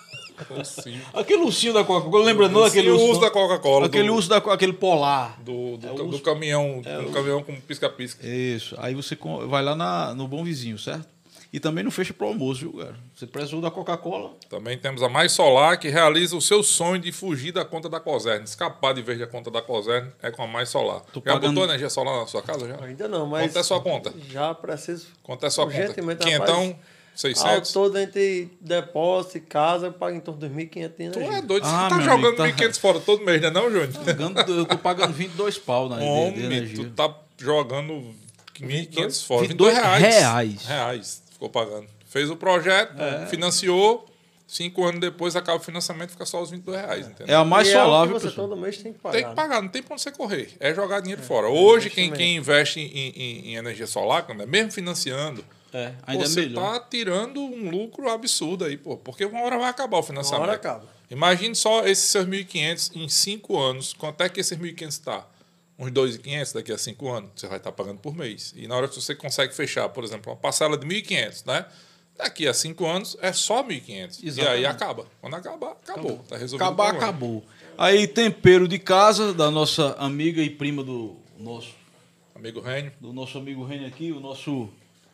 Speaker 1: Sim.
Speaker 2: Aquele ursinho da Coca-Cola, lembra não daquele
Speaker 1: o
Speaker 2: urso?
Speaker 1: uso da Coca-Cola.
Speaker 2: Aquele
Speaker 1: do,
Speaker 2: urso da aquele polar.
Speaker 1: do, do,
Speaker 2: É o
Speaker 1: do
Speaker 2: urso-
Speaker 1: caminhão, do caminhão com pisca-pisca.
Speaker 2: Isso. Aí você com- vai lá na- no Bom Vizinho, certo? E também não fecha pro almoço, viu, cara? Você precisou da Coca-Cola.
Speaker 1: Também temos a Mais Solar, que realiza o seu sonho de fugir da conta da Cosern. Escapar de vez da conta da Cosern é com a Mais Solar.
Speaker 2: Tô
Speaker 1: Já
Speaker 2: pagando-
Speaker 1: botou energia solar na sua casa? Já?
Speaker 3: Ainda não, mas
Speaker 1: Quanto é a sua conta?
Speaker 3: já preciso.
Speaker 1: Quanto é a sua conta?
Speaker 3: Urgentemente,
Speaker 1: Quinhentão?
Speaker 3: rapaz. Ao
Speaker 1: seiscentos?
Speaker 3: todo, entre depósito e casa, eu pago em torno de dois mil e quinhentos.
Speaker 1: Tu é doido,
Speaker 2: Ah,
Speaker 1: você tá
Speaker 2: meu
Speaker 1: jogando
Speaker 2: amigo, tá-
Speaker 1: mil e quinhentos fora todo mês, né não, Júnior?
Speaker 2: Pagando- Eu tô pagando vinte e dois pau na de, de
Speaker 1: Homem,
Speaker 2: energia.
Speaker 1: tu tá jogando mil e quinhentos fora.
Speaker 2: vinte e dois
Speaker 1: vinte e dois reais.
Speaker 2: reais.
Speaker 1: Reais, ficou pagando. Fez o projeto,
Speaker 2: É.
Speaker 1: financiou, cinco anos depois acaba o financiamento, fica só os vinte e dois reais, entendeu?
Speaker 2: É a mais
Speaker 3: E é algo
Speaker 2: solar,
Speaker 3: que
Speaker 2: viu,
Speaker 3: você
Speaker 2: pessoal?
Speaker 3: todo mês tem que pagar.
Speaker 1: Tem que pagar, não tem pra onde você correr. É jogar dinheiro fora.
Speaker 2: É
Speaker 1: Hoje, quem,
Speaker 3: investimento.
Speaker 1: quem investe em, em- em energia solar, quando é mesmo financiando,
Speaker 2: É, ainda
Speaker 1: você
Speaker 2: é melhor.
Speaker 1: tá tirando um lucro absurdo aí, pô. Porque uma hora vai acabar o
Speaker 3: Uma
Speaker 1: financiamento.
Speaker 3: hora acaba.
Speaker 1: Imagine só esses seus mil e quinhentos em cinco anos. Quanto é que esses mil e quinhentos está? Uns dois mil e quinhentos daqui a cinco anos. Você vai estar pagando por mês. E na hora que você consegue fechar, por exemplo, uma parcela de mil e quinhentos, né? Daqui a cinco anos é só mil e quinhentos. E aí
Speaker 2: Exatamente.
Speaker 1: acaba. Quando acabar, acabou. Tá resolvido
Speaker 2: Acabar,
Speaker 1: o problema.
Speaker 2: acabou. Aí, tempero de casa, da nossa amiga e prima do nosso,
Speaker 1: Amigo Rênio.
Speaker 2: do nosso amigo Reni aqui, o nosso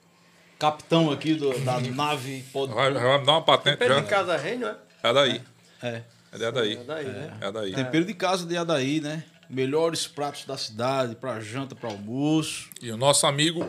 Speaker 2: capitão aqui do- da nave. Pod...
Speaker 1: Vai, vai me dar uma patente
Speaker 3: Pedro
Speaker 1: já.
Speaker 3: em casa Reino, é?
Speaker 1: É daí.
Speaker 2: É.
Speaker 1: É daí.
Speaker 3: É daí, né?
Speaker 1: É daí.
Speaker 2: Tempero de casa de Adaí, né? Melhores pratos da cidade, para janta, para almoço.
Speaker 1: E o nosso amigo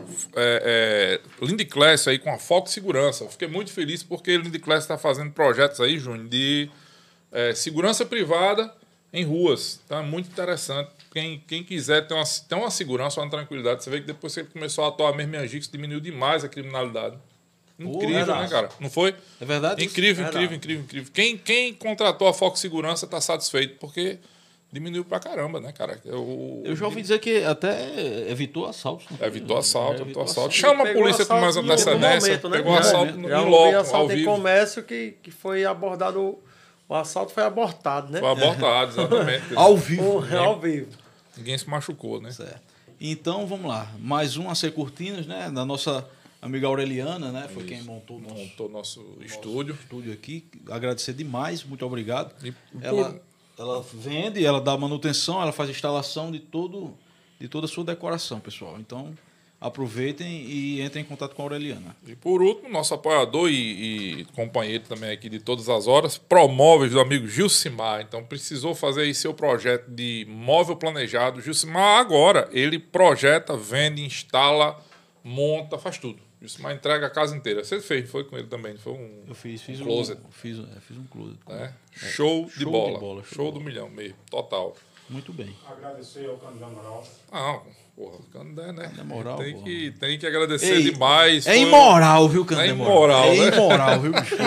Speaker 1: é, é, Lindclass aí com a Foco Segurança. Eu fiquei muito feliz porque o Lindclass está fazendo projetos aí, Júnior, de é, segurança privada em ruas. Então é muito interessante. quem, quem quiser ter uma, ter uma segurança, uma tranquilidade, você vê que depois que ele começou a atuar mesmo em Angicos, diminuiu demais a criminalidade. Incrível,
Speaker 2: verdade.
Speaker 1: né, cara? Não foi?
Speaker 2: É verdade?
Speaker 1: Incrível,
Speaker 3: Verdade.
Speaker 1: incrível, incrível, incrível. Quem, quem contratou a Foco Segurança está satisfeito, porque diminuiu pra caramba, né, cara? Eu,
Speaker 2: Eu já ouvi dizer que até evitou assaltos. não foi?
Speaker 1: Evitou assalto,
Speaker 2: É,
Speaker 1: evitou assalto. Chama a
Speaker 3: Pegou
Speaker 1: polícia com mais
Speaker 3: assalto no- no
Speaker 1: antecedência.
Speaker 3: momento, né?
Speaker 1: Pegou
Speaker 3: Já-
Speaker 1: assalto no,
Speaker 3: Já
Speaker 1: em
Speaker 3: houve
Speaker 1: loco, ao
Speaker 3: assalto em
Speaker 1: vivo.
Speaker 3: comércio que, que foi abordado, o assalto foi abortado, né?
Speaker 1: Foi abortado, exatamente.
Speaker 2: Ao vivo.
Speaker 3: Por- ao vivo.
Speaker 1: Ninguém se machucou, né?
Speaker 2: Certo. Então, vamos lá. Mais um a ser Cortinas, né? Da nossa amiga Aureliana, né? Foi quem montou o nosso
Speaker 1: Montou nosso estúdio.
Speaker 2: estúdio aqui. Agradecer demais, muito obrigado.
Speaker 1: E
Speaker 2: Ela,
Speaker 1: por-
Speaker 2: ela vende, ela dá manutenção, ela faz instalação de, todo, de toda a sua decoração, pessoal. Então, aproveitem e entrem em contato com a Aureliana.
Speaker 1: E por último, nosso apoiador e, e companheiro também aqui de todas as horas, Promóveis do amigo Gilcimar. Então, precisou fazer aí seu projeto de móvel planejado. Gilcimar agora, ele projeta, vende, instala, monta, faz tudo. Gilcimar entrega a casa inteira. Você fez, foi com ele também, foi um,
Speaker 2: Eu fiz, fiz
Speaker 1: um
Speaker 2: um
Speaker 1: closet.
Speaker 2: Fiz, é, fiz um closet.
Speaker 1: né?
Speaker 2: É,
Speaker 1: Show, de,
Speaker 2: show de
Speaker 1: bola.
Speaker 2: bola, show
Speaker 1: Show,
Speaker 2: de
Speaker 1: do
Speaker 2: bola.
Speaker 1: milhão mesmo, total.
Speaker 2: Muito bem.
Speaker 4: Agradecer ao Cândido Amaral.
Speaker 1: Não, porra, Candé, né?
Speaker 2: É moral,
Speaker 1: tem,
Speaker 2: porra.
Speaker 1: que, tem que agradecer
Speaker 2: Ei,
Speaker 1: demais.
Speaker 2: É
Speaker 1: Foi-
Speaker 2: imoral, viu, Candé?
Speaker 1: É imoral,
Speaker 2: É
Speaker 1: né?
Speaker 2: imoral, viu, bicho?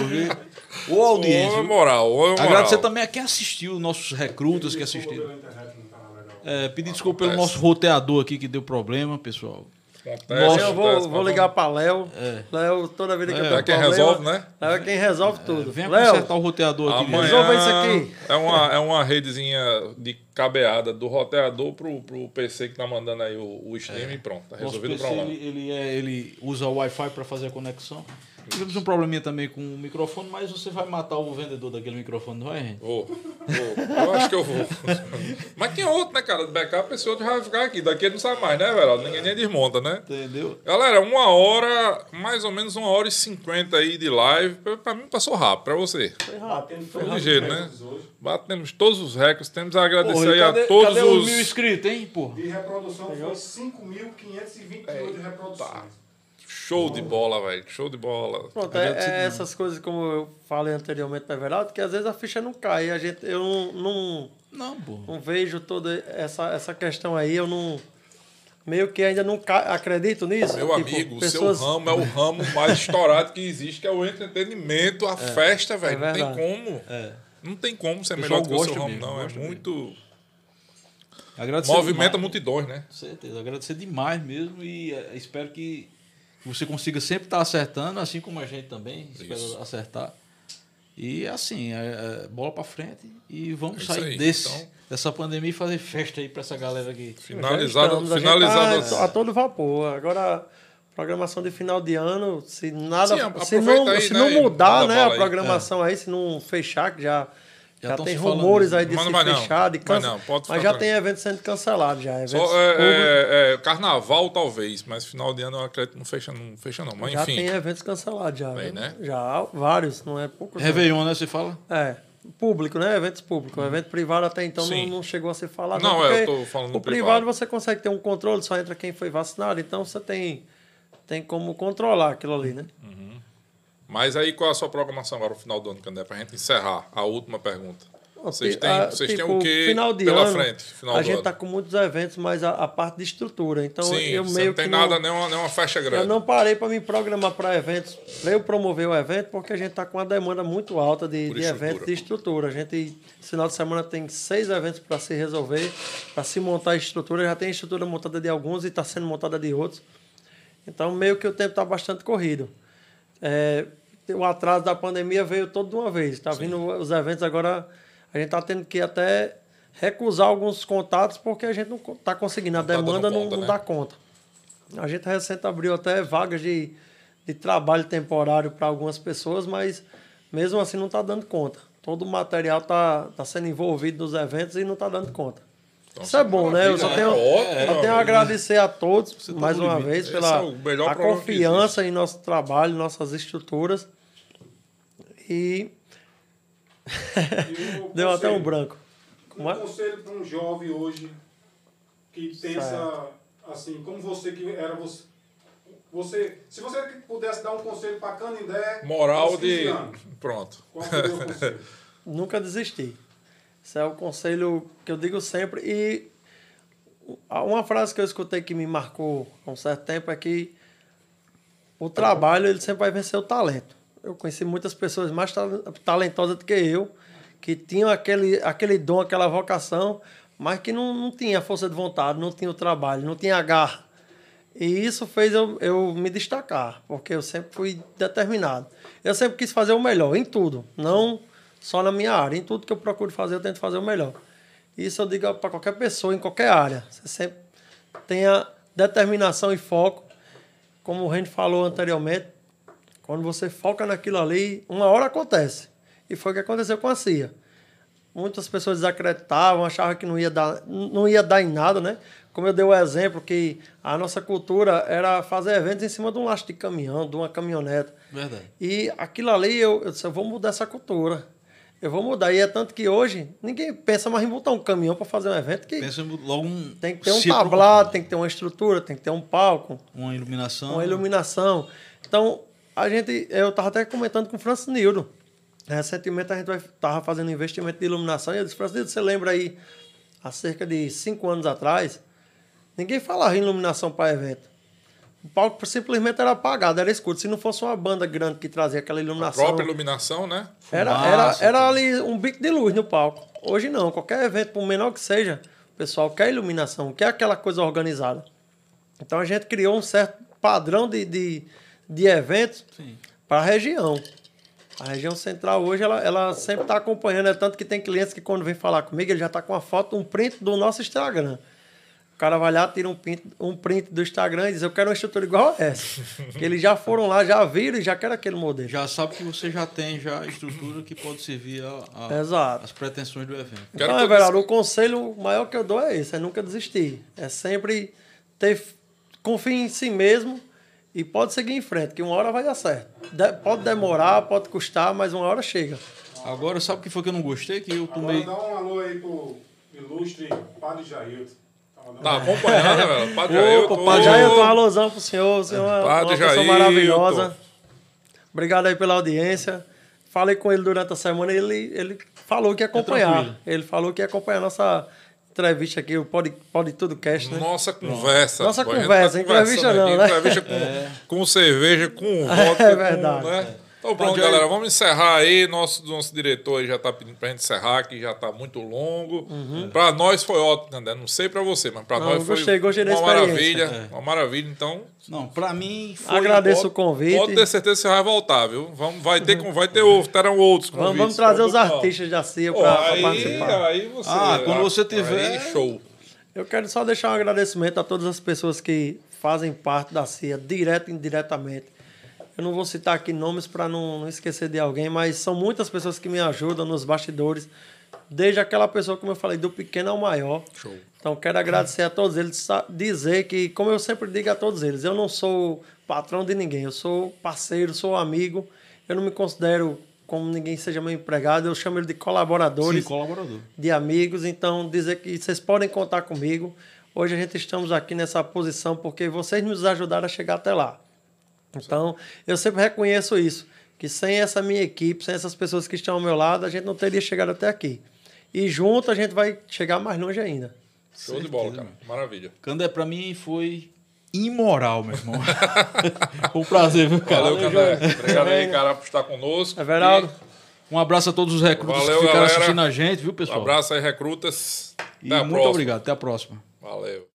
Speaker 2: Ô,
Speaker 1: Ô,
Speaker 2: audiência.
Speaker 1: é
Speaker 2: viu?
Speaker 1: moral, ô, é moral.
Speaker 2: Agradecer também a quem assistiu, nossos recrutas que assistiram.
Speaker 4: Pela internet não tá legal.
Speaker 2: É, pedir desculpa pelo
Speaker 1: Acontece.
Speaker 2: nosso roteador aqui que deu problema, pessoal.
Speaker 1: Acontece,
Speaker 3: Eu
Speaker 1: acontece,
Speaker 3: vou,
Speaker 1: mas
Speaker 3: vou ligar para Léo.
Speaker 2: É.
Speaker 3: Léo, toda vida que eu
Speaker 1: É
Speaker 3: tenho
Speaker 1: quem
Speaker 3: problema,
Speaker 1: resolve, né?
Speaker 3: Léo é quem resolve tudo.
Speaker 2: Venha
Speaker 3: Léo,
Speaker 2: consertar o roteador aqui.
Speaker 1: Amanhã
Speaker 3: Resolva isso aqui.
Speaker 1: É uma, é uma redezinha de cabeada do roteador pro, pro P C que tá mandando aí o, o stream e pronto. Tá
Speaker 2: Nosso
Speaker 1: resolvido o
Speaker 2: P C,
Speaker 1: problema.
Speaker 2: ele, ele, é, ele usa o Wi-Fi para fazer a conexão. Tivemos um probleminha também com o microfone, mas você vai matar o vendedor daquele microfone, não vai, gente?
Speaker 1: Vou, vou. Eu acho que eu vou. Mas tem outro, né, cara? Do backup, esse outro já vai ficar aqui. Daqui ele não sai mais, né, velho? Ninguém nem desmonta, né?
Speaker 2: Entendeu?
Speaker 1: Galera, uma hora, mais ou menos uma hora e cinquenta aí de live. Pra, pra mim passou rápido, pra você.
Speaker 4: Batendo
Speaker 1: Foi
Speaker 4: todos os
Speaker 1: ligeiro, né?
Speaker 4: recordes hoje.
Speaker 1: Batemos todos os recordes. Temos a agradecer
Speaker 2: Porra,
Speaker 1: aí
Speaker 2: cadê,
Speaker 1: a todos
Speaker 2: cadê
Speaker 1: os.
Speaker 2: os mil inscritos, hein, porra?
Speaker 4: De reprodução foi cinco mil quinhentos e vinte e oito reproduções.
Speaker 1: Show de bola, velho. Show de bola.
Speaker 3: Pronto, é, é essas coisas, como eu falei anteriormente para Everaldo, que às vezes a ficha não cai. A gente, eu não, não,
Speaker 2: Não, porra.
Speaker 3: não vejo toda essa, essa questão aí, eu não. Meio que ainda não ca- acredito nisso.
Speaker 1: Meu
Speaker 3: Tipo,
Speaker 1: amigo,
Speaker 3: pessoas-
Speaker 1: o seu ramo é o ramo mais estourado que existe, que é o entretenimento, a festa, velho. não tem
Speaker 3: verdade.
Speaker 1: como.
Speaker 2: É.
Speaker 1: Não tem como ser
Speaker 2: O pessoal
Speaker 1: melhor do que o seu
Speaker 2: gosta
Speaker 1: ramo,
Speaker 2: mesmo,
Speaker 1: não. É
Speaker 2: gosta
Speaker 1: muito.
Speaker 2: Agradecer
Speaker 1: Movimenta
Speaker 2: demais.
Speaker 1: multidões, né?
Speaker 2: Com certeza, agradecer demais mesmo e é, espero que você consiga sempre estar acertando, assim como a gente também, espero
Speaker 1: Isso.
Speaker 2: acertar. E assim, é, é, bola pra frente e vamos
Speaker 1: É isso
Speaker 2: sair
Speaker 1: aí,
Speaker 2: desse,
Speaker 1: então.
Speaker 2: dessa pandemia e fazer festa aí pra essa galera aqui.
Speaker 3: Já
Speaker 1: Finalizado,
Speaker 3: estamos, a gente
Speaker 1: finalizado.
Speaker 3: tá a todo vapor. Agora, programação de final de ano, se nada,
Speaker 1: Sim,
Speaker 3: se
Speaker 1: aproveita
Speaker 3: não,
Speaker 1: aí,
Speaker 3: se
Speaker 1: né,
Speaker 3: não
Speaker 1: e
Speaker 3: mudar,
Speaker 1: manda
Speaker 3: né,
Speaker 1: bala
Speaker 3: a
Speaker 1: aí.
Speaker 3: programação aí, se não fechar, que já,
Speaker 2: Já
Speaker 3: já
Speaker 2: tão
Speaker 3: tem
Speaker 2: se falando
Speaker 3: rumores
Speaker 2: isso.
Speaker 3: aí de
Speaker 1: Mas
Speaker 3: se
Speaker 1: não vai não,
Speaker 3: fechar, de
Speaker 1: vai
Speaker 3: cansa-
Speaker 1: não, pode ficar
Speaker 3: mas já
Speaker 1: tranquilo.
Speaker 3: tem eventos sendo cancelados já. Eventos
Speaker 1: Só,
Speaker 3: públicos,
Speaker 1: é, é, é, carnaval, talvez, mas final de ano eu acredito que não fecha, não fecha, não. Mas
Speaker 3: já
Speaker 1: enfim.
Speaker 3: tem eventos cancelados já.
Speaker 1: Bem,
Speaker 3: viu?
Speaker 1: né?
Speaker 3: Já, vários, não é poucos. não.
Speaker 2: Réveillon, né? Você fala?
Speaker 3: É, público, né? Eventos públicos. O evento privado até então não,
Speaker 1: Sim.
Speaker 3: não chegou a ser falado.
Speaker 1: Não,
Speaker 3: porque
Speaker 1: é, eu tô falando
Speaker 3: o
Speaker 1: no
Speaker 3: privado,
Speaker 1: privado.
Speaker 3: você consegue ter um controle, só entra quem foi vacinado, então você tem, tem como controlar aquilo ali, né?
Speaker 1: Mas aí qual é a sua programação agora no final do ano, Candé? Pra gente encerrar a última pergunta. Vocês têm,
Speaker 3: Ah,
Speaker 1: vocês têm
Speaker 3: tipo,
Speaker 1: o quê
Speaker 3: final de
Speaker 1: pela
Speaker 3: ano,
Speaker 1: frente? Final
Speaker 3: a
Speaker 1: do
Speaker 3: gente
Speaker 1: ano?
Speaker 3: tá com muitos eventos, mas a, a parte de estrutura. Então
Speaker 1: Sim,
Speaker 3: eu
Speaker 1: você
Speaker 3: meio
Speaker 1: não tem
Speaker 3: que
Speaker 1: nada,
Speaker 3: não,
Speaker 1: nenhuma, nenhuma festa
Speaker 3: eu
Speaker 1: grande.
Speaker 3: não parei para me programar para eventos, para eu promover o evento, porque a gente está com uma demanda muito alta de,
Speaker 1: Por
Speaker 3: de
Speaker 1: estrutura.
Speaker 3: eventos de estrutura. A gente, esse final de semana, tem seis eventos para se resolver, para se montar a estrutura. Já tem estrutura montada de alguns e está sendo montada de outros. Então, meio que o tempo está bastante corrido. É, o atraso da pandemia veio todo de uma vez. Está vindo os eventos agora, a gente está tendo que até recusar alguns contatos porque a gente não está conseguindo. A
Speaker 1: Não tá dando
Speaker 3: demanda não,
Speaker 1: conta,
Speaker 3: não
Speaker 1: né?
Speaker 3: dá conta. A gente recente abriu até vagas de, de trabalho temporário para algumas pessoas, mas mesmo assim não está dando conta. Todo o material está tá sendo envolvido nos eventos e não está dando conta.
Speaker 1: Então,
Speaker 3: Isso é bom, né? Eu só
Speaker 1: maravilha,
Speaker 3: tenho,
Speaker 1: é ótimo,
Speaker 3: só
Speaker 1: meu
Speaker 3: tenho a
Speaker 1: amigo.
Speaker 3: agradecer a todos,
Speaker 2: tá
Speaker 3: mais
Speaker 2: no
Speaker 3: uma
Speaker 2: limite.
Speaker 3: vez,
Speaker 1: Esse
Speaker 3: pela
Speaker 1: é o melhor
Speaker 3: a
Speaker 1: programa que
Speaker 3: confiança em nosso trabalho, nossas estruturas. E
Speaker 4: E o
Speaker 3: deu até um
Speaker 4: conselho-
Speaker 3: branco. Como é?
Speaker 4: Um conselho para um jovem hoje que pensa assim, como você que era você. Você, se você pudesse dar um conselho para Canindé
Speaker 1: Moral
Speaker 4: aos quinze
Speaker 1: de.
Speaker 4: anos,
Speaker 1: Pronto.
Speaker 4: qual seria o conselho?
Speaker 3: Nunca desistir. Esse é o conselho que eu digo sempre. E Uma frase que eu escutei que me marcou há um certo tempo é que o trabalho ele sempre vai vencer o talento. Eu conheci muitas pessoas mais talentosas do que eu, que tinham aquele, aquele dom, aquela vocação, mas que não, não tinha força de vontade, não tinha o trabalho, não tinha garra. E isso fez eu, eu me destacar, porque eu sempre fui determinado. Eu sempre quis fazer o melhor, em tudo, não só na minha área. Em tudo que eu procuro fazer, eu tento fazer o melhor. Isso eu digo para qualquer pessoa, em qualquer área. Você sempre tenha determinação e foco. Como o Reni falou anteriormente, quando você foca naquilo ali, uma hora acontece. E foi o que aconteceu com a C I A. Muitas pessoas desacreditavam, achavam que não ia dar, não ia dar em nada, né? Como eu dei o exemplo que a nossa cultura era fazer eventos em cima de um lastro de caminhão, de uma caminhoneta.
Speaker 2: Verdade.
Speaker 3: E aquilo ali, eu, eu disse, eu vou mudar essa cultura. Eu vou mudar. E é tanto que hoje, ninguém pensa mais em botar um caminhão para fazer um evento. Que
Speaker 2: Pensa logo um...
Speaker 3: tem que ter um tablado, tem que ter uma estrutura, tem que ter um palco.
Speaker 2: Uma iluminação.
Speaker 3: Uma iluminação. Então, a gente... Eu estava até comentando com o Francis Nildo. Recentemente, a gente estava fazendo investimento de iluminação. E eu disse, Francis Nildo, você lembra aí, há cerca de cinco anos atrás, ninguém falava em iluminação para evento. O palco simplesmente era apagado, era escuro. Se não fosse uma banda grande que trazia aquela iluminação...
Speaker 1: A própria iluminação, né?
Speaker 3: Era, era, era ali um bico de luz no palco. Hoje não. Qualquer evento, por menor que seja, o pessoal quer iluminação, quer aquela coisa organizada. Então a gente criou um certo padrão de, de, de eventos para a região. A região central hoje, ela, ela sempre está acompanhando. É tanto que tem clientes que quando vem falar comigo, ele já está com uma foto, um print do nosso Instagram. O cara vai lá, tira um print, um print do Instagram e diz, eu quero uma estrutura igual a essa. Que eles já foram lá, já viram e já querem aquele modelo.
Speaker 2: Já sabe que você já tem já a estrutura que pode servir a, a,
Speaker 3: Exato.
Speaker 2: as pretensões do evento.
Speaker 3: Então, Everaldo, o conselho maior que eu dou é esse, é nunca desistir. É sempre ter, confiar em si mesmo e pode seguir em frente, que uma hora vai dar certo. De, pode demorar, pode custar, mas uma hora chega.
Speaker 2: Agora, sabe o que foi que eu não gostei? Que eu tomei...
Speaker 4: Agora dá um alô aí pro ilustre Padre Jailton.
Speaker 1: Tá acompanhando, né, velho? Padre
Speaker 3: Opa,
Speaker 1: Jailton.
Speaker 3: Padre Jailton, um alôzão pro senhor. O senhor é uma
Speaker 1: Padre
Speaker 3: pessoa
Speaker 1: Jailton.
Speaker 3: maravilhosa. Obrigado aí pela audiência. Falei com ele durante a semana e ele, ele falou que ia acompanhar. Ele falou que ia acompanhar a nossa entrevista aqui, o Pode, Pode Tudo Cast, né?
Speaker 1: Nossa conversa.
Speaker 3: Nossa
Speaker 1: pô, a gente
Speaker 3: conversa,
Speaker 1: tá
Speaker 3: entrevista
Speaker 1: conversando
Speaker 3: não,
Speaker 1: aqui,
Speaker 3: né?
Speaker 1: Entrevista com,
Speaker 2: É.
Speaker 1: com cerveja, com vodka,
Speaker 3: É verdade.
Speaker 1: com, né? Então pronto,
Speaker 2: Padre
Speaker 1: galera,
Speaker 2: Jailton.
Speaker 1: vamos encerrar aí. Nosso, nosso diretor aí já tá pedindo pra gente encerrar, que já tá muito longo.
Speaker 3: Uhum.
Speaker 1: Pra nós foi ótimo, né? Não sei pra você, mas pra
Speaker 3: Não,
Speaker 1: nós foi
Speaker 3: gostei, gostei da
Speaker 1: uma
Speaker 3: experiência.
Speaker 1: maravilha. Uma maravilha, então...
Speaker 2: Não, pra mim foi...
Speaker 3: Agradeço
Speaker 1: pode,
Speaker 3: o convite.
Speaker 1: Pode ter certeza que você vai voltar, viu? Vamos, vai ter, vai ter outro, terão outros convites.
Speaker 3: Vamos, vamos trazer os
Speaker 1: Preocupa não.
Speaker 3: artistas da C I A
Speaker 1: Pô,
Speaker 3: para
Speaker 1: aí,
Speaker 3: participar.
Speaker 1: aí você...
Speaker 2: Ah, quando
Speaker 1: aí
Speaker 2: você tiver-
Speaker 1: show.
Speaker 3: Eu quero só deixar um agradecimento a todas as pessoas que fazem parte da C I A, direto e indiretamente. Eu não vou citar aqui nomes para não, não esquecer de alguém, mas são muitas pessoas que me ajudam nos bastidores, desde aquela pessoa, como eu falei, do pequeno ao maior.
Speaker 1: Show.
Speaker 3: Então, quero agradecer a todos eles, sa- dizer que, como eu sempre digo a todos eles, eu não sou patrão de ninguém, eu sou parceiro, sou amigo, eu não me considero como ninguém seja meu empregado, eu chamo ele de colaboradores,
Speaker 2: Sim, colaborador.
Speaker 3: de amigos, então dizer que vocês podem contar comigo. Hoje a gente estamos aqui nessa posição porque vocês nos ajudaram a chegar até lá. Então, eu sempre reconheço isso, que sem essa minha equipe, sem essas pessoas que estão ao meu lado, a gente não teria chegado até aqui. E junto a gente vai chegar mais longe ainda.
Speaker 1: Show de bola, cara. Maravilha.
Speaker 2: Candé, pra mim foi imoral, meu irmão. Foi um prazer, viu, cara?
Speaker 1: Valeu, Candé. Obrigado aí, cara, por estar conosco.
Speaker 3: Everaldo,
Speaker 2: Um abraço a todos os recrutas
Speaker 1: Valeu,
Speaker 2: que ficaram
Speaker 1: galera.
Speaker 2: assistindo a gente, viu,
Speaker 1: Um
Speaker 2: pessoal?
Speaker 1: abraço aí, recrutas.
Speaker 2: E
Speaker 1: Até a
Speaker 2: muito
Speaker 1: próxima.
Speaker 2: obrigado. Até a próxima.
Speaker 1: Valeu.